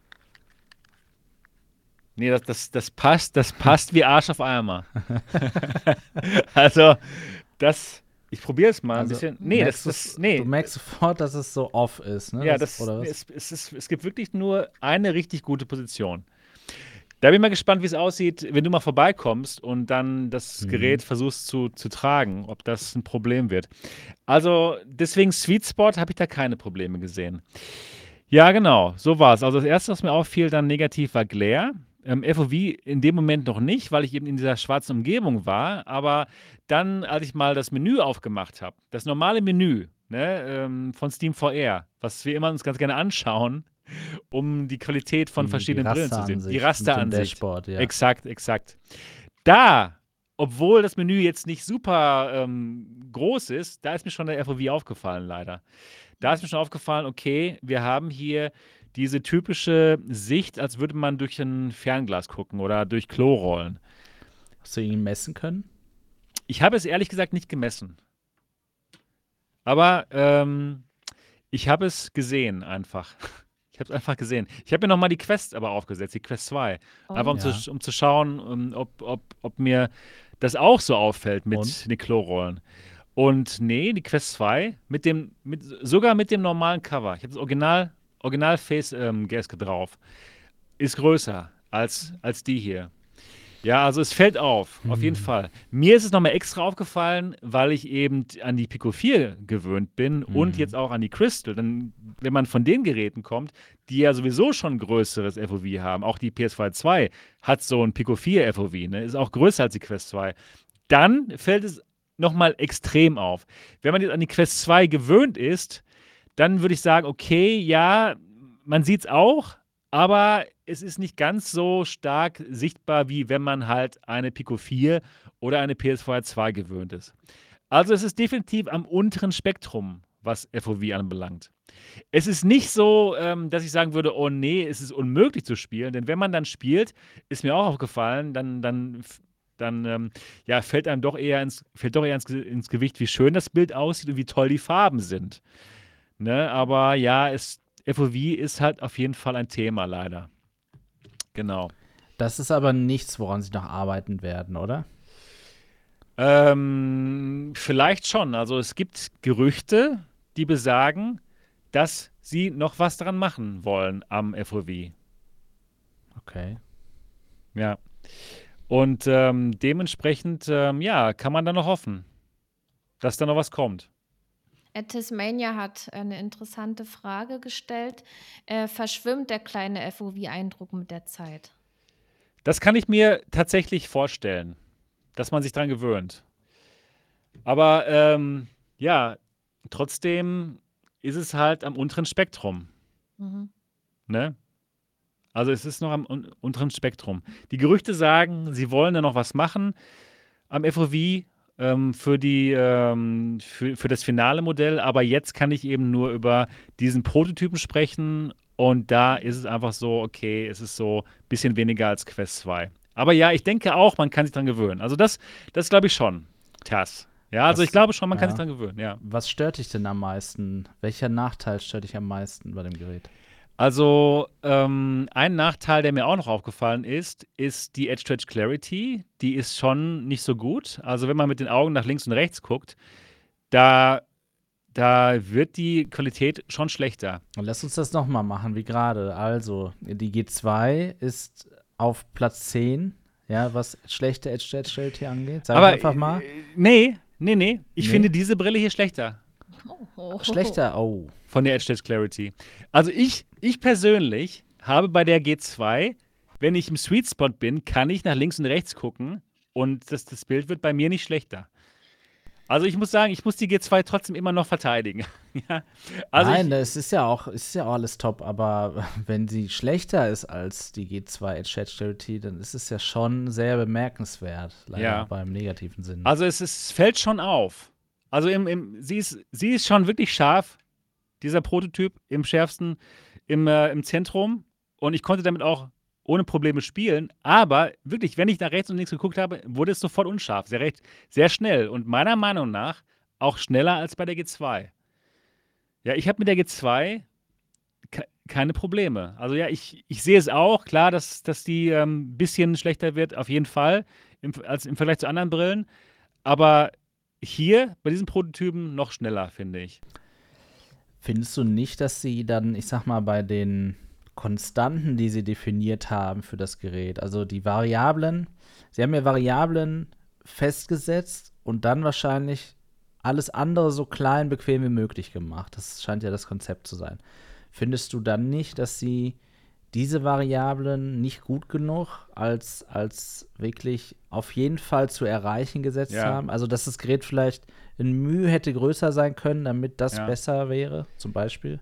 Nee, das, das, das passt, das passt wie Arsch auf Eimer. Also, das. Ich probiere es mal ein
Also,
bisschen. Nee, das,
merkst
das,
du's, du
nee.
merkst sofort, dass es so off ist, ne?
Ja,
Das,
das,
oder
nee,
was?
es, es, ist, es gibt wirklich nur eine richtig gute Position. Da bin ich mal gespannt, wie es aussieht, wenn du mal vorbeikommst und dann das
Mhm.
Gerät versuchst zu, zu tragen, ob das ein Problem wird. Also, deswegen Sweet Spot habe ich da keine Probleme gesehen. Ja, genau, so war es. Also das Erste, was mir auffiel, dann negativ war Glare. Ähm, F O V in dem Moment noch nicht, weil ich eben in dieser schwarzen Umgebung war. Aber dann, als ich mal das Menü aufgemacht habe, das normale Menü, ne, ähm, von Steam V R, was wir immer uns ganz gerne anschauen, um die Qualität von
Die, die
verschiedenen Brillen zu sehen. Die
Rasteransicht mit dem
Rasteransicht.
Dashboard, ja.
Exakt, exakt. Da, obwohl das Menü jetzt nicht super ähm, groß ist, da ist mir schon der F O V aufgefallen, leider. Da ist mir schon aufgefallen, okay, wir haben hier diese typische Sicht, als würde man durch ein Fernglas gucken oder durch Klo rollen.
Hast du ihn messen können?
Ich habe es ehrlich gesagt nicht gemessen. Aber ähm, ich habe es gesehen einfach. Ich habe es einfach gesehen. Ich habe mir nochmal die Quest aber aufgesetzt, die Quest zwei. Einfach um
Und?
Ja.
zu, um zu schauen, um, ob, ob, ob mir das auch so auffällt
Und?
mit den Klorollen. Und nee, die Quest zwei, mit dem, mit, sogar mit dem normalen Cover. Ich habe das Original, Original Face ähm, Gaske drauf. Ist größer als, als die hier. Ja, also es fällt auf, auf jeden
Hm.
Fall. Mir ist es nochmal extra aufgefallen, weil ich eben an die Pico vier gewöhnt bin und
Mhm.
jetzt auch an die Crystal. Denn wenn man von den Geräten kommt, die ja sowieso schon ein größeres F O V haben, auch die P S zwei hat so ein Pico vier F O V, ne? Ist auch größer als die Quest zwei. Dann fällt es nochmal extrem auf. Wenn man jetzt an die Quest zwei gewöhnt ist, dann würde ich sagen, okay, ja, man sieht es auch, aber es ist nicht ganz so stark sichtbar, wie wenn man halt eine Pico vier oder eine P S zwei gewöhnt ist. Also es ist definitiv am unteren Spektrum, was F O V anbelangt. Es ist nicht so, ähm, dass ich sagen würde, oh nee, es ist unmöglich zu spielen, denn wenn man dann spielt, ist mir auch aufgefallen, dann, dann, dann ähm, ja, fällt einem doch eher ins, fällt doch eher ins, ins Gewicht, wie schön das Bild aussieht und wie toll die Farben sind. Ne? Aber ja, es, F O V ist halt auf jeden Fall ein Thema, leider. Genau.
Das ist aber nichts, woran sie noch arbeiten werden, oder?
Ähm, vielleicht schon. Also es gibt Gerüchte, die besagen, dass sie noch was dran machen wollen am F O V.
Okay.
Ja. Und ähm, dementsprechend, ähm, ja, kann man da noch hoffen, dass da noch was kommt.
Tasmania hat eine interessante Frage gestellt. Äh, verschwimmt der kleine F O V-Eindruck mit der Zeit?
Das kann ich mir tatsächlich vorstellen, dass man sich dran gewöhnt. Aber ähm, ja, trotzdem ist es halt am unteren Spektrum.
Mhm.
Ne? Also es ist noch am un unteren Spektrum. Die Gerüchte sagen, sie wollen da noch was machen am F O V, ähm, für die, ähm, für, für das finale Modell, aber jetzt kann ich eben nur über diesen Prototypen sprechen und da ist es einfach so, okay, es ist so ein bisschen weniger als Quest zwei. Aber ja, ich denke auch, man kann sich dran gewöhnen. Also das, das glaube ich schon, Tess. Ja, also ich
Was,
glaube schon, man kann sich
ja.
dran gewöhnen, ja.
Was stört dich denn am meisten? Welcher Nachteil stört dich am meisten bei dem Gerät?
Also, ähm, ein Nachteil, der mir auch noch aufgefallen ist, ist die Edge-to-Edge Clarity. Die ist schon nicht so gut. Also, wenn man mit den Augen nach links und rechts guckt, da, da wird die Qualität schon schlechter.
Und lass uns das nochmal machen, wie gerade. Also, die G zwei ist auf Platz zehn, ja, was schlechte Edge-to-Edge-Clarity angeht. Sag ich
Aber
einfach mal.
äh, nee, nee, nee. Ich
Nee?
finde diese Brille hier schlechter
Oh, oh, oh.
Schlechter, oh.
von der Edge-to-Edge Clarity. Also, ich, ich persönlich habe bei der G zwei, wenn ich im Sweet Spot bin, kann ich nach links und rechts gucken und das, das Bild wird bei mir nicht schlechter. Also ich muss sagen, ich muss die G zwei trotzdem immer noch verteidigen. Ja. Also
Nein,
ich,
das ist ja auch, ist ja auch alles top, aber wenn sie schlechter ist als die G zwei Edge-to-Edge-Clarity, dann ist es ja schon sehr bemerkenswert, leider
Ja.
beim negativen Sinn.
also es, ist, es fällt schon auf. Also im, im, sie, ist, sie ist schon wirklich scharf, dieser Prototyp im schärfsten im, äh, im Zentrum. Und ich konnte damit auch ohne Probleme spielen. Aber wirklich, wenn ich nach rechts und links geguckt habe, wurde es sofort unscharf. Sehr, recht, sehr schnell. Und meiner Meinung nach auch schneller als bei der G zwei. Ja, ich habe mit der G zwei ke- keine Probleme. Also ja, ich, ich sehe es auch, klar, dass, dass die ein ähm, bisschen schlechter wird, auf jeden Fall, im, als im Vergleich zu anderen Brillen. Aber hier bei diesen Prototypen noch schneller, finde ich.
Findest du nicht, dass sie dann, ich sag mal, bei den Konstanten, die sie definiert haben für das Gerät, also die Variablen, sie haben ja Variablen festgesetzt und dann wahrscheinlich alles andere so klein, bequem wie möglich gemacht. Das scheint ja das Konzept zu sein. Findest du dann nicht, dass sie diese Variablen nicht gut genug als, als wirklich auf jeden Fall zu erreichen gesetzt
Ja.
haben? Also, dass das Gerät vielleicht in Mühe hätte größer sein können, damit das
Ja.
besser wäre, zum Beispiel?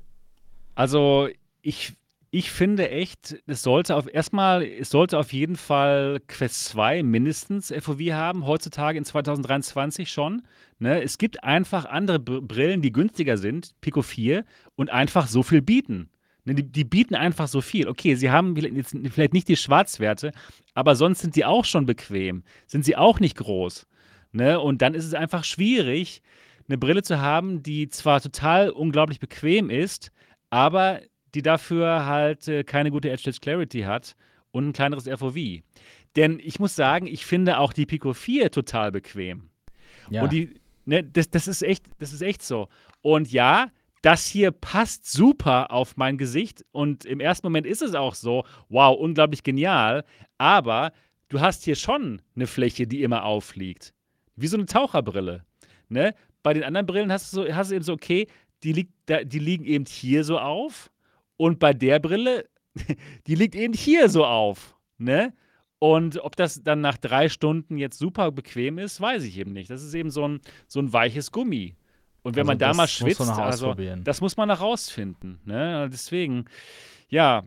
Also ich, ich finde echt, es sollte auf erstmal, es sollte auf jeden Fall Quest zwei mindestens F O V haben, heutzutage in zwanzig dreiundzwanzig schon. Ne? Es gibt einfach andere Br- Brillen, die günstiger sind, Pico vier, und einfach so viel bieten. Ne? Die, die bieten einfach so viel. Okay, sie haben jetzt vielleicht nicht die Schwarzwerte, aber sonst sind die auch schon bequem. Sind sie auch nicht groß. Ne? Und dann ist es einfach schwierig, eine Brille zu haben, die zwar total unglaublich bequem ist, aber die dafür halt äh, keine gute Edge-to-Edge Clarity hat und ein kleineres F O V. Denn ich muss sagen, ich finde auch die Pico vier total bequem.
Ja.
Und die, ne, das, das ist echt, das ist echt so. Und ja, das hier passt super auf mein Gesicht. Und im ersten Moment ist es auch so, wow, unglaublich genial. Aber du hast hier schon eine Fläche, die immer aufliegt. Wie so eine Taucherbrille. Ne? Bei den anderen Brillen hast du, so, hast du eben so, okay, die, liegt da, die liegen eben hier so auf. Und bei der Brille, die liegt eben hier so auf. Ne? Und ob das dann nach drei Stunden jetzt super bequem ist, weiß ich eben nicht. Das ist eben so ein, so ein weiches Gummi. Und wenn
Also
man da
das
mal
muss man
schwitzt,
noch
also
ausprobieren.
das muss man noch rausfinden. Ne? Deswegen, ja,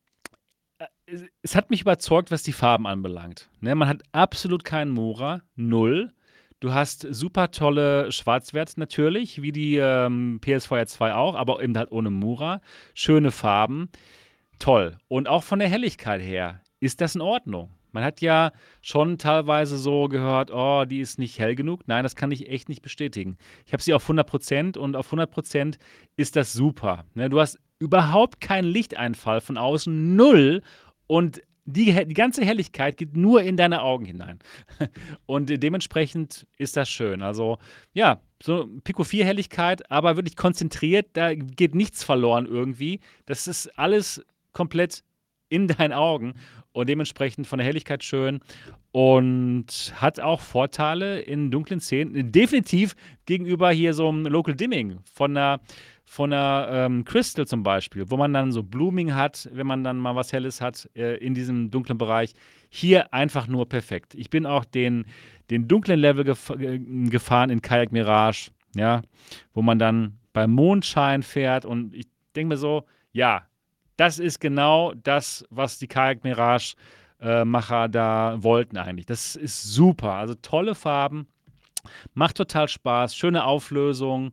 äh, es, es hat mich überzeugt, was die Farben anbelangt. Ne? Man hat absolut keinen Mora, null. Du hast super tolle Schwarzwerte natürlich, wie die ähm, P S V R zwei auch, aber eben halt ohne Mura. Schöne Farben. Toll. Und auch von der Helligkeit her ist das in Ordnung. Man hat ja schon teilweise so gehört, oh, die ist nicht hell genug. Nein, das kann ich echt nicht bestätigen. Ich habe sie auf hundert Prozent und auf hundert Prozent ist das super. Ne, du hast überhaupt keinen Lichteinfall von außen, null. Und die, die ganze Helligkeit geht nur in deine Augen hinein. Und äh, dementsprechend ist das schön. Also, ja, so Pico vier Helligkeit, aber wirklich konzentriert, da geht nichts verloren irgendwie. Das ist alles komplett in deinen Augen und dementsprechend von der Helligkeit schön und hat auch Vorteile in dunklen Szenen. Definitiv gegenüber hier so einem Local Dimming von einer, von einer ähm, Crystal zum Beispiel, wo man dann so Blooming hat, wenn man dann mal was Helles hat äh, in diesem dunklen Bereich. Hier einfach nur perfekt. Ich bin auch den, den dunklen Level gef äh, gefahren in Kayak Mirage, ja, wo man dann beim Mondschein fährt und ich denke mir so, ja, das ist genau das, was die Kayak Mirage äh, Macher da wollten eigentlich. Das ist super. Also tolle Farben, Macht total Spaß, schöne Auflösung,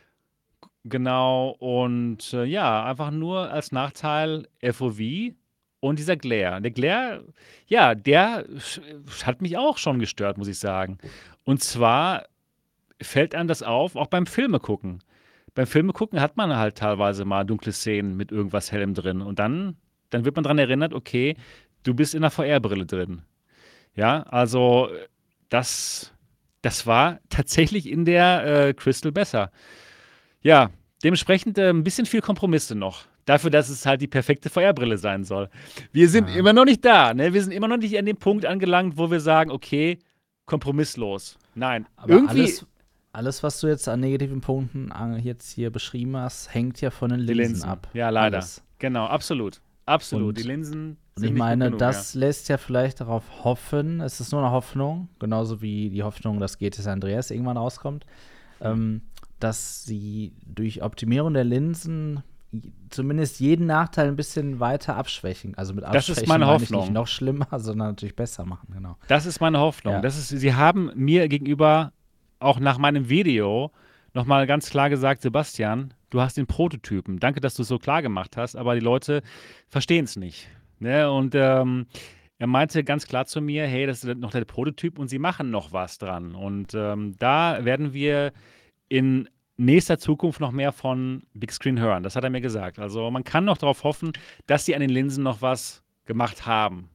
genau. Und äh, ja, einfach nur als Nachteil F O V und dieser Glare. Der Glare, ja, der sch- hat mich auch schon gestört, muss ich sagen. Und zwar fällt einem das auf, auch beim Filme gucken. Beim Filme gucken hat man halt teilweise mal dunkle Szenen mit irgendwas Hellem drin. Und dann, dann wird man daran erinnert, okay, du bist in einer V R-Brille drin. Ja, also äh, das, das war tatsächlich in der äh, Crystal besser. Ja, dementsprechend äh, ein bisschen viel Kompromisse noch. Dafür, dass es halt die perfekte V R-Brille sein soll. Wir sind
Ja.
immer noch nicht da, ne? Wir sind immer noch nicht an dem Punkt angelangt, wo wir sagen, okay, kompromisslos. Nein,
Aber
irgendwie
alles, alles, was du jetzt an negativen Punkten an- jetzt hier beschrieben hast, hängt ja von den
die
Linsen,
Linsen.
ab.
Ja, leider.
Alles.
Genau, absolut. Absolut.
Und-
die Linsen
Und
sind
ich
nicht
meine,
gut genug,
das lässt ja vielleicht darauf hoffen, es ist nur eine Hoffnung, genauso wie die Hoffnung, dass G T San Andreas irgendwann rauskommt, ähm, dass sie durch Optimierung der Linsen zumindest jeden Nachteil ein bisschen weiter abschwächen. Also mit
Das ist
abschwächen
meine
meine ich
Hoffnung.
nicht noch schlimmer, sondern natürlich besser machen, genau.
Das ist meine Hoffnung.
Ja.
Das ist, sie haben mir gegenüber, auch nach meinem Video, nochmal ganz klar gesagt, Sebastian, du hast den Prototypen. Danke, dass du es so klar gemacht hast, aber die Leute verstehen es nicht. Ne? Und ähm, er meinte ganz klar zu mir, hey, das ist noch der Prototyp und sie machen noch was dran. Und ähm, da werden wir in nächster Zukunft noch mehr von Big Screen hören. Das hat er mir gesagt. Also man kann noch darauf hoffen, dass sie an den Linsen noch was gemacht haben.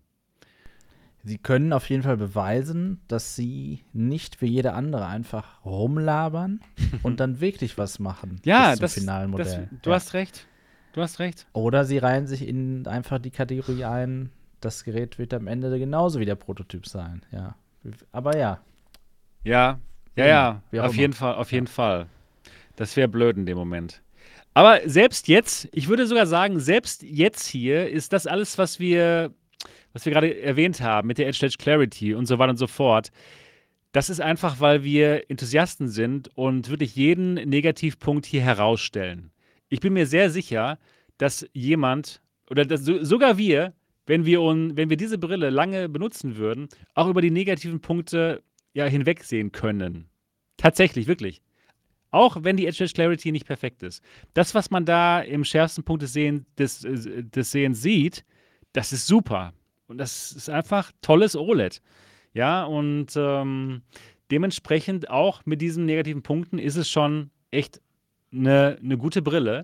Sie können auf jeden Fall beweisen, dass sie nicht wie jede andere einfach rumlabern und dann wirklich was machen
Ja,
bis zum
das,
finalen
das,
Modell.
du
Ja.
hast recht. Du hast recht.
Oder sie reihen sich in einfach die Kategorie ein, das Gerät wird am Ende genauso wie der Prototyp sein. Ja. Aber ja,
Ja, ja,
Eben,
ja,
wie auch
auf
immer.
jeden Fall, auf jeden Fall. Das wäre blöd in dem Moment. Aber selbst jetzt, ich würde sogar sagen, selbst jetzt hier ist das alles, was wir, was wir gerade erwähnt haben, mit der Edge Edge Clarity und so weiter und so fort. Das ist einfach, weil wir Enthusiasten sind und wirklich jeden Negativpunkt hier herausstellen. Ich bin mir sehr sicher, dass jemand, oder dass so, sogar wir, wenn wir, un, wenn wir diese Brille lange benutzen würden, auch über die negativen Punkte ja, hinwegsehen können. Tatsächlich, wirklich. Auch wenn die Edge Edge Clarity nicht perfekt ist. Das, was man da im schärfsten Punkt des, Sehen, des, äh, des Sehens sieht, das ist super. Und das ist einfach tolles O L E D. Ja, und ähm, dementsprechend auch mit diesen negativen Punkten ist es schon echt eine, eine gute Brille,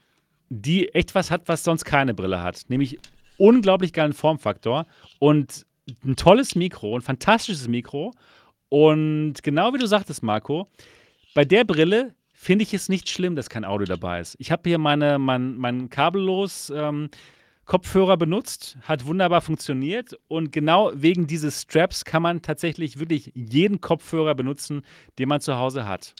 die echt was hat, was sonst keine Brille hat. Nämlich unglaublich geilen Formfaktor und ein tolles Mikro, ein fantastisches Mikro. Und genau wie du sagtest, Marco, bei der Brille finde ich es nicht schlimm, dass kein Audio dabei ist. Ich habe hier meine, mein, mein kabellos ähm, Kopfhörer benutzt, hat wunderbar funktioniert und genau wegen dieses Straps kann man tatsächlich wirklich jeden Kopfhörer benutzen, den man zu Hause hat.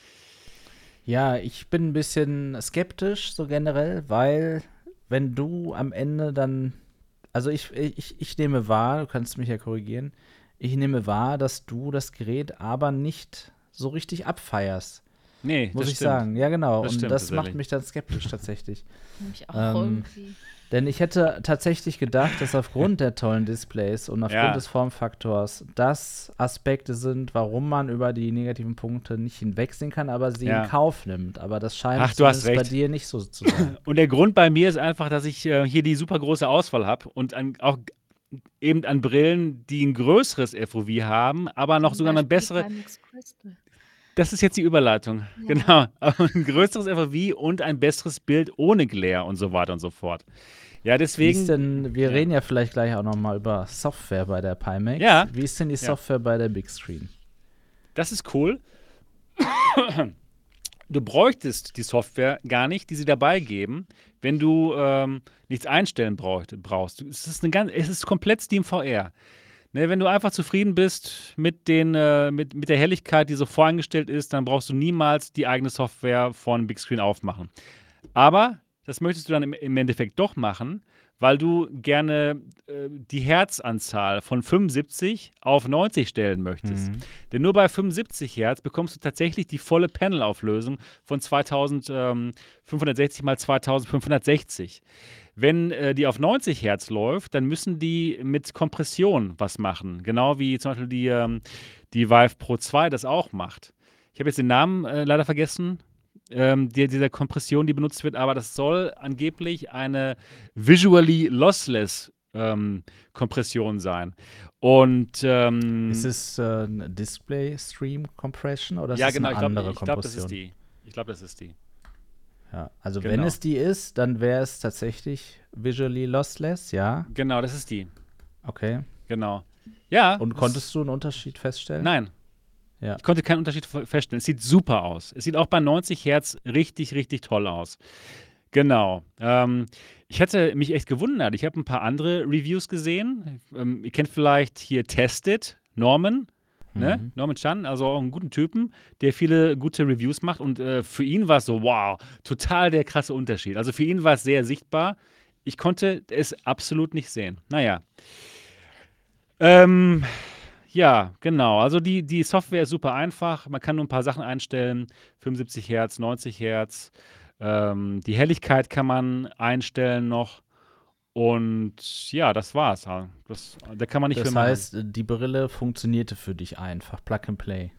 ja, ich bin ein bisschen skeptisch so generell, weil wenn du am Ende dann, also ich, ich, ich nehme wahr, du kannst mich ja korrigieren, ich nehme wahr, dass du das Gerät aber nicht so richtig abfeierst,
Nee,
muss
das
ich
stimmt.
sagen. Ja, genau.
Das
Und
stimmt
das
tatsächlich.
macht mich dann skeptisch tatsächlich.
Nämlich auch
Ähm,
irgendwie.
Denn ich hätte tatsächlich gedacht, dass aufgrund der tollen Displays und aufgrund
Ja.
des Formfaktors das Aspekte sind, warum man über die negativen Punkte nicht hinwegsehen kann, aber sie
Ja.
in Kauf nimmt. Aber das scheint
Ach, du hast
zumindest bei
recht.
dir nicht so zu sein.
Und der Grund bei mir ist einfach, dass ich äh, hier die super große Auswahl habe und an, auch eben an Brillen, die ein größeres F O V haben, aber noch
Zum
sogar eine
Beispiel
bessere.
Timex Crystal.
Das ist jetzt die Überleitung.
Ja.
Genau. Aber ein größeres F O V und ein besseres Bild ohne Glare und so weiter und so fort. Ja,
Wie ist
deswegen.
denn, wir
ja.
reden ja vielleicht gleich auch noch mal über Software bei der Pimax.
Ja.
Wie ist denn die
Ja.
Software bei der Big Screen?
Das ist cool. Du bräuchtest die Software gar nicht, die sie dabei geben, wenn du ähm, nichts einstellen braucht, brauchst. Es ist, eine ganz, es ist komplett SteamVR. Ne, wenn du einfach zufrieden bist mit, den, äh, mit, mit der Helligkeit, die so voreingestellt ist, dann brauchst du niemals die eigene Software von Big Screen aufmachen. Aber das möchtest du dann im, im Endeffekt doch machen, weil du gerne äh, die Herzanzahl von fünfundsiebzig auf neunzig stellen möchtest.
Mhm.
Denn nur bei fünfundsiebzig Hertz bekommst du tatsächlich die volle Panelauflösung von zweitausendfünfhundertsechzig mal zweitausendfünfhundertsechzig. wenn äh, die auf neunzig Hertz läuft, dann müssen die mit Kompression was machen. Genau wie zum Beispiel die, ähm, die Vive Pro zwei das auch macht. Ich habe jetzt den Namen äh, leider vergessen, ähm, die, dieser Kompression, die benutzt wird, aber das soll angeblich eine visually lossless ähm, Kompression sein. Und ähm,
Ist es äh, eine Display Stream Compression oder ist
ja,
es
genau,
eine
ich glaube,
andere
ich glaub, das ist
Kompression?
die. Ich glaube, das ist die.
Ja, also wenn
Genau.
es die ist, dann wäre es tatsächlich visually lossless, ja.
Genau, das ist die.
Okay.
Genau. Ja.
Und
das-
konntest du einen Unterschied feststellen?
Nein.
Ja.
Ich konnte keinen Unterschied fe- feststellen. Es sieht super aus. Es sieht auch bei neunzig Hertz richtig, richtig toll aus. Genau. Ähm, ich hatte mich echt gewundert. Ich habe ein paar andere Reviews gesehen. Ähm, ihr kennt vielleicht hier Tested, Norman. Ne?
Mhm.
Norman Chan, also auch einen guten Typen, der viele gute Reviews macht. Und äh, für ihn war es so, wow, total der krasse Unterschied. Also für ihn war es sehr sichtbar. Ich konnte es absolut nicht sehen. Naja. Ähm, ja, genau. Also die, die Software ist super einfach. Man kann nur ein paar Sachen einstellen. fünfundsiebzig Hertz, neunzig Hertz. Ähm, die Helligkeit kann man einstellen noch. Und ja, das war's. halt. Das, da kann man nicht
Das
viel machen.
heißt, die Brille funktionierte für dich einfach. Plug and Play.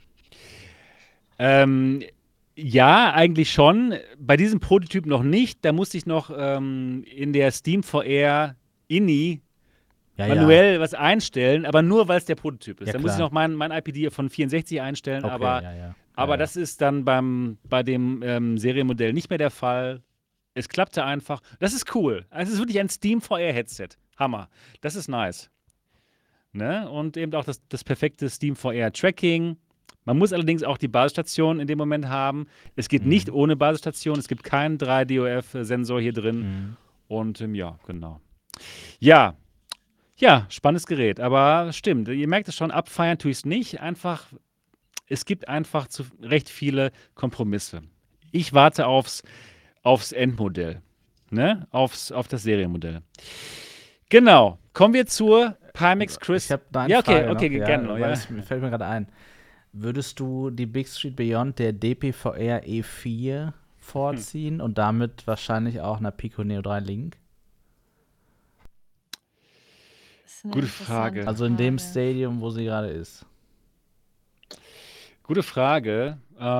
Ähm, ja, eigentlich schon. Bei diesem Prototyp noch nicht. Da musste ich noch ähm, in der Steam V R I N I
Ja,
manuell was einstellen, aber nur, weil es der Prototyp ist.
Ja,
da muss ich
klar.
noch mein, mein I P D von vierundsechzig einstellen,
Okay,
aber,
ja, ja.
aber
ja,
das ist dann beim, bei dem ähm, Serienmodell nicht mehr der Fall. Es klappte einfach. Das ist cool. Es ist wirklich ein Steam V R-Headset. Hammer. Das ist nice. Ne? Und eben auch das, das perfekte Steam V R-Tracking. Man muss allerdings auch die Basisstation in dem Moment haben. Es geht
Mhm.
nicht ohne Basisstation. Es gibt keinen drei D O F-Sensor hier drin.
Mhm.
Und ähm, ja, genau. Ja, ja, spannendes Gerät. Aber stimmt, ihr merkt es schon, abfeiern tue ich es nicht. Einfach, es gibt einfach zu recht viele Kompromisse. Ich warte aufs, aufs Endmodell. Ne? Aufs, auf das Serienmodell. Genau. Kommen wir zur Pimax
Ich
Crystal.
habe da eine
Ja, okay,
Frage
okay,
noch,
gerne
ja,
noch,
weil
ja.
es mir fällt mir gerade ein. Würdest du die Big Street Beyond der D P V R E vier vorziehen
Hm.
und damit wahrscheinlich auch einer Pico Neo drei Link?
Das ist eine
Gute
interessante
Frage.
Also in dem
Frage.
Stadium, wo sie gerade ist.
Gute Frage.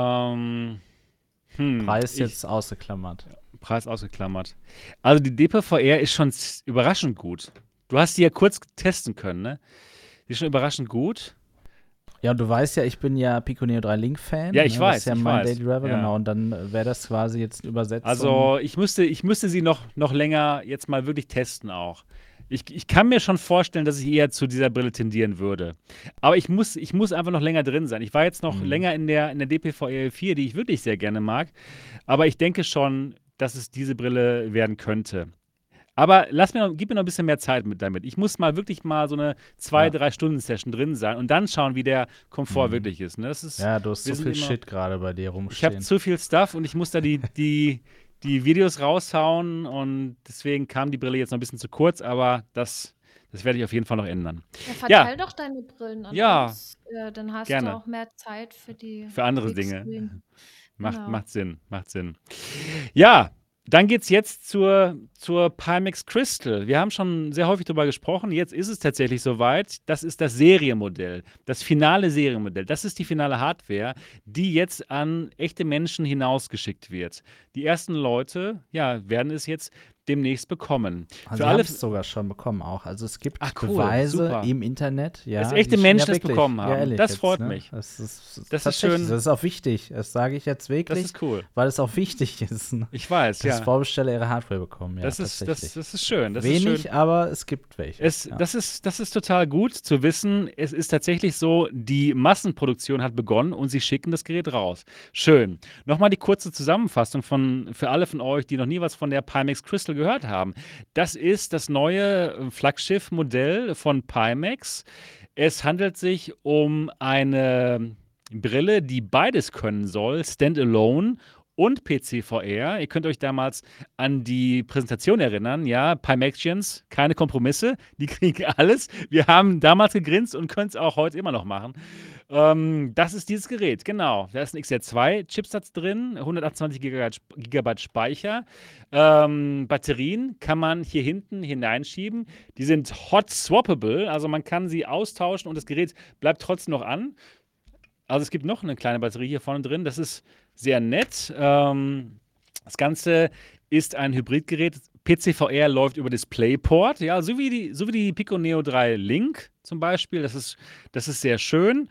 Ähm, hm,
Preis
ich,
jetzt ausgeklammert.
Preis ausgeklammert. Also die D P V R ist schon z- überraschend gut. Du hast die ja kurz testen können, ne? Die ist schon überraschend gut.
Ja, und du weißt ja, ich bin ja Pico Neo drei Link-Fan.
Ja, ich
ne?
weiß,
Das ist ja
ich
mein
weiß.
Daily Driver,
Ja.
genau. Und dann äh, wäre das quasi jetzt eine Übersetzung.
Also ich müsste, ich müsste sie noch, noch länger jetzt mal wirklich testen auch. Ich, ich kann mir schon vorstellen, dass ich eher zu dieser Brille tendieren würde. Aber ich muss, ich muss einfach noch länger drin sein. Ich war jetzt noch
Mhm.
länger in der, in der D P V R vier, die ich wirklich sehr gerne mag. Aber ich denke schon, dass es diese Brille werden könnte. Aber lass mir noch, gib mir noch ein bisschen mehr Zeit mit damit. Ich muss mal wirklich mal so eine zwei,
Ja.
drei Stunden Session drin sein und dann schauen, wie der Komfort
Mhm.
wirklich ist. Ne? Das ist
ja, du hast
wir
so
sind
viel
immer-
Shit gerade bei dir
ich habe
rumstehen.
zu viel Stuff und ich muss da die, die, die Videos raushauen und deswegen kam die Brille jetzt noch ein bisschen zu kurz, aber das, das werde ich auf jeden Fall noch ändern.
Ja, verteil doch deine Brillen an
Ja,
uns. Äh, dann hast
gerne.
du auch mehr Zeit für die
Für andere
Big
Dinge.
Screen.
Macht,
Genau.
macht Sinn, macht Sinn. Ja, dann geht's jetzt zur, zur Pimax Crystal. Wir haben schon sehr häufig darüber gesprochen. Jetzt ist es tatsächlich soweit. Das ist das Serienmodell, das finale Serienmodell. Das ist die finale Hardware, die jetzt an echte Menschen hinausgeschickt wird. Die ersten Leute, ja, werden es jetzt demnächst bekommen.
Also
Für
sie
alle
haben es sogar schon bekommen auch. Also es gibt
Ach, cool,
Beweise
super.
im Internet, ja.
Dass echte
die-
Menschen
ja,
es
wirklich.
bekommen
Ja,
haben.
ehrlich
Das
jetzt,
freut
ne?
mich.
Das ist,
Das ist
tatsächlich,
schön.
Das ist auch wichtig. Das sage ich jetzt
Das
wirklich,
ist cool.
weil es auch wichtig ist, ne?
Ich weiß,
dass
ja.
Vorbesteller ihre Hardware bekommen. Ja,
Das ist, das,
tatsächlich.
das ist schön. Das ist
Wenig,
schön.
aber es gibt welche.
Es,
ja.
das, ist, das ist total gut zu wissen. Es ist tatsächlich so, die Massenproduktion hat begonnen und sie schicken das Gerät raus. Schön. Nochmal die kurze Zusammenfassung von, für alle von euch, die noch nie was von der Pimax Crystal gehört haben. Das ist das neue Flaggschiff-Modell von Pimax. Es handelt sich um eine Brille, die beides können soll, Standalone und P C V R. Ihr könnt euch damals an die Präsentation erinnern, ja, Pimaxians, keine Kompromisse, die kriegen alles. Wir haben damals gegrinst und können es auch heute immer noch machen. Ähm, das ist dieses Gerät, genau. Da ist ein X R zwei Chipsatz drin, hundertachtundzwanzig Gigabyte Speicher. Ähm, Batterien kann man hier hinten hineinschieben. Die sind hot swappable, also man kann sie austauschen und das Gerät bleibt trotzdem noch an. Also es gibt noch eine kleine Batterie hier vorne drin, das ist sehr nett. Ähm, das Ganze ist ein Hybridgerät. P C V R läuft über DisplayPort, ja, so wie die, so wie die Pico Neo drei Link zum Beispiel. Das ist, das ist sehr schön.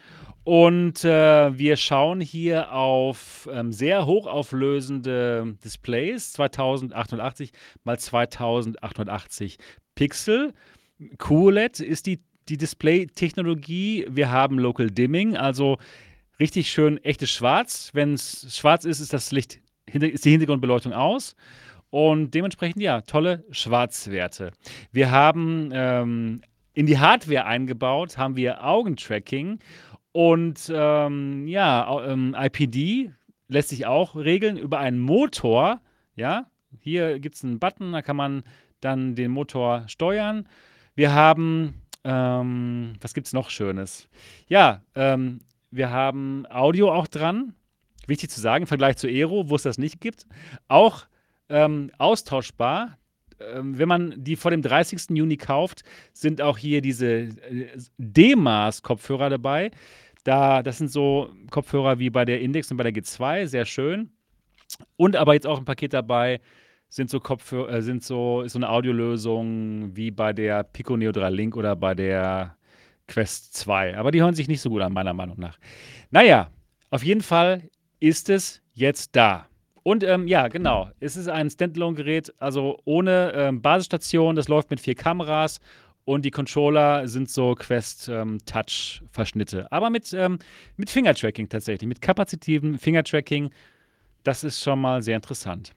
Und äh, wir schauen hier auf ähm, sehr hochauflösende Displays, zweitausendachthundertachtzig mal zweitausendachthundertachtzig Pixel. Q O L E D ist die, die Display-Technologie. Wir haben Local Dimming, also richtig schön echtes Schwarz. Wenn es schwarz ist, ist das Licht, ist die Hintergrundbeleuchtung aus. Und dementsprechend, ja, tolle Schwarzwerte. Wir haben ähm, in die Hardware eingebaut, haben wir Augentracking. Und ähm, ja, au- ähm, I P D lässt sich auch regeln über einen Motor. Ja, hier gibt es einen Button, da kann man dann den Motor steuern. Wir haben, ähm, was gibt es noch Schönes? Ja, ähm, wir haben Audio auch dran. Wichtig zu sagen, im Vergleich zu Aero, wo es das nicht gibt. Auch ähm, austauschbar. Ähm, wenn man die vor dem dreißigsten Juni kauft, sind auch hier diese äh, D-Maß-Kopfhörer dabei. Da, das sind so Kopfhörer wie bei der Index und bei der G zwei, sehr schön. Und aber jetzt auch ein Paket dabei, sind so Kopfhörer, äh, sind so, ist so eine Audiolösung wie bei der Pico Neo drei Link oder bei der Quest zwei. Aber die hören sich nicht so gut an, meiner Meinung nach. Naja, auf jeden Fall ist es jetzt da. Und ähm, ja, genau, es ist ein Standalone-Gerät, also ohne ähm, Basisstation, das läuft mit vier Kameras und die Controller sind so Quest-Touch-Verschnitte. Aber mit, ähm, mit Finger-Tracking tatsächlich, mit kapazitivem Finger-Tracking, das ist schon mal sehr interessant.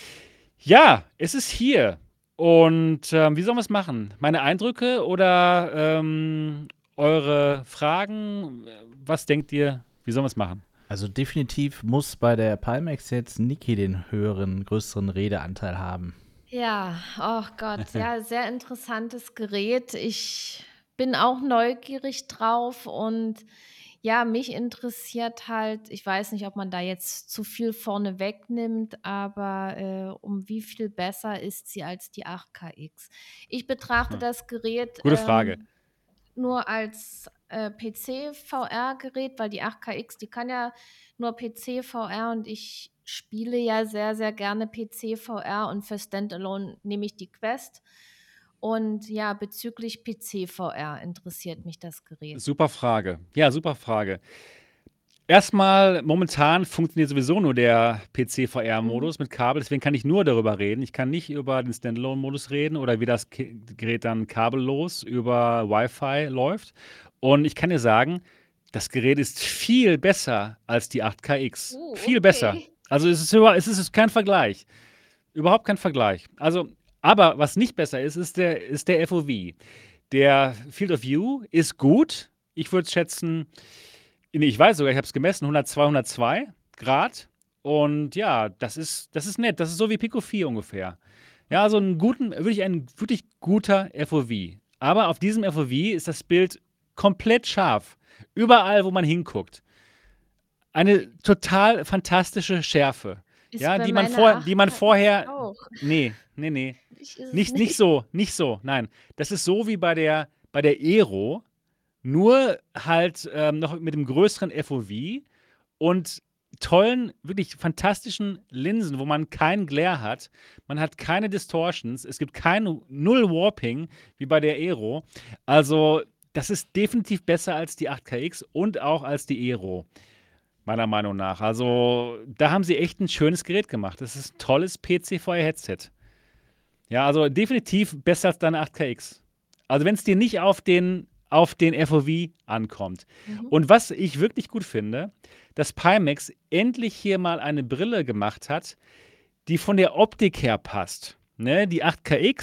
Ja, es ist hier. Und ähm, wie sollen wir es machen? Meine Eindrücke oder ähm, eure Fragen? Was denkt ihr? Wie sollen wir es machen?
Also definitiv muss bei der Pimax jetzt Niki den höheren, größeren Redeanteil haben.
Ja, oh Gott, ja, sehr interessantes Gerät. Ich bin auch neugierig drauf und ja, mich interessiert halt, ich weiß nicht, ob man da jetzt zu viel vorne wegnimmt, aber äh, um wie viel besser ist sie als die acht K X? Ich betrachte
Hm.
das Gerät
Gute Frage.
ähm, nur als äh, P C-V R-Gerät, weil die acht K X, die kann ja nur P C-V R und ich spiele ja sehr, sehr gerne P C-V R und für Standalone nehme ich die Quest. Und ja, bezüglich P C-V R interessiert mich das Gerät.
Super Frage. Ja, super Frage. Erstmal, momentan funktioniert sowieso nur der P C-V R-Modus mit Kabel, deswegen kann ich nur darüber reden. Ich kann nicht über den Standalone-Modus reden oder wie das Ki- Gerät dann kabellos über Wi-Fi läuft. Und ich kann dir sagen, das Gerät ist viel besser als die acht K X.
Oh,
Viel besser.
okay.
Also es ist, über, es ist kein Vergleich. Überhaupt kein Vergleich. Also, aber was nicht besser ist, ist der, ist der F O V. Der Field of View ist gut. Ich würde schätzen, nee, ich weiß sogar, ich habe es gemessen, hundertzwei, hundertzwei Grad. Und ja, das ist, das ist nett. Das ist so wie Pico vier ungefähr. Ja, also einen guten, wirklich ein wirklich guter F O V. Aber auf diesem F O V ist das Bild komplett scharf. Überall, wo man hinguckt. Eine total fantastische Schärfe.
Ist
Ja,
bei
die man,
meiner
vor, die man
acht K X
vorher.
auch.
Nee, nee, nee.
Ich ist es
Nicht, nicht
nicht.
so, nicht so. Nein. Das ist so wie bei der, bei der Aero, nur halt ähm, noch mit dem größeren F O V und tollen, wirklich fantastischen Linsen, wo man keinen Glare hat. Man hat keine Distortions. Es gibt kein Null Warping wie bei der Aero. Also, das ist definitiv besser als die acht K X und auch als die Aero. Meiner Meinung nach. Also, da haben sie echt ein schönes Gerät gemacht. Das ist ein tolles P C-V R-Headset. Ja, also definitiv besser als deine acht K X. Also, wenn es dir nicht auf den, auf den F O V ankommt.
Mhm.
Und was ich wirklich gut finde, dass Pimax endlich hier mal eine Brille gemacht hat, die von der Optik her passt. Ne? Die acht K X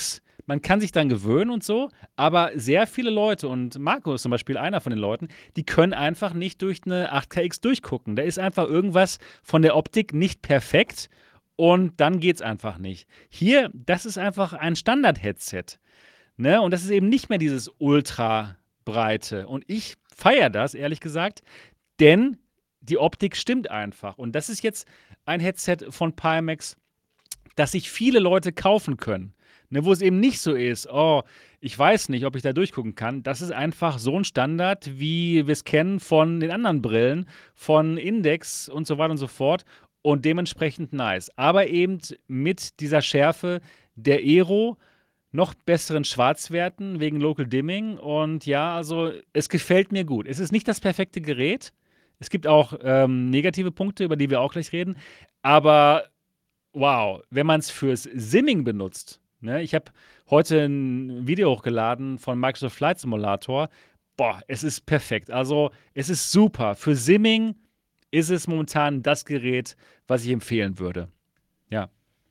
man kann sich dann gewöhnen und so, aber sehr viele Leute, und Marco ist zum Beispiel einer von den Leuten, die können einfach nicht durch eine acht K X durchgucken. Da ist einfach irgendwas von der Optik nicht perfekt und dann geht's einfach nicht. Hier, das ist einfach ein Standard-Headset. Ne? Und das ist eben nicht mehr dieses ultra breite. Und ich feiere das, ehrlich gesagt, denn die Optik stimmt einfach. Und das ist jetzt ein Headset von Pimax, das sich viele Leute kaufen können. Ne, wo es eben nicht so ist, oh, ich weiß nicht, ob ich da durchgucken kann. Das ist einfach so ein Standard, wie wir es kennen von den anderen Brillen, von Index und so weiter und so fort. Und dementsprechend nice. Aber eben mit dieser Schärfe der Aero, noch besseren Schwarzwerten wegen Local Dimming. Und ja, also es gefällt mir gut. Es ist nicht das perfekte Gerät. Es gibt auch ähm, negative Punkte, über die wir auch gleich reden. Aber wow, wenn man es fürs Simming benutzt, ne? Ich habe heute ein Video hochgeladen von Microsoft Flight Simulator. Boah, es ist perfekt. Also, es ist super. Für Simming ist es momentan das Gerät, was ich empfehlen würde. Ja.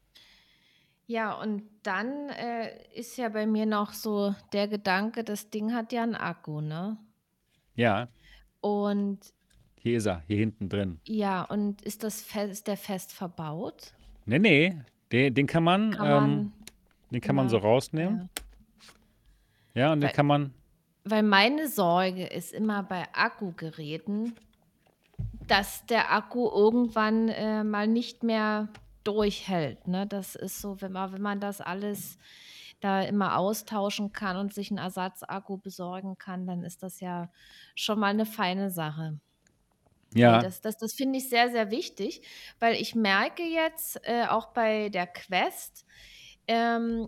Ja, und dann äh, ist ja bei mir noch so der Gedanke, das Ding hat ja einen Akku, ne?
Ja,
Und
hier ist er, hier hinten drin.
ja, und ist das fest, ist der fest verbaut?
Nee, nee, den, den kann man,
Kann
ähm,
man
den kann man so
immer,
rausnehmen.
ja.
Ja, und den
Weil,
kann man,
weil meine Sorge ist immer bei Akkugeräten, dass der Akku irgendwann äh, mal nicht mehr durchhält. Ne? Das ist so, wenn man, wenn man das alles da immer austauschen kann und sich einen Ersatzakku besorgen kann, dann ist das ja schon mal eine feine Sache. Nee,
ja,
das, das, das finde ich sehr, sehr wichtig, weil ich merke jetzt äh, auch bei der Quest, ähm,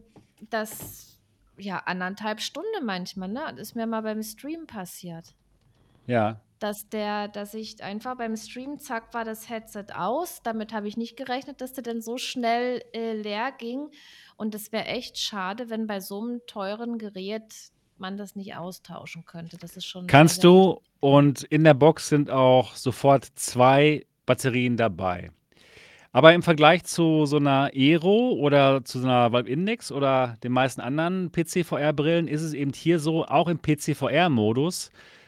dass ja anderthalb Stunden manchmal, ne? Das ist mir mal beim Stream passiert.
ja.
Dass der dass ich einfach beim Stream, zack, war das Headset aus. Damit habe ich nicht gerechnet, dass der dann so schnell, äh, leer ging. Und das wäre echt schade, wenn bei so einem teuren Gerät man das nicht austauschen könnte. Das ist schon sehr,
Kannst
sehr
du,
wichtig.
und in der Box sind auch sofort zwei Batterien dabei. Aber im Vergleich zu so einer Aero oder zu so einer Valve Index oder den meisten anderen P C V R-Brillen ist es eben hier so, auch im P C V R-Modus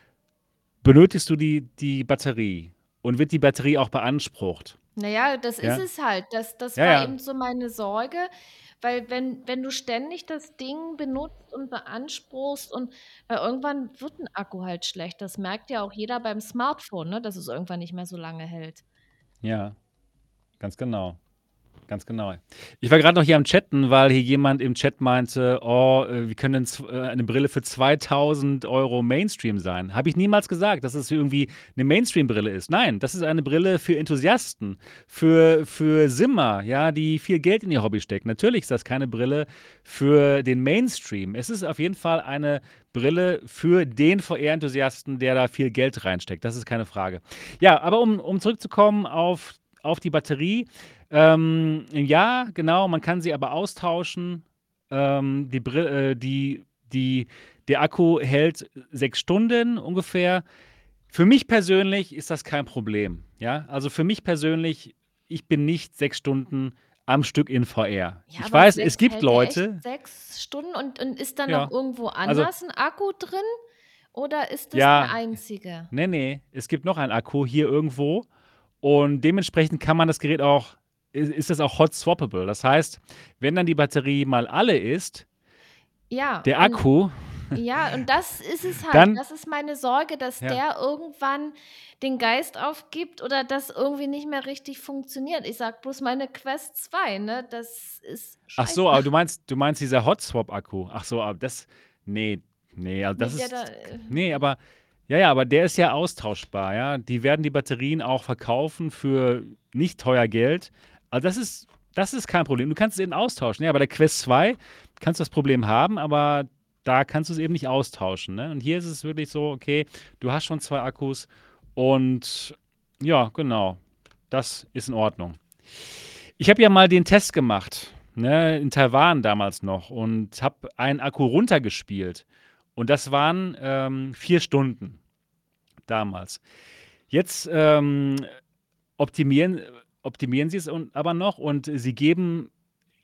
benötigst du die, die Batterie und wird die Batterie auch beansprucht.
Na ja, das ist
Ja,
es halt. Das das
ja,
war
ja,
eben so meine Sorge, weil wenn wenn du ständig das Ding benutzt und beanspruchst und weil irgendwann wird 'n Akku halt schlecht. Das merkt ja auch jeder beim Smartphone, ne, dass es irgendwann nicht mehr so lange hält.
ja, ganz genau. Ganz genau. Ich war gerade noch hier am Chatten, weil hier jemand im Chat meinte, oh, äh, wir können z- äh, eine Brille für zweitausend Euro Mainstream sein. Habe ich niemals gesagt, dass es irgendwie eine Mainstream-Brille ist. Nein, das ist eine Brille für Enthusiasten, für, für Simmer, ja, die viel Geld in ihr Hobby stecken. Natürlich ist das keine Brille für den Mainstream. Es ist auf jeden Fall eine Brille für den V R-Enthusiasten, der da viel Geld reinsteckt. Das ist keine Frage. Ja, aber um, um zurückzukommen auf, auf die Batterie. Ähm, ja, genau, man kann sie aber austauschen. Ähm, die Brill äh, die die der Akku hält sechs Stunden ungefähr. Für mich persönlich ist das kein Problem, ja? Also, für mich persönlich, ich bin nicht sechs Stunden am Stück in V R.
Ja,
Ich
aber
weiß, es
sechs
gibt
hält der echt
Leute,
sechs Stunden und und ist da noch
ja,
irgendwo
also,
anders 'n Akku drin oder ist das der
ja,
einzige?
ne, ne, es gibt noch einen Akku hier irgendwo und dementsprechend kann man das Gerät auch i ist das auch hot swappable. Das heißt, wenn dann die Batterie mal alle ist,
Ja,
der
und
Akku,
ja, und das ist es halt.
dann
Das ist meine Sorge, dass
ja.
der irgendwann den Geist aufgibt oder das irgendwie nicht mehr richtig funktioniert. Ich sage bloß meine Quest zwei, ne? Das ist
Ach so,
scheiße.
aber du meinst du meinst dieser Hot Swap Akku. Ach so, aber das ne, ne, also
Ne,
das
der da
ist
äh,
ne, aber ja, ja, aber der ist ja austauschbar, ja? Die werden die Batterien auch verkaufen für nicht teuer Geld. Also, das ist das ist kein Problem. Du kannst es eben austauschen. Ja, bei der Quest zwei kannst du das Problem haben, aber da kannst du es eben nicht austauschen, ne? Und hier ist es wirklich so, okay, du hast schon zwei Akkus und ja, genau. Das ist in Ordnung. Ich habe ja mal den Test gemacht, ne, in Taiwan damals noch und habe einen Akku runtergespielt. Und das waren ähm, vier Stunden damals. Jetzt ähm, optimieren, optimieren sie es und, aber noch und sie geben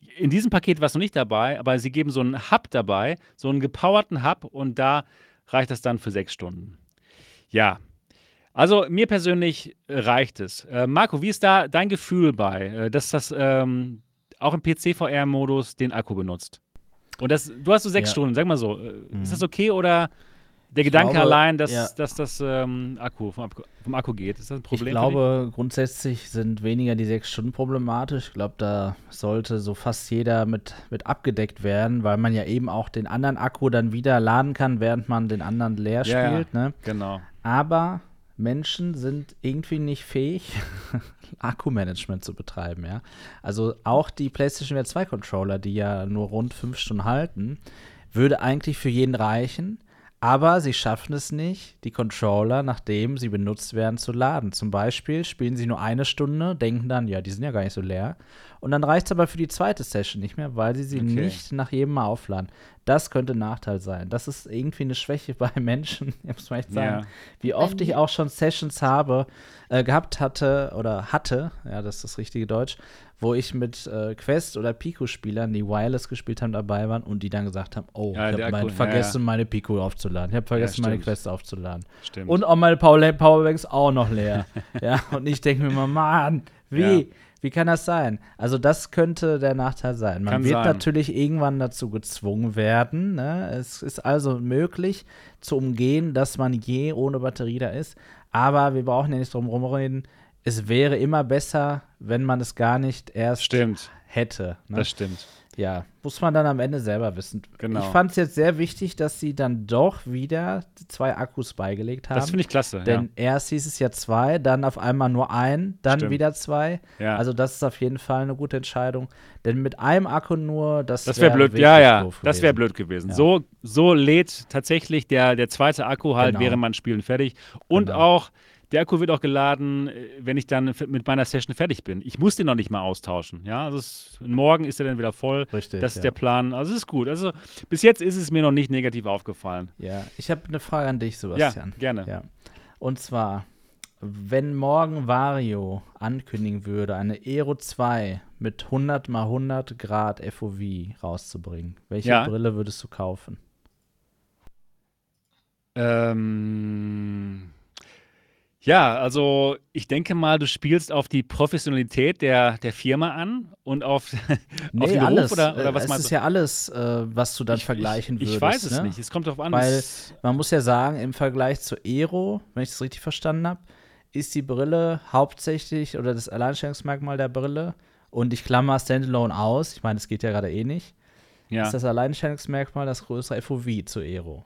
in diesem Paket war es noch nicht dabei, aber sie geben so einen Hub dabei, so einen gepowerten Hub und da reicht das dann für sechs Stunden. Ja, also mir persönlich äh, reicht es. Äh, Marco, wie ist da dein Gefühl bei, äh, dass das ähm, auch im P C-V R-Modus den Akku benutzt? Und das, du hast so sechs
Ja.
Stunden, sag mal so, äh,
Mhm.
ist das okay oder der
Ich
Gedanke
glaube,
allein, dass,
ja.
dass das ähm, Akku vom, Akku vom Akku geht, ist das ein
Ich
Problem für
glaube, grundsätzlich sind weniger die sechs Stunden problematisch. Ich glaube, da sollte so fast jeder mit, mit abgedeckt werden, weil man ja eben auch den anderen Akku dann wieder laden kann, während man den anderen leer
dich? Ja, ja,
spielt. Ne?
genau.
Aber Menschen sind irgendwie nicht fähig, Akkumanagement zu betreiben, ja. Also auch die PlayStation V R zwei Controller, die ja nur rund fünf Stunden halten, würde eigentlich für jeden reichen. Aber sie schaffen es nicht, die Controller, nachdem sie benutzt werden, zu laden. Zum Beispiel spielen sie nur eine Stunde, denken dann, ja, die sind ja gar nicht so leer. Und dann reicht es aber für die zweite Session nicht mehr, weil sie sie
Okay.
nicht nach jedem Mal aufladen. Das könnte ein Nachteil sein. Das ist irgendwie eine Schwäche bei Menschen, muss man echt sagen.
Ja.
Wie oft
Bei
ich
mir-
auch schon Sessions habe, äh, gehabt hatte oder hatte, ja, das ist das richtige Deutsch, wo ich mit äh, Quest- oder Pico-Spielern, die Wireless gespielt haben, dabei waren und die dann gesagt haben, oh,
Ja,
ich
der
habe
Akku,
mein,
ja,
vergessen, meine Pico aufzuladen. Ich habe vergessen, meine
stimmt.
Quest aufzuladen.
Stimmt.
Und auch meine Power Powerbanks auch noch leer. Ja, und ich denke mir mal, Mann, wie?
Ja.
Wie kann das sein? Also das könnte der Nachteil sein. Man
Kann
wird
sein.
natürlich irgendwann dazu gezwungen werden. Ne? Es ist also möglich zu umgehen, dass man je ohne Batterie da ist. Aber wir brauchen ja nicht drum rumreden. Es wäre immer besser, wenn man es gar nicht erst
Stimmt,
hätte. Ne?
das stimmt.
Ja, muss man dann am Ende selber wissen.
Genau.
Ich fand es jetzt sehr wichtig, dass sie dann doch wieder zwei Akkus beigelegt haben.
Das finde ich klasse.
Denn erst hieß es ja zwei, dann auf einmal nur ein, dann
Stimmt.
wieder zwei.
ja.
Also das ist auf jeden Fall eine gute Entscheidung. Denn mit einem Akku nur, das,
Das wäre
wär
blöd,
wirklich
ja, ja,
doof
das wäre
gewesen.
blöd gewesen.
Ja.
So, so lädt tatsächlich der, der zweite Akku halt,
Genau.
während man Spielen fertig. Und
Genau.
auch, der Akku wird auch geladen, äh, wenn ich dann f- mit meiner Session fertig bin. Ich muss den noch nicht mal austauschen. Ja, also es, morgen ist er dann wieder voll.
Richtig.
Das ist
ja.
der Plan. Also es ist gut. Also bis jetzt ist es mir noch nicht negativ aufgefallen.
Ja, ich habe eine Frage an dich,
Ja,
Sebastian.
gerne.
Ja. Und zwar, wenn morgen Vario ankündigen würde, eine Aero zwei mit hundert mal hundert Grad F O V rauszubringen, welche
Ja.
Brille würdest du kaufen?
Ähm, ja, also ich denke mal, du spielst auf die Professionalität der, der Firma an und auf, auf
Nee,
den Beruf
alles.
oder, oder
Äh,
was
es
meinst
ist
du?
ja alles, äh, was du dann
Ich-
vergleichen
ich,
würdest.
ich weiß es
ne?
nicht. Es kommt darauf an.
Weil
es-
man muss ja sagen, im Vergleich zur Aero, wenn ich das richtig verstanden habe, ist die Brille hauptsächlich oder das Alleinstellungsmerkmal der Brille, und ich klammer Standalone aus, ich meine, es geht ja gerade eh nicht,
ja.
ist das Alleinstellungsmerkmal das größere F O V zur Aero.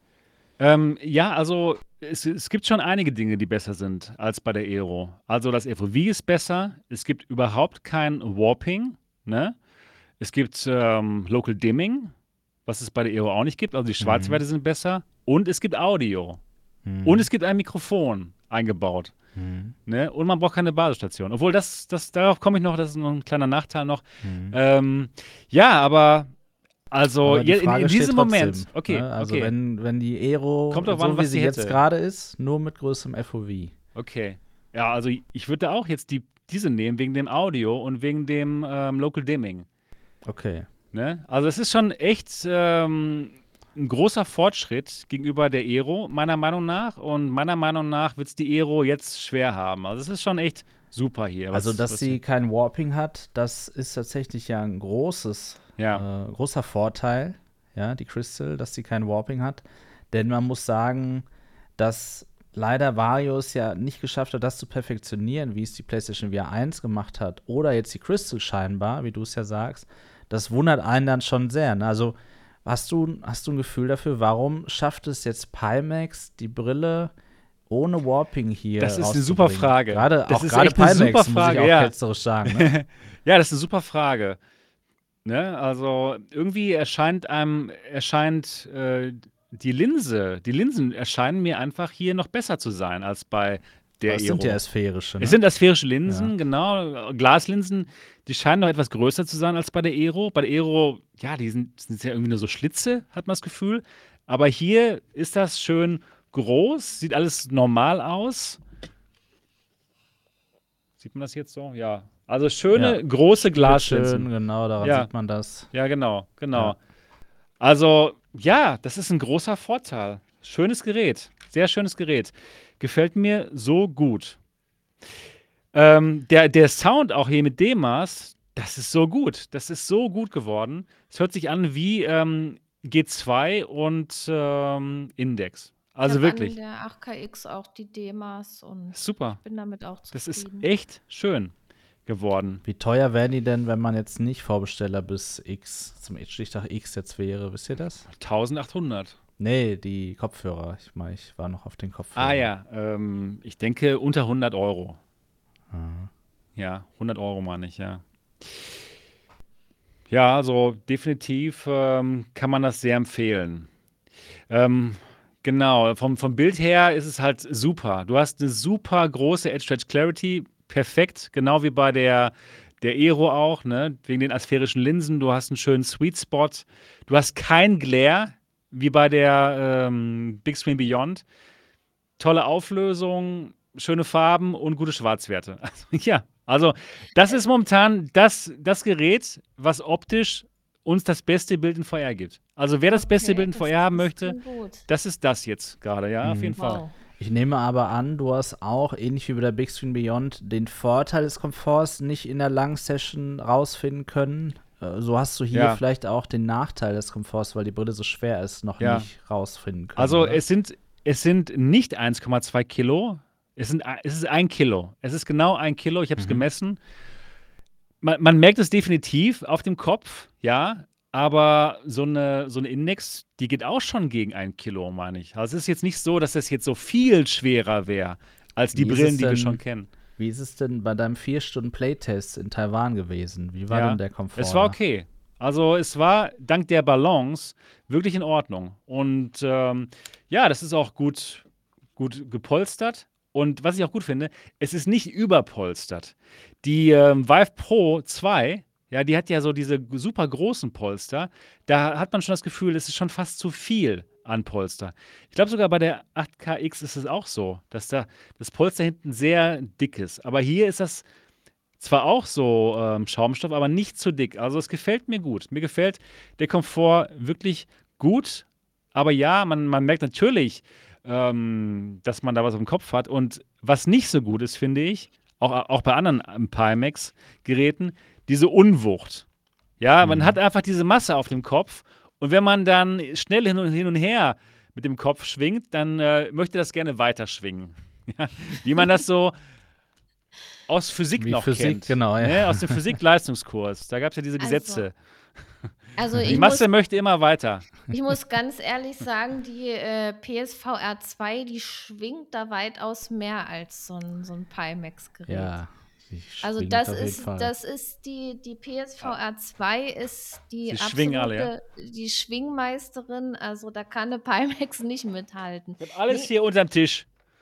Ähm, ja, also es, es gibt schon einige Dinge, die besser sind als bei der Aero. Also das F O V ist besser, es gibt überhaupt kein Warping, ne? Es gibt ähm, Local Dimming, was es bei der Aero auch nicht gibt. Also die Schwarzwerte sind besser und es gibt Audio und es gibt ein Mikrofon eingebaut.
Mhm.
Ne? Und man braucht keine Basisstation. Obwohl, das, das, darauf komme ich noch, das ist noch ein kleiner Nachteil noch.
Mhm.
Ähm, ja, aber also
Aber die
je- in,
Frage
in
steht
diesem
trotzdem,
Moment, okay,
ne? Also
okay,
wenn, wenn die Aero,
Kommt drauf
so
an,
wie
was
sie
sie
jetzt
hätte.
gerade ist, nur mit größerem F O V.
okay. Ja, also ich würde da auch jetzt die, diese nehmen, wegen dem Audio und wegen dem ähm, Local Dimming.
Okay.
Ne? Also es ist schon echt ähm, ein großer Fortschritt gegenüber der Aero, meiner Meinung nach. Und meiner Meinung nach wird es die Aero jetzt schwer haben. Also es ist schon echt super hier. was-
Also, dass
was
sie
hier-
kein Warping hat, das ist tatsächlich ja ein großes,
Ja,
äh, großer Vorteil, ja, die Crystal, dass sie kein Warping hat. Denn man muss sagen, dass leider Vario es ja nicht geschafft hat, das zu perfektionieren, wie es die PlayStation V R eins gemacht hat. Oder jetzt die Crystal scheinbar, wie du es ja sagst. Das wundert einen dann schon sehr. Ne? Also, hast du, hast du ein Gefühl dafür, warum schafft es jetzt Pimax, die Brille ohne Warping hier
Das ist eine
rauszubringen?
super Frage.
Gerade,
Das
auch
ist
gerade
echt eine
Pimax,
super
muss ich
Frage,
auch
ja.
ketzerisch sagen. Ne?
ja, das ist eine super Frage. Ne? Also irgendwie erscheint einem, erscheint äh, die Linse, die Linsen erscheinen mir einfach hier noch besser zu sein als bei der
Das
Aero.
sind ja asphärische. Ne?
Es sind asphärische Linsen,
Ja.
genau. Glaslinsen, die scheinen noch etwas größer zu sein als bei der Aero. Bei der Aero, ja, die sind, sind ja irgendwie nur so Schlitze, hat man das Gefühl. Aber hier ist das schön groß, sieht alles normal aus. Sieht man das jetzt so? Ja. Also schöne,
Ja.
große
Schön,
Glaslinsen.
genau, daran
Ja,
sieht man das.
ja, genau, genau.
Ja.
Also, ja, das ist ein großer Vorteil. Schönes Gerät, sehr schönes Gerät. Gefällt mir so gut. Ähm, der, der Sound auch hier mit D-Maß, das ist so gut. Das ist so gut geworden. Es hört sich an wie ähm, G zwei und ähm, Index.
Ich
Also
habe an
wirklich,
der acht K X auch die D-Maß und ich
super.
bin damit auch
Das ist
zufrieden.
echt schön geworden.
Wie teuer wären die denn, wenn man jetzt nicht Vorbesteller bis X, zum Stichtag X jetzt wäre? Wisst ihr das?
eintausendachthundert.
Nee, die Kopfhörer. Ich meine, ich war noch auf den
Ah
Kopfhörern.
ja, ähm, ich denke unter hundert Euro.
Mhm.
Ja, hundert Euro meine ich, ja. Ja, also definitiv ähm, kann man das sehr empfehlen. Ähm, genau, vom, vom Bild her ist es halt super. Du hast eine super große Edge Stretch Clarity, perfekt, genau wie bei der, der Aero auch, ne? Wegen den asphärischen Linsen. Du hast einen schönen Sweet Spot. Du hast kein Glare, wie bei der ähm, Big Screen Beyond. Tolle Auflösung, schöne Farben und gute Schwarzwerte. Also, ja, also das ist momentan das, das Gerät, was optisch uns das beste Bild in V R gibt. Also wer das beste
Okay,
Bild in
das,
V R haben
das
möchte,
klingt gut.
das ist das jetzt gerade, ja, auf
Mhm.
jeden Fall.
Wow.
Ich nehme aber an, du hast auch, ähnlich wie bei der Big Screen Beyond, den Vorteil des Komforts nicht in der langen Session rausfinden können. Äh, So hast du hier
Ja,
vielleicht auch den Nachteil des Komforts, weil die Brille so schwer ist, noch
ja.
nicht rausfinden können,
Also
oder?
es sind, es sind nicht eins Komma zwei Kilo, es, sind, es ist ein Kilo. Es ist genau ein Kilo, ich habe es
Mhm.
gemessen. Man, man merkt es definitiv auf dem Kopf, ja, aber so eine, so eine Index, die geht auch schon gegen ein Kilo, meine ich. Also es ist jetzt nicht so, dass das jetzt so viel schwerer wäre als die
Wie ist
Brillen,
es
die wir schon
denn,
kennen.
wie ist es denn bei deinem vier Stunden Playtest in Taiwan gewesen? Wie war denn
Ja,
der Komfort
es war
da?
okay. Also es war dank der Balance wirklich in Ordnung. Und ähm, ja, das ist auch gut, gut gepolstert. Und was ich auch gut finde, es ist nicht überpolstert. Die ähm, Vive Pro zwei, ja, die hat ja so diese super großen Polster. Da hat man schon das Gefühl, es ist schon fast zu viel an Polster. Ich glaube sogar bei der acht K X ist es auch so, dass da das Polster hinten sehr dick ist. Aber hier ist das zwar auch so ähm, Schaumstoff, aber nicht zu dick. Also es gefällt mir gut. Mir gefällt der Komfort wirklich gut. Aber ja, man, man merkt natürlich, ähm, dass man da was im Kopf hat. Und was nicht so gut ist, finde ich, auch, auch bei anderen ähm, Pimax-Geräten, diese Unwucht. Ja, man hat
Mhm.
einfach diese Masse auf dem Kopf. Und wenn man dann schnell hin und, hin und her mit dem Kopf schwingt, dann äh, möchte das gerne weiter schwingen. Ja, wie man das so aus Physik
Wie
noch
Physik,
kennt,
genau, ja.
ne? Aus dem Physik-Leistungskurs. Da gab es ja diese
Also,
Gesetze.
also
Die
ich muss,
Masse möchte immer weiter.
ich muss ganz ehrlich sagen, die äh, P S V R zwei, die schwingt da weitaus mehr als so ein, so ein Pimax-Gerät.
Ja, die
Also
schwingt
das
auf jeden
ist,
Fall.
das ist die, die P S V R zwei ist die
Sie schwingen alle, ja?
absolute, die Schwingmeisterin. Also da kann eine Pimax nicht mithalten.
Ich habe alles
Nee,
hier unterm Tisch.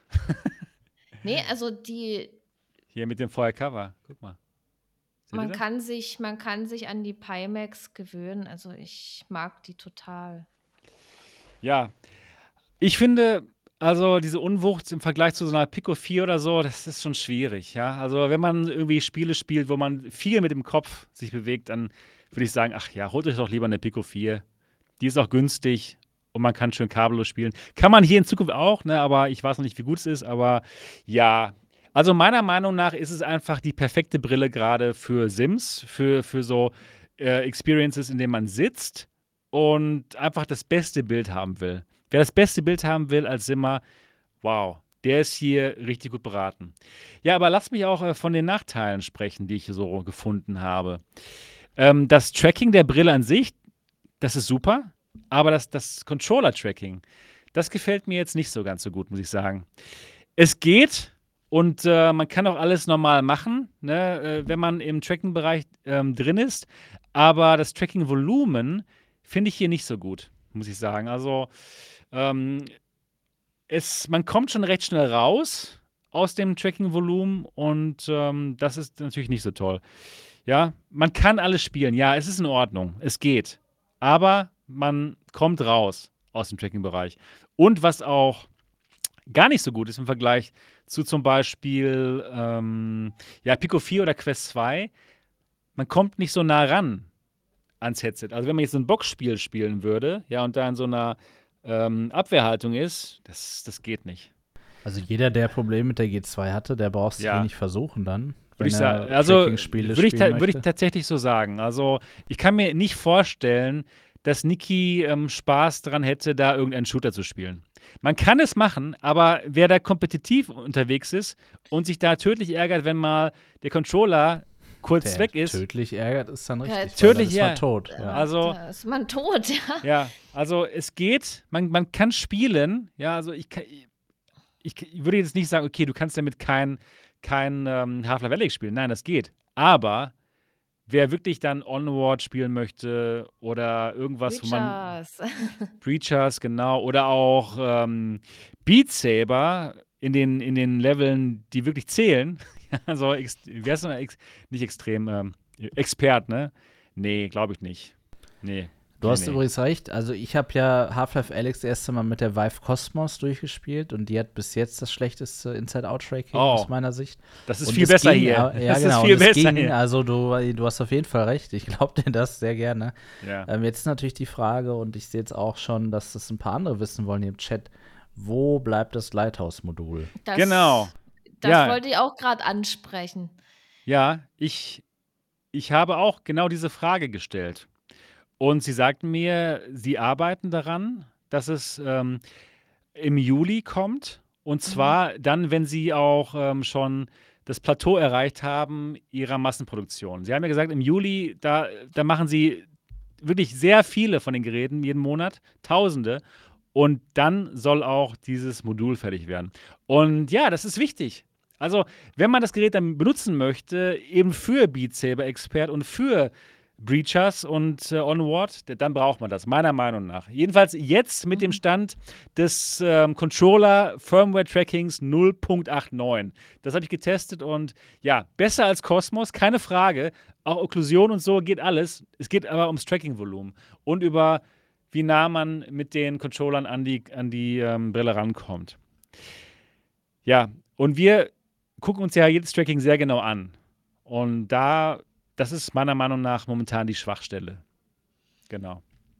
nee, also die,
Hier mit dem Feuercover. Guck mal. Seht ihr
man
das?
kann sich, man kann sich an die Pimax gewöhnen. Also ich mag die total.
Ja. Ich finde, also diese Unwucht im Vergleich zu so einer Pico vier oder so, das ist schon schwierig, ja. Also wenn man irgendwie Spiele spielt, wo man viel mit dem Kopf sich bewegt, dann würde ich sagen, ach ja, holt euch doch lieber eine Pico vier. Die ist auch günstig und man kann schön kabellos spielen. Kann man hier in Zukunft auch, ne, aber ich weiß noch nicht, wie gut es ist, aber ja. Also meiner Meinung nach ist es einfach die perfekte Brille gerade für Sims, für, für so äh, Experiences, in denen man sitzt und einfach das beste Bild haben will. Wer das beste Bild haben will als Simmer, wow, der ist hier richtig gut beraten. Ja, aber lass mich auch äh, von den Nachteilen sprechen, die ich so gefunden habe. Ähm, das Tracking der Brille an sich, das ist super, aber das, das Controller-Tracking, das gefällt mir jetzt nicht so ganz so gut, muss ich sagen. Es geht und äh, man kann auch alles normal machen, ne, äh, wenn man im Tracking-Bereich ähm, drin ist, aber das Tracking-Volumen finde ich hier nicht so gut, muss ich sagen. Also ähm, es, man kommt schon recht schnell raus aus dem Tracking-Volumen und ähm, das ist natürlich nicht so toll. Ja, man kann alles spielen. Ja, es ist in Ordnung. Es geht. Aber man kommt raus aus dem Tracking-Bereich. Und was auch gar nicht so gut ist im Vergleich zu zum Beispiel ähm, ja, Pico vier oder Quest zwei, man kommt nicht so nah ran ans Headset. Also wenn man jetzt so ein Boxspiel spielen würde, ja, und da in so einer ähm, Abwehrhaltung ist, das, das geht nicht.
Also jeder, der Probleme mit der G zwei hatte, der braucht es
Ja.
wenig versuchen dann,
Würde
wenn
ich
er
sagen, also
Tracking-Spiele
würde ich,
spielen
ta- würde ich
möchte.
tatsächlich so sagen. Also ich kann mir nicht vorstellen, dass Niki ähm, Spaß daran hätte, da irgendeinen Shooter zu spielen. Man kann es machen, aber wer da kompetitiv unterwegs ist und sich da tödlich ärgert, wenn mal der Controller kurz
Der
weg ist,
tödlich ärgert, ist dann
Ja,
richtig, weil dann
tödlich,
ist man
ja.
tot. Ja.
Also,
Da ist man tot, ja.
ja, also es geht, man, man kann spielen, ja, also ich, kann, ich, ich würde jetzt nicht sagen, okay, du kannst damit kein, kein ähm, Half-Life Alyx spielen. Nein, das geht. Aber wer wirklich dann Onward spielen möchte oder irgendwas, wo man
Preachers.
Preachers, genau, oder auch ähm, Beat Saber in den, in den Leveln, die wirklich zählen, also, ex, wer ist noch ex, nicht extrem, ähm, Expert, ne? Nee, glaube ich nicht. Nee.
Du
nee,
hast
nee.
übrigens recht, also ich habe ja Half-Life Alyx das erste Mal mit der Vive Cosmos durchgespielt und die hat bis jetzt das schlechteste Inside-Out-Tracking
Oh,
aus meiner Sicht.
Das ist
Und
viel
es
besser
ging,
hier.
aber- Ja,
das
genau.
ist viel
und es
besser
ging,
hier.
also du, du hast auf jeden Fall recht. Ich glaube dir das sehr gerne.
Ja.
Ähm, jetzt ist natürlich die Frage, und ich sehe jetzt auch schon, dass das ein paar andere wissen wollen hier im Chat. Wo bleibt das Lighthouse-Modul?
Das,
Genau.
Das
Ja.
wollte ich auch gerade ansprechen.
Ja, ich, ich habe auch genau diese Frage gestellt. Und sie sagten mir, sie arbeiten daran, dass es ähm, im Juli kommt. Und zwar dann, wenn sie auch ähm, schon das Plateau erreicht haben ihrer Massenproduktion. Sie haben ja gesagt, im Juli, da, da machen sie wirklich sehr viele von den Geräten jeden Monat, Tausende. Und dann soll auch dieses Modul fertig werden. Und ja, das ist wichtig. Also, wenn man das Gerät dann benutzen möchte, eben für Beat Saber Expert und für Breachers und äh, Onward, d- dann braucht man das, meiner Meinung nach. Jedenfalls jetzt mit dem Stand des ähm, Controller Firmware Trackings null Punkt neunundachtzig. Das habe ich getestet und ja, besser als Cosmos, keine Frage. Auch Okklusion und so geht alles. Es geht aber ums Tracking-Volumen und über wie nah man mit den Controllern an die, an die ähm, Brille rankommt. Ja, und wir gucken uns ja jedes Tracking sehr genau an. Und da, das ist meiner Meinung nach momentan die Schwachstelle. Genau.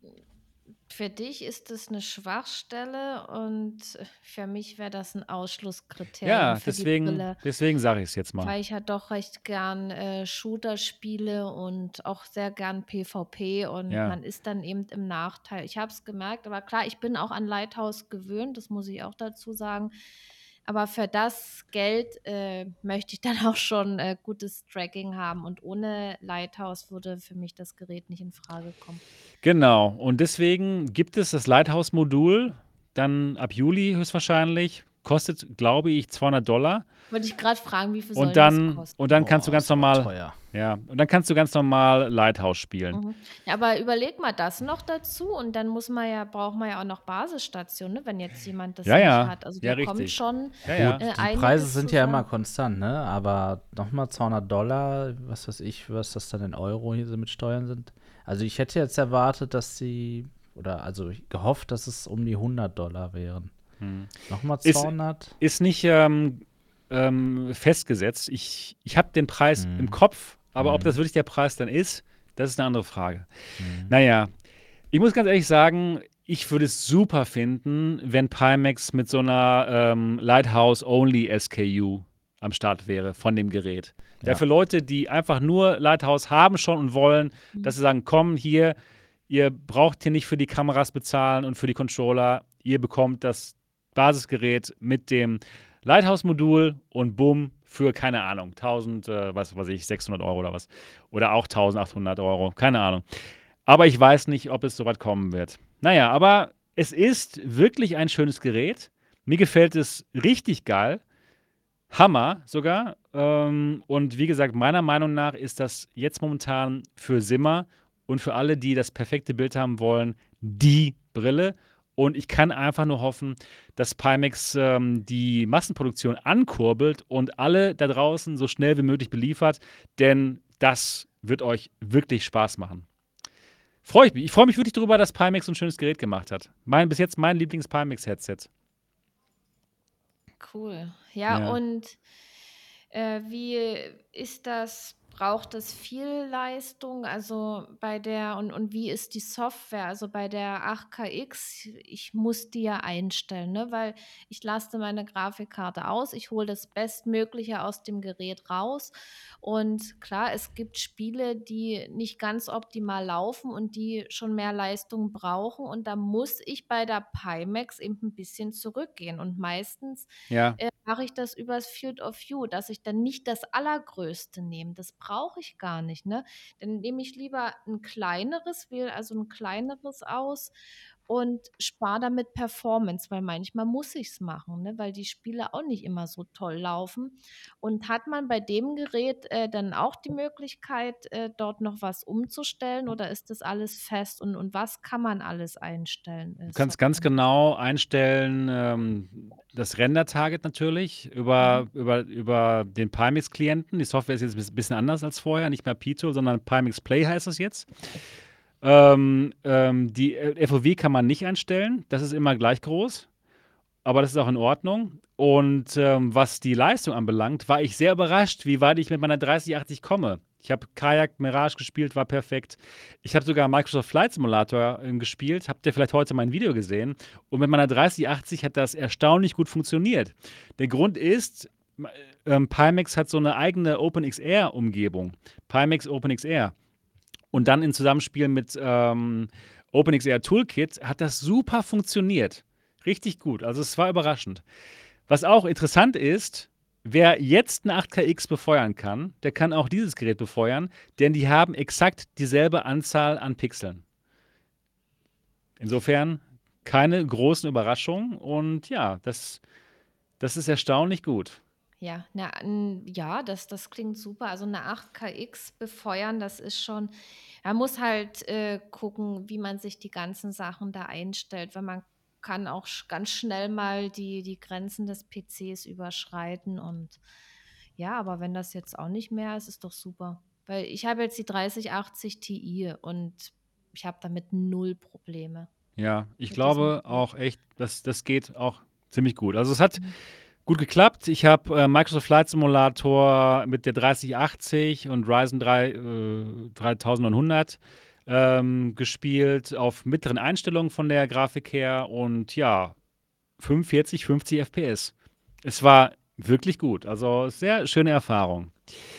Für dich ist es eine Schwachstelle und für mich wäre das ein Ausschlusskriterium
Ja,
für die
deswegen,
Brille,
deswegen sage ich es jetzt mal.
weil ich ja doch recht gern äh, Shooter spiele und auch sehr gern PvP und
Ja.
man ist dann eben im Nachteil. Ich habe es gemerkt, aber klar, ich bin auch an Lighthouse gewöhnt, das muss ich auch dazu sagen. Aber für das Geld äh, möchte ich dann auch schon äh, gutes Tracking haben und ohne Lighthouse würde für mich das Gerät nicht in Frage kommen.
Genau. Und deswegen gibt es das Lighthouse-Modul dann ab Juli höchstwahrscheinlich. Kostet, glaube ich, zweihundert Dollar.
Wollte ich gerade fragen, wie viel soll
Und
das
dann,
kosten?
und dann kannst du
Boah,
ganz
ist aber
normal.
teuer.
Ja, und dann kannst du ganz normal Lighthouse spielen.
Mhm. Ja, aber überleg mal das noch dazu und dann muss man ja, braucht man ja auch noch Basisstationen, ne, wenn jetzt jemand das
Ja,
nicht
ja.
hat. Also
Ja,
da kommt
richtig.
schon
Ja, ja.
Gut,
äh,
die
einiges
Preise sind ja immer
zusammen.
konstant, ne? Aber nochmal zweihundert Dollar, was weiß ich, was das dann in Euro hier so mit Steuern sind. Also ich hätte jetzt erwartet, dass sie, oder also gehofft, dass es um die hundert Dollar wären.
Hm.
Nochmal
Ist-
zweihundert?
Ist nicht ähm, ähm, festgesetzt. Ich, ich habe den Preis
Hm.
im Kopf, aber ob
Hm.
das wirklich der Preis dann ist, das ist eine andere Frage.
Hm.
Naja, ich muss ganz ehrlich sagen, ich würde es super finden, wenn Pimax mit so einer ähm, Lighthouse-Only S K U am Start wäre von dem Gerät. Ja.
Ja.
Für Leute, die einfach nur Lighthouse haben schon und wollen,
Mhm.
dass sie sagen, komm hier, ihr braucht hier nicht für die Kameras bezahlen und für die Controller, ihr bekommt das Basisgerät mit dem Lighthouse-Modul und bumm, für, keine Ahnung, tausend, äh, was weiß ich, sechshundert Euro oder was. Oder auch eintausendachthundert Euro, keine Ahnung. Aber ich weiß nicht, ob es soweit kommen wird. Naja, aber es ist wirklich ein schönes Gerät. Mir gefällt es richtig geil. Hammer sogar. Ähm, und wie gesagt, meiner Meinung nach ist das jetzt momentan für Simmer und für alle, die das perfekte Bild haben wollen, die Brille. Und ich kann einfach nur hoffen, dass Pimax ähm, die Massenproduktion ankurbelt und alle da draußen so schnell wie möglich beliefert, denn das wird euch wirklich Spaß machen. Freue ich mich. Ich freue mich wirklich darüber, dass Pimax so ein schönes Gerät gemacht hat. Mein, bis jetzt mein Lieblings-Pimax-Headset.
Cool. Ja,
Ja.
und äh, wie ist das? Braucht das viel Leistung? Also bei der und, und wie ist die Software? Also bei der acht K X, ich muss die ja einstellen, ne? Weil ich lasse meine Grafikkarte aus, ich hole das Bestmögliche aus dem Gerät raus. Und klar, es gibt Spiele, die nicht ganz optimal laufen und die schon mehr Leistung brauchen. Und da muss ich bei der Pimax eben ein bisschen zurückgehen. Und meistens
Ja.
äh, mache ich das übers Field of View, dass ich dann nicht das Allergrößte nehme. Das brauche ich gar nicht, ne? Dann nehme ich lieber ein kleineres, wähle also ein kleineres aus und spare damit Performance, weil manchmal muss ich es machen, ne, weil die Spiele auch nicht immer so toll laufen. Und hat man bei dem Gerät, äh, dann auch die Möglichkeit, äh, dort noch was umzustellen oder ist das alles fest und und was kann man alles einstellen,
Du
äh,
kannst ganz
softwaremäßig?
genau einstellen, ähm, das Render-Target natürlich
Mhm.
über über über den Pimax-Klienten. Die Software ist jetzt ein bisschen anders als vorher, nicht mehr P-Tool, sondern Pimax Play heißt es jetzt. Ähm, ähm, die äh, F O V kann man nicht einstellen, das ist immer gleich groß, aber das ist auch in Ordnung. Und ähm, was die Leistung anbelangt, war ich sehr überrascht, wie weit ich mit meiner dreißig achtzig komme. Ich habe Kajak Mirage gespielt, war perfekt. Ich habe sogar Microsoft Flight Simulator äh, gespielt. Habt ihr vielleicht heute mein Video gesehen? Und mit meiner dreißig achtzig hat das erstaunlich gut funktioniert. Der Grund ist, ähm, Pimax hat so eine eigene OpenXR-Umgebung. Pimax OpenXR. Und dann in Zusammenspiel mit ähm, OpenXR Toolkit hat das super funktioniert. Richtig gut. Also es war überraschend. Was auch interessant ist, wer jetzt eine acht K X befeuern kann, der kann auch dieses Gerät befeuern, denn die haben exakt dieselbe Anzahl an Pixeln. Insofern keine großen Überraschungen und ja, das, das ist erstaunlich gut.
Ja, na, n ja, das das klingt super. Also, 'ne acht K X befeuern, das ist schon man muss halt, äh, gucken, wie man sich die ganzen Sachen da einstellt, weil man kann auch sch ganz schnell mal die die Grenzen des P Cs überschreiten und ja, aber wenn das jetzt auch nicht mehr ist, ist doch super. Weil ich habe jetzt die dreißig achtzig Ti und ich habe damit null Probleme
Ja, ich
mit diesem
glaube
Gerät.
auch echt, das, das geht auch ziemlich gut. Also es hat
Mhm.
gut geklappt. Ich habe äh, Microsoft Flight Simulator mit der dreißig achtzig und Ryzen drei, äh, dreitausendneunhundert ähm, gespielt auf mittleren Einstellungen von der Grafik her und ja, fünfundvierzig, fünfzig F P S. Es war wirklich gut. Also sehr schöne Erfahrung.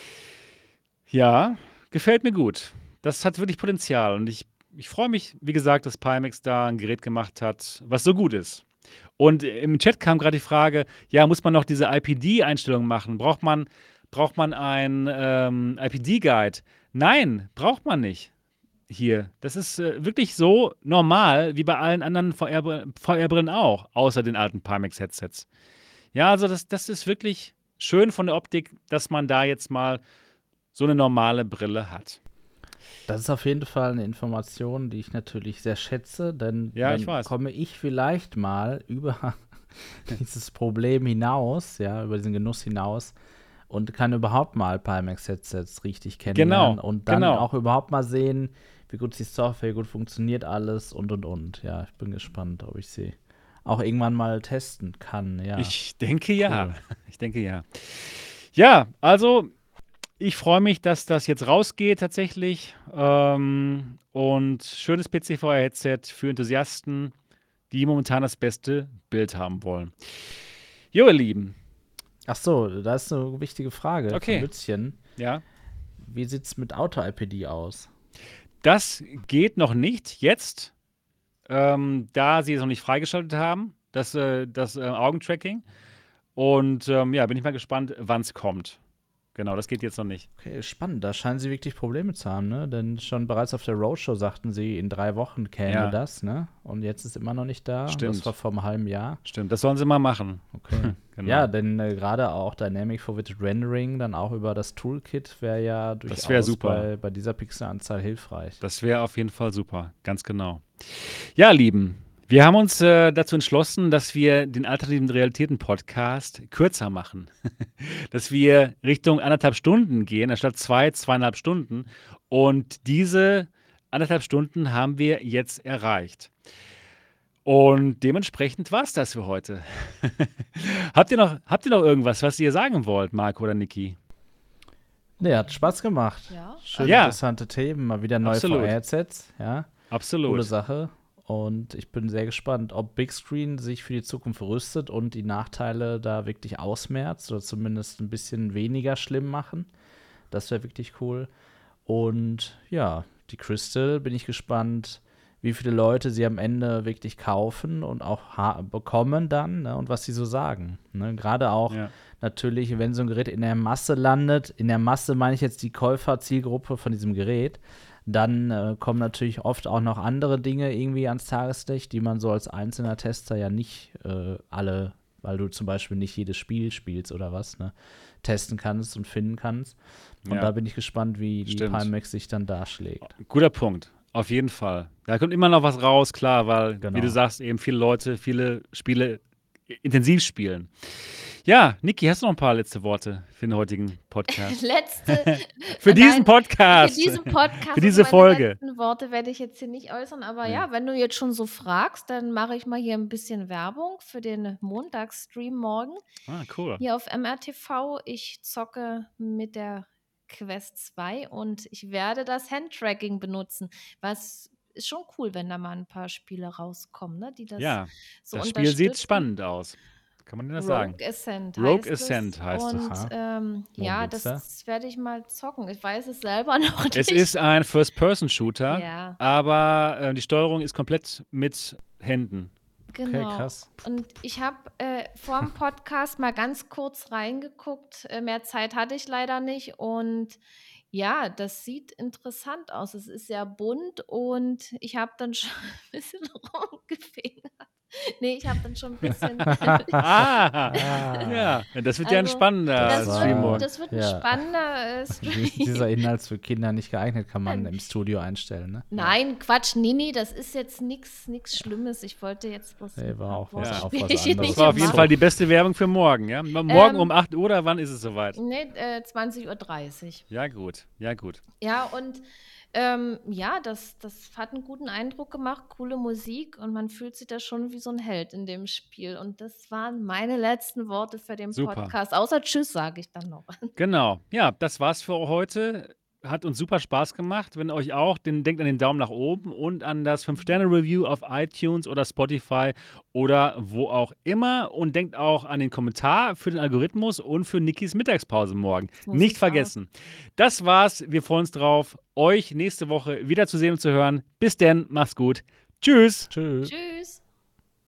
Ja, gefällt mir gut. Das hat wirklich Potenzial und ich, ich freue mich, wie gesagt, dass Pimax da ein Gerät gemacht hat, was so gut ist. Und im Chat kam gerade die Frage, ja, muss man noch diese I P D-Einstellung machen? Braucht man, braucht man ein ähm, I P D-Guide? Nein, braucht man nicht hier. Das ist äh, wirklich so normal wie bei allen anderen V R-Br- V R-Brillen auch, außer den alten Pimax-Headsets. Ja, also das, das ist wirklich schön von der Optik, dass man da jetzt mal so eine normale Brille hat.
Das ist auf jeden Fall eine Information, die ich natürlich sehr schätze, denn
Ja, ich
dann
weiß.
komme ich vielleicht mal über dieses Problem hinaus, ja, über diesen Genuss hinaus und kann überhaupt mal Pimax-Headsets richtig kennenlernen
Genau,
und dann
genau.
auch überhaupt mal sehen, wie gut ist die Software, wie gut funktioniert alles und und und. Ja, ich bin gespannt, ob ich sie auch irgendwann mal testen kann. Ja,
Ich denke ja.
cool.
Ich denke ja. Ja, also ich freue mich, dass das jetzt rausgeht tatsächlich. Ähm, und schönes P C V R-Headset für Enthusiasten, die momentan das beste Bild haben wollen. Jo, ihr Lieben.
Ach so, da ist eine wichtige Frage von
Okay,
Lützchen.
ja.
Wie sieht's mit Auto-I P D aus?
Das geht noch nicht jetzt, ähm, da sie es noch nicht freigeschaltet haben, das, äh, das äh, Augentracking. Und ähm, ja, bin ich mal gespannt, wann es kommt. Genau, das geht jetzt noch nicht.
Okay, spannend. Da scheinen sie wirklich Probleme zu haben, ne? Denn schon bereits auf der Roadshow sagten sie, in drei Wochen käme
Ja,
das, ne? Und jetzt ist immer noch nicht da. Und das war
stimmt.
vor einem halben Jahr.
Stimmt, das sollen sie mal machen.
Okay. Ja,
Genau.
denn äh, gerade auch Dynamic Forwarded Rendering dann auch über das Toolkit wäre ja
Das wäre
durchaus
super.
bei, bei dieser Pixelanzahl hilfreich.
Das wäre auf jeden Fall super. Ganz genau. Ja, Lieben, wir haben uns äh, dazu entschlossen, dass wir den Alternativen Realitäten-Podcast kürzer machen. Dass wir Richtung anderthalb Stunden gehen, anstatt zwei, zweieinhalb Stunden. Und diese anderthalb Stunden haben wir jetzt erreicht. Und dementsprechend war es das für heute. habt, ihr noch, habt ihr noch irgendwas, was ihr sagen wollt, Marco oder Niki?
Nee, hat Spaß gemacht.
Ja.
Schöne,
Ja.
interessante Themen, mal wieder neue
Absolut.
V R-Headsets, ja.
Absolut.
Coole Sache. Und ich bin sehr gespannt, ob Big Screen sich für die Zukunft rüstet und die Nachteile da wirklich ausmerzt oder zumindest ein bisschen weniger schlimm machen. Das wäre wirklich cool. Und ja, die Crystal, bin ich gespannt, wie viele Leute sie am Ende wirklich kaufen und auch ha- bekommen dann, ne, und was sie so sagen. Ne? Gerade auch
Ja.
natürlich, wenn so ein Gerät in der Masse landet, in der Masse meine ich jetzt die Käuferzielgruppe von diesem Gerät, dann äh, kommen natürlich oft auch noch andere Dinge irgendwie ans Tageslicht, die man so als einzelner Tester ja nicht äh, alle, weil du zum Beispiel nicht jedes Spiel spielst oder was, ne, testen kannst und finden kannst. Und
Ja.
da bin ich gespannt, wie die
Stimmt.
Pimax sich dann darschlägt.
Guter Punkt. Auf jeden Fall. Da kommt immer noch was raus, klar, weil,
Genau.
wie du sagst, eben viele Leute viele Spiele intensiv spielen. Ja, Niki, hast du noch ein paar letzte Worte für den heutigen Podcast?
Letzte.
Für diesen
Nein,
Podcast.
Für diesen Podcast.
Für diese
also meine
Folge.
letzten Worte werde ich jetzt hier nicht äußern, aber
Nee.
ja, wenn du jetzt schon so fragst, dann mache ich mal hier ein bisschen Werbung für den Montagsstream morgen
Ah, cool.
hier auf M R T V. Ich zocke mit der Quest zwei und ich werde das Handtracking benutzen, was ist schon cool, wenn da mal ein paar Spiele rauskommen, ne, die das
Ja,
so
das Spiel sieht
unterstützen.
spannend aus. Kann man denn das sagen?
Rogue Ascent
Rogue
heißt
Ascent
es.
heißt es.
Und
Aha.
ähm,
Worum
ja,
geht's
das,
da?
das werde ich mal zocken. Ich weiß es selber noch nicht.
Es ist ein First-Person-Shooter,
Ja.
aber äh, die Steuerung ist komplett mit Händen.
Genau.
Okay, krass.
Und ich habe äh, vor dem Podcast mal ganz kurz reingeguckt. Äh, mehr Zeit hatte ich leider nicht. Und ja, das sieht interessant aus. Es ist sehr bunt und ich habe dann schon ein bisschen rumgefingert. Nee, ich habe dann schon ein bisschen.
Ah, ja, das wird ja ein
Also,
spannender
das,
war-
Stream
wird,
morgen.
das wird ein
ja.
spannender äh, Stream.
Dieser Inhalt ist für Kinder nicht geeignet, kann man im Studio einstellen, ne?
Nein, Quatsch, nee, nee, das ist jetzt nichts Schlimmes. Ich wollte jetzt bloß.
Nee, war auch was-
Ja.
auch was
Wortspielchen
anderes.
Das war auf jeden
So.
Fall die beste Werbung für morgen, ja? Morgen
Ähm,
um acht Uhr oder wann ist es soweit?
Nee, äh, zwanzig Uhr dreißig.
Ja, gut, ja, gut.
Ja, und ähm, ja, das, das hat einen guten Eindruck gemacht, coole Musik und man fühlt sich da schon wie so ein Held in dem Spiel. Und das waren meine letzten Worte für den
Super.
Podcast. Außer Tschüss sage ich dann noch.
Genau. Ja, das war's für heute. Hat uns super Spaß gemacht. Wenn euch auch, den, denkt an den Daumen nach oben und an das fünf Sterne Review auf iTunes oder Spotify oder wo auch immer. Und denkt auch an den Kommentar für den Algorithmus und für Nikis Mittagspause morgen.
So
Nicht
sieht's
vergessen. Das war's. Wir freuen uns drauf, euch nächste Woche wieder zu sehen und zu hören. Bis denn, macht's gut. Tschüss.
Tschüss.
Tschüss.